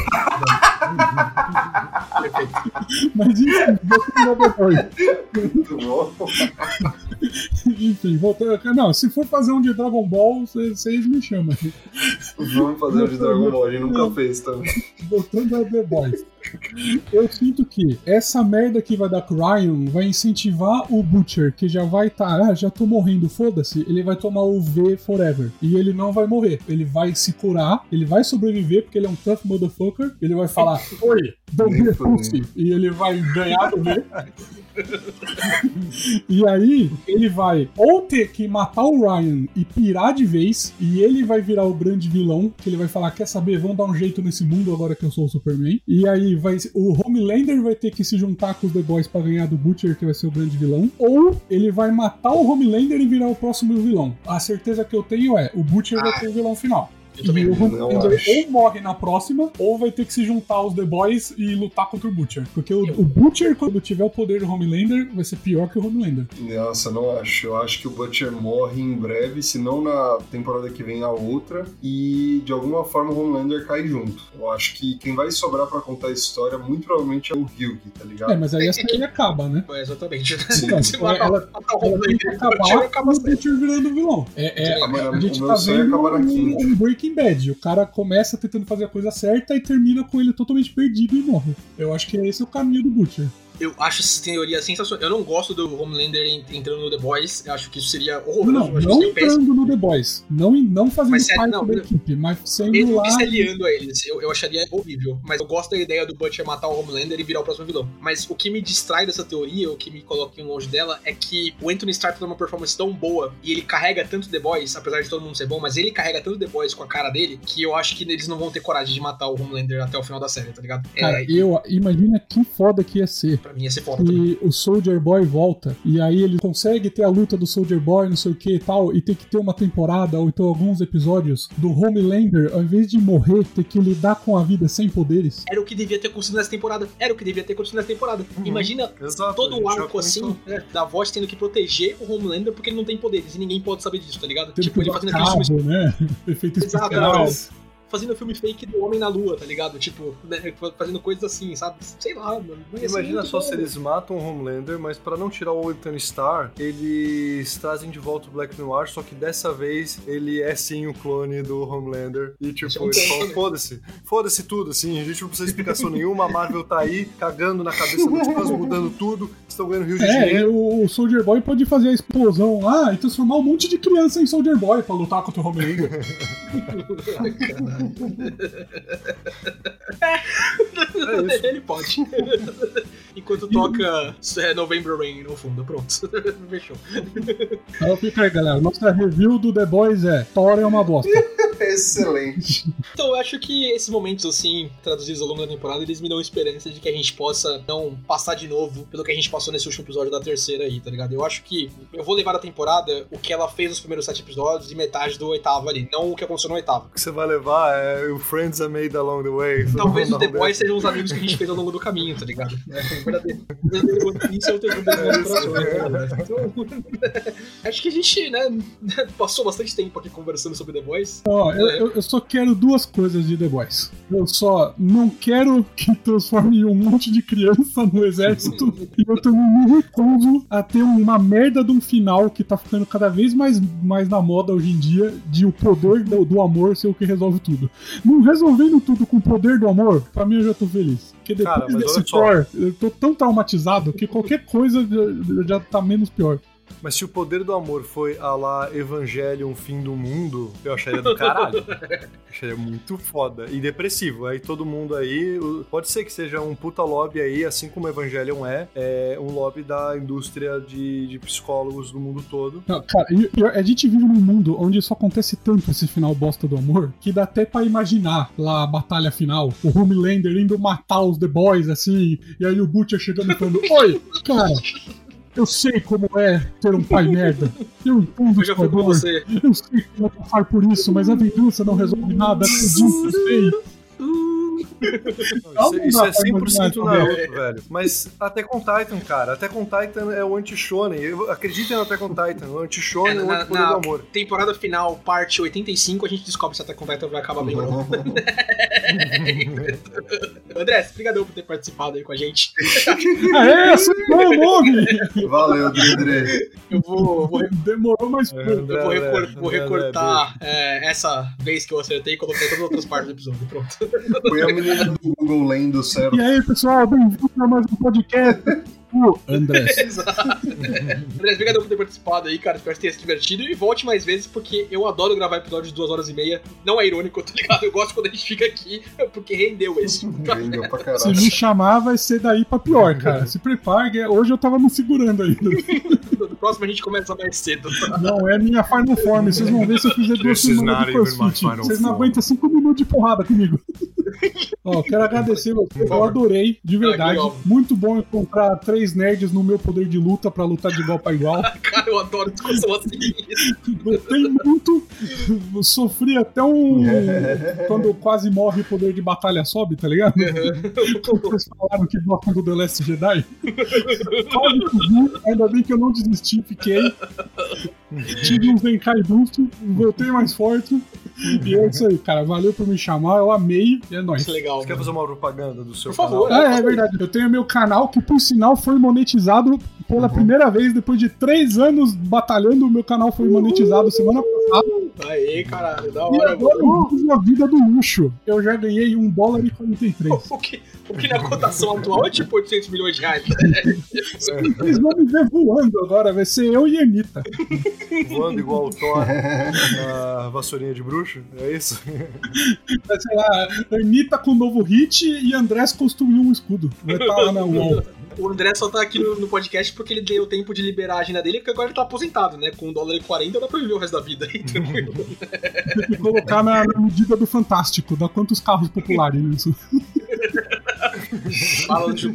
Perfeito. Mas enfim, Muito bom. Enfim, voltando. Não, se for fazer um de Dragon Ball, vocês me chamam. Vamos fazer um de Dragon Ball, a gente nunca fez também. Voltando a The Boys. Eu sinto que essa merda que vai dar com o Ryan vai incentivar o Butcher, que já vai já tô morrendo, foda-se, ele vai tomar o V forever. E ele não vai morrer. Ele vai se curar, ele vai sobreviver, porque ele é um tough motherfucker. Ele vai falar, oi, don't be a pussy. E ele vai ganhar do V. E aí, ele vai ou ter que matar o Ryan e pirar de vez, e ele vai virar o grande vilão, que ele vai falar, quer saber, vamos dar um jeito nesse mundo agora que eu sou o Superman. E aí, o Homelander vai ter que se juntar com os The Boys pra ganhar do Butcher, que vai ser o grande vilão, ou ele vai matar o Homelander e virar o próximo vilão. A certeza que eu tenho é, o Butcher vai ser o vilão final. E o Homelander ou morre na próxima, ou vai ter que se juntar aos The Boys e lutar contra o Butcher. Porque o Butcher, quando tiver o poder do Homelander, vai ser pior que o Homelander. Nossa, não acho. Eu acho que o Butcher morre em breve, se não na temporada que vem a outra, e de alguma forma o Homelander cai junto. Eu acho que quem vai sobrar pra contar a história, muito provavelmente é o Hugh, tá ligado? Mas aí essa aí acaba, né? Exatamente. Então, ela tem que acabar com o Butcher virando vilão. A gente tá vendo um Breaking Bad. O cara começa tentando fazer a coisa certa e termina com ele totalmente perdido e morre. Eu acho que esse é o caminho do Butcher. Eu acho essa teoria sensacional. Eu não gosto do Homelander entrando no The Boys. Eu acho que isso seria horroroso. Não entrando no The Boys. Não fazendo parte da equipe, mas sendo lá... se aliando a eles. Eu acharia horrível. Mas eu gosto da ideia do Butcher matar o Homelander e virar o próximo vilão. Mas o que me distrai dessa teoria, o que me coloca longe dela, é que o Anthony Starr tem uma performance tão boa e ele carrega tanto The Boys, apesar de todo mundo ser bom, mas ele carrega tanto The Boys com a cara dele, que eu acho que eles não vão ter coragem de matar o Homelander até o final da série, tá ligado? Cara, imagina que foda que ia ser. Pra mim ia ser foda. E o Soldier Boy volta, e aí ele consegue ter a luta do Soldier Boy, não sei o que e tal, e tem que ter uma temporada, ou então alguns episódios do Homelander, ao invés de morrer, ter que lidar com a vida sem poderes. Era o que devia ter acontecido nessa temporada. Imagina todo o arco assim, da voz tendo que proteger o Homelander porque ele não tem poderes, e ninguém pode saber disso, tá ligado? Tipo, ele fazendo aquele filme, né? Efeito especial. Fazendo filme fake do Homem na Lua, tá ligado? Tipo, né, fazendo coisas assim, sabe? Sei lá, mano. Imagina só se eles matam o Homelander, mas pra não tirar o Anthony Starr, eles trazem de volta o Black Noir, só que dessa vez ele é sim o clone do Homelander. E tipo, ele fala, foda-se tudo, assim, a gente não precisa de explicação nenhuma, a Marvel tá aí, cagando na cabeça dos fãs, mudando tudo, estão ganhando rios de dinheiro. O Soldier Boy pode fazer a explosão lá e transformar um monte de criança em Soldier Boy pra lutar contra o Homelander. Ai, caralho. Ele pode. Enquanto toca November Rain no fundo, pronto. Fechou. Então fica aí, galera. Nossa review do The Boys é Thor é uma bosta. Excelente. Então eu acho que esses momentos assim, traduzidos ao longo da temporada, eles me dão esperança de que a gente possa não passar de novo pelo que a gente passou nesse último episódio da terceira aí, tá ligado? Eu acho que eu vou levar da temporada o que ela fez nos primeiros 7 episódios e metade do 8º ali, não o que aconteceu no 8º. O que você vai levar é o Friends are made along the way. Talvez os The Boys sejam os amigos que a gente fez ao longo do caminho, tá ligado? Isso é o terceiro acho que a gente, né, passou bastante tempo aqui conversando sobre The Boys. Eu só quero 2 coisas de The Boys. Eu só não quero que transforme um monte de criança no exército e eu também me recuso a ter uma merda de um final que tá ficando cada vez mais na moda hoje em dia, de o poder do amor ser o que resolve tudo. Não resolvendo tudo com o poder do amor, pra mim eu já tô feliz. Porque depois desse Thor, eu tô tão traumatizado que qualquer coisa já tá menos pior. Mas se o poder do amor foi a lá Evangelion, fim do mundo, eu acharia do caralho. Acharia muito foda. E depressivo. Aí todo mundo aí... Pode ser que seja um puta lobby aí, assim como o Evangelion é um lobby da indústria de psicólogos do mundo todo. Não, cara, a gente vive num mundo onde só acontece tanto esse final bosta do amor, que dá até pra imaginar lá a batalha final. O Homelander indo matar os The Boys, assim, e aí o Butcher chegando e falando: oi, cara... Eu sei como é ter um pai merda. Eu entendo já fui com você. Eu sei que vai passar por isso, mas a vingança não resolve nada. Acredito, eu sei. Isso é 100% Naruto, velho. Mas Attack on Titan, cara. Attack on Titan é o anti-shonen. Acreditem no Attack on Titan. O anti-shonen é o anti-poder do amor. Temporada final, parte 85, a gente descobre se Attack on Titan vai acabar bem ou não. André, obrigadão por ter participado aí com a gente. Acertou o nome! Valeu, André. Demorou, mas vou recortar essa vez que eu acertei e coloquei todas as outras partes do episódio. Pronto. Põe a menina do Google lendo certo. E aí, pessoal, bem-vindo a mais um podcast. André. Exato. André, obrigado por ter participado aí, cara. Espero que tenha se divertido. E volte mais vezes, porque eu adoro gravar episódios de 2 horas e meia. Não é irônico, tá ligado? Eu gosto quando a gente fica aqui, porque rendeu esse. Rendeu pra caralho. Se me chamar, vai ser daí pra pior, cara. Se prepare, hoje eu tava me segurando ainda. No próximo a gente começa mais cedo. Não é minha Final Form. Vocês vão ver se eu fizer 2 semanas de CrossFit. Vocês não aguentam 5 minutos de porrada comigo. Ó, quero agradecer vocês. Eu adorei, de verdade. Muito bom encontrar 3 nerds no meu poder de luta pra lutar de igual pra igual. Cara, eu adoro discussão assim. Gostei muito. Eu sofri até quando quase morre o poder de batalha sobe, tá ligado? Vocês falaram que gostam do The Last Jedi. Ainda bem que eu não desisti, fiquei. Tive um Zenkai Boost, voltei mais forte. E é isso aí, cara. Valeu por me chamar, eu amei. E é nóis. Legal. Você quer fazer uma propaganda do seu Por favor. canal? É verdade. Eu tenho meu canal que, por sinal, foi monetizado pela primeira vez. Depois de 3 anos batalhando, o meu canal foi monetizado semana passada. Aê, caralho, da E hora. agora eu vivo a vida do luxo. Eu já ganhei $1,43. O que na cotação atual é tipo 800 milhões de reais. Vocês vão me ver voando agora. Vai ser eu e a Anitta. Voando igual o Thor na vassourinha de bruxo? É isso? Vai ser lá, Anitta com o novo hit e Andrés construiu um escudo. Vai estar lá na UOL. O André só tá aqui no podcast porque ele deu tempo de liberar a agenda dele, porque agora ele tá aposentado, né? Com $1,40 dá pra viver o resto da vida aí, tranquilo. Tem que colocar na medida do Fantástico. Dá quantos carros populares nisso? Fala de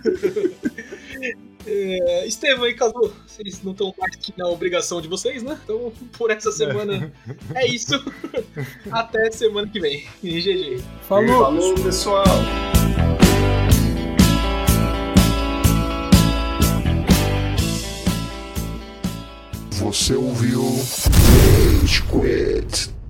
Estevam e Kazu, vocês não estão mais aqui na obrigação de vocês, né? Então, por essa semana é isso. Até semana que vem. GG. Falou! Falou, pessoal! Você ouviu Rage Quit.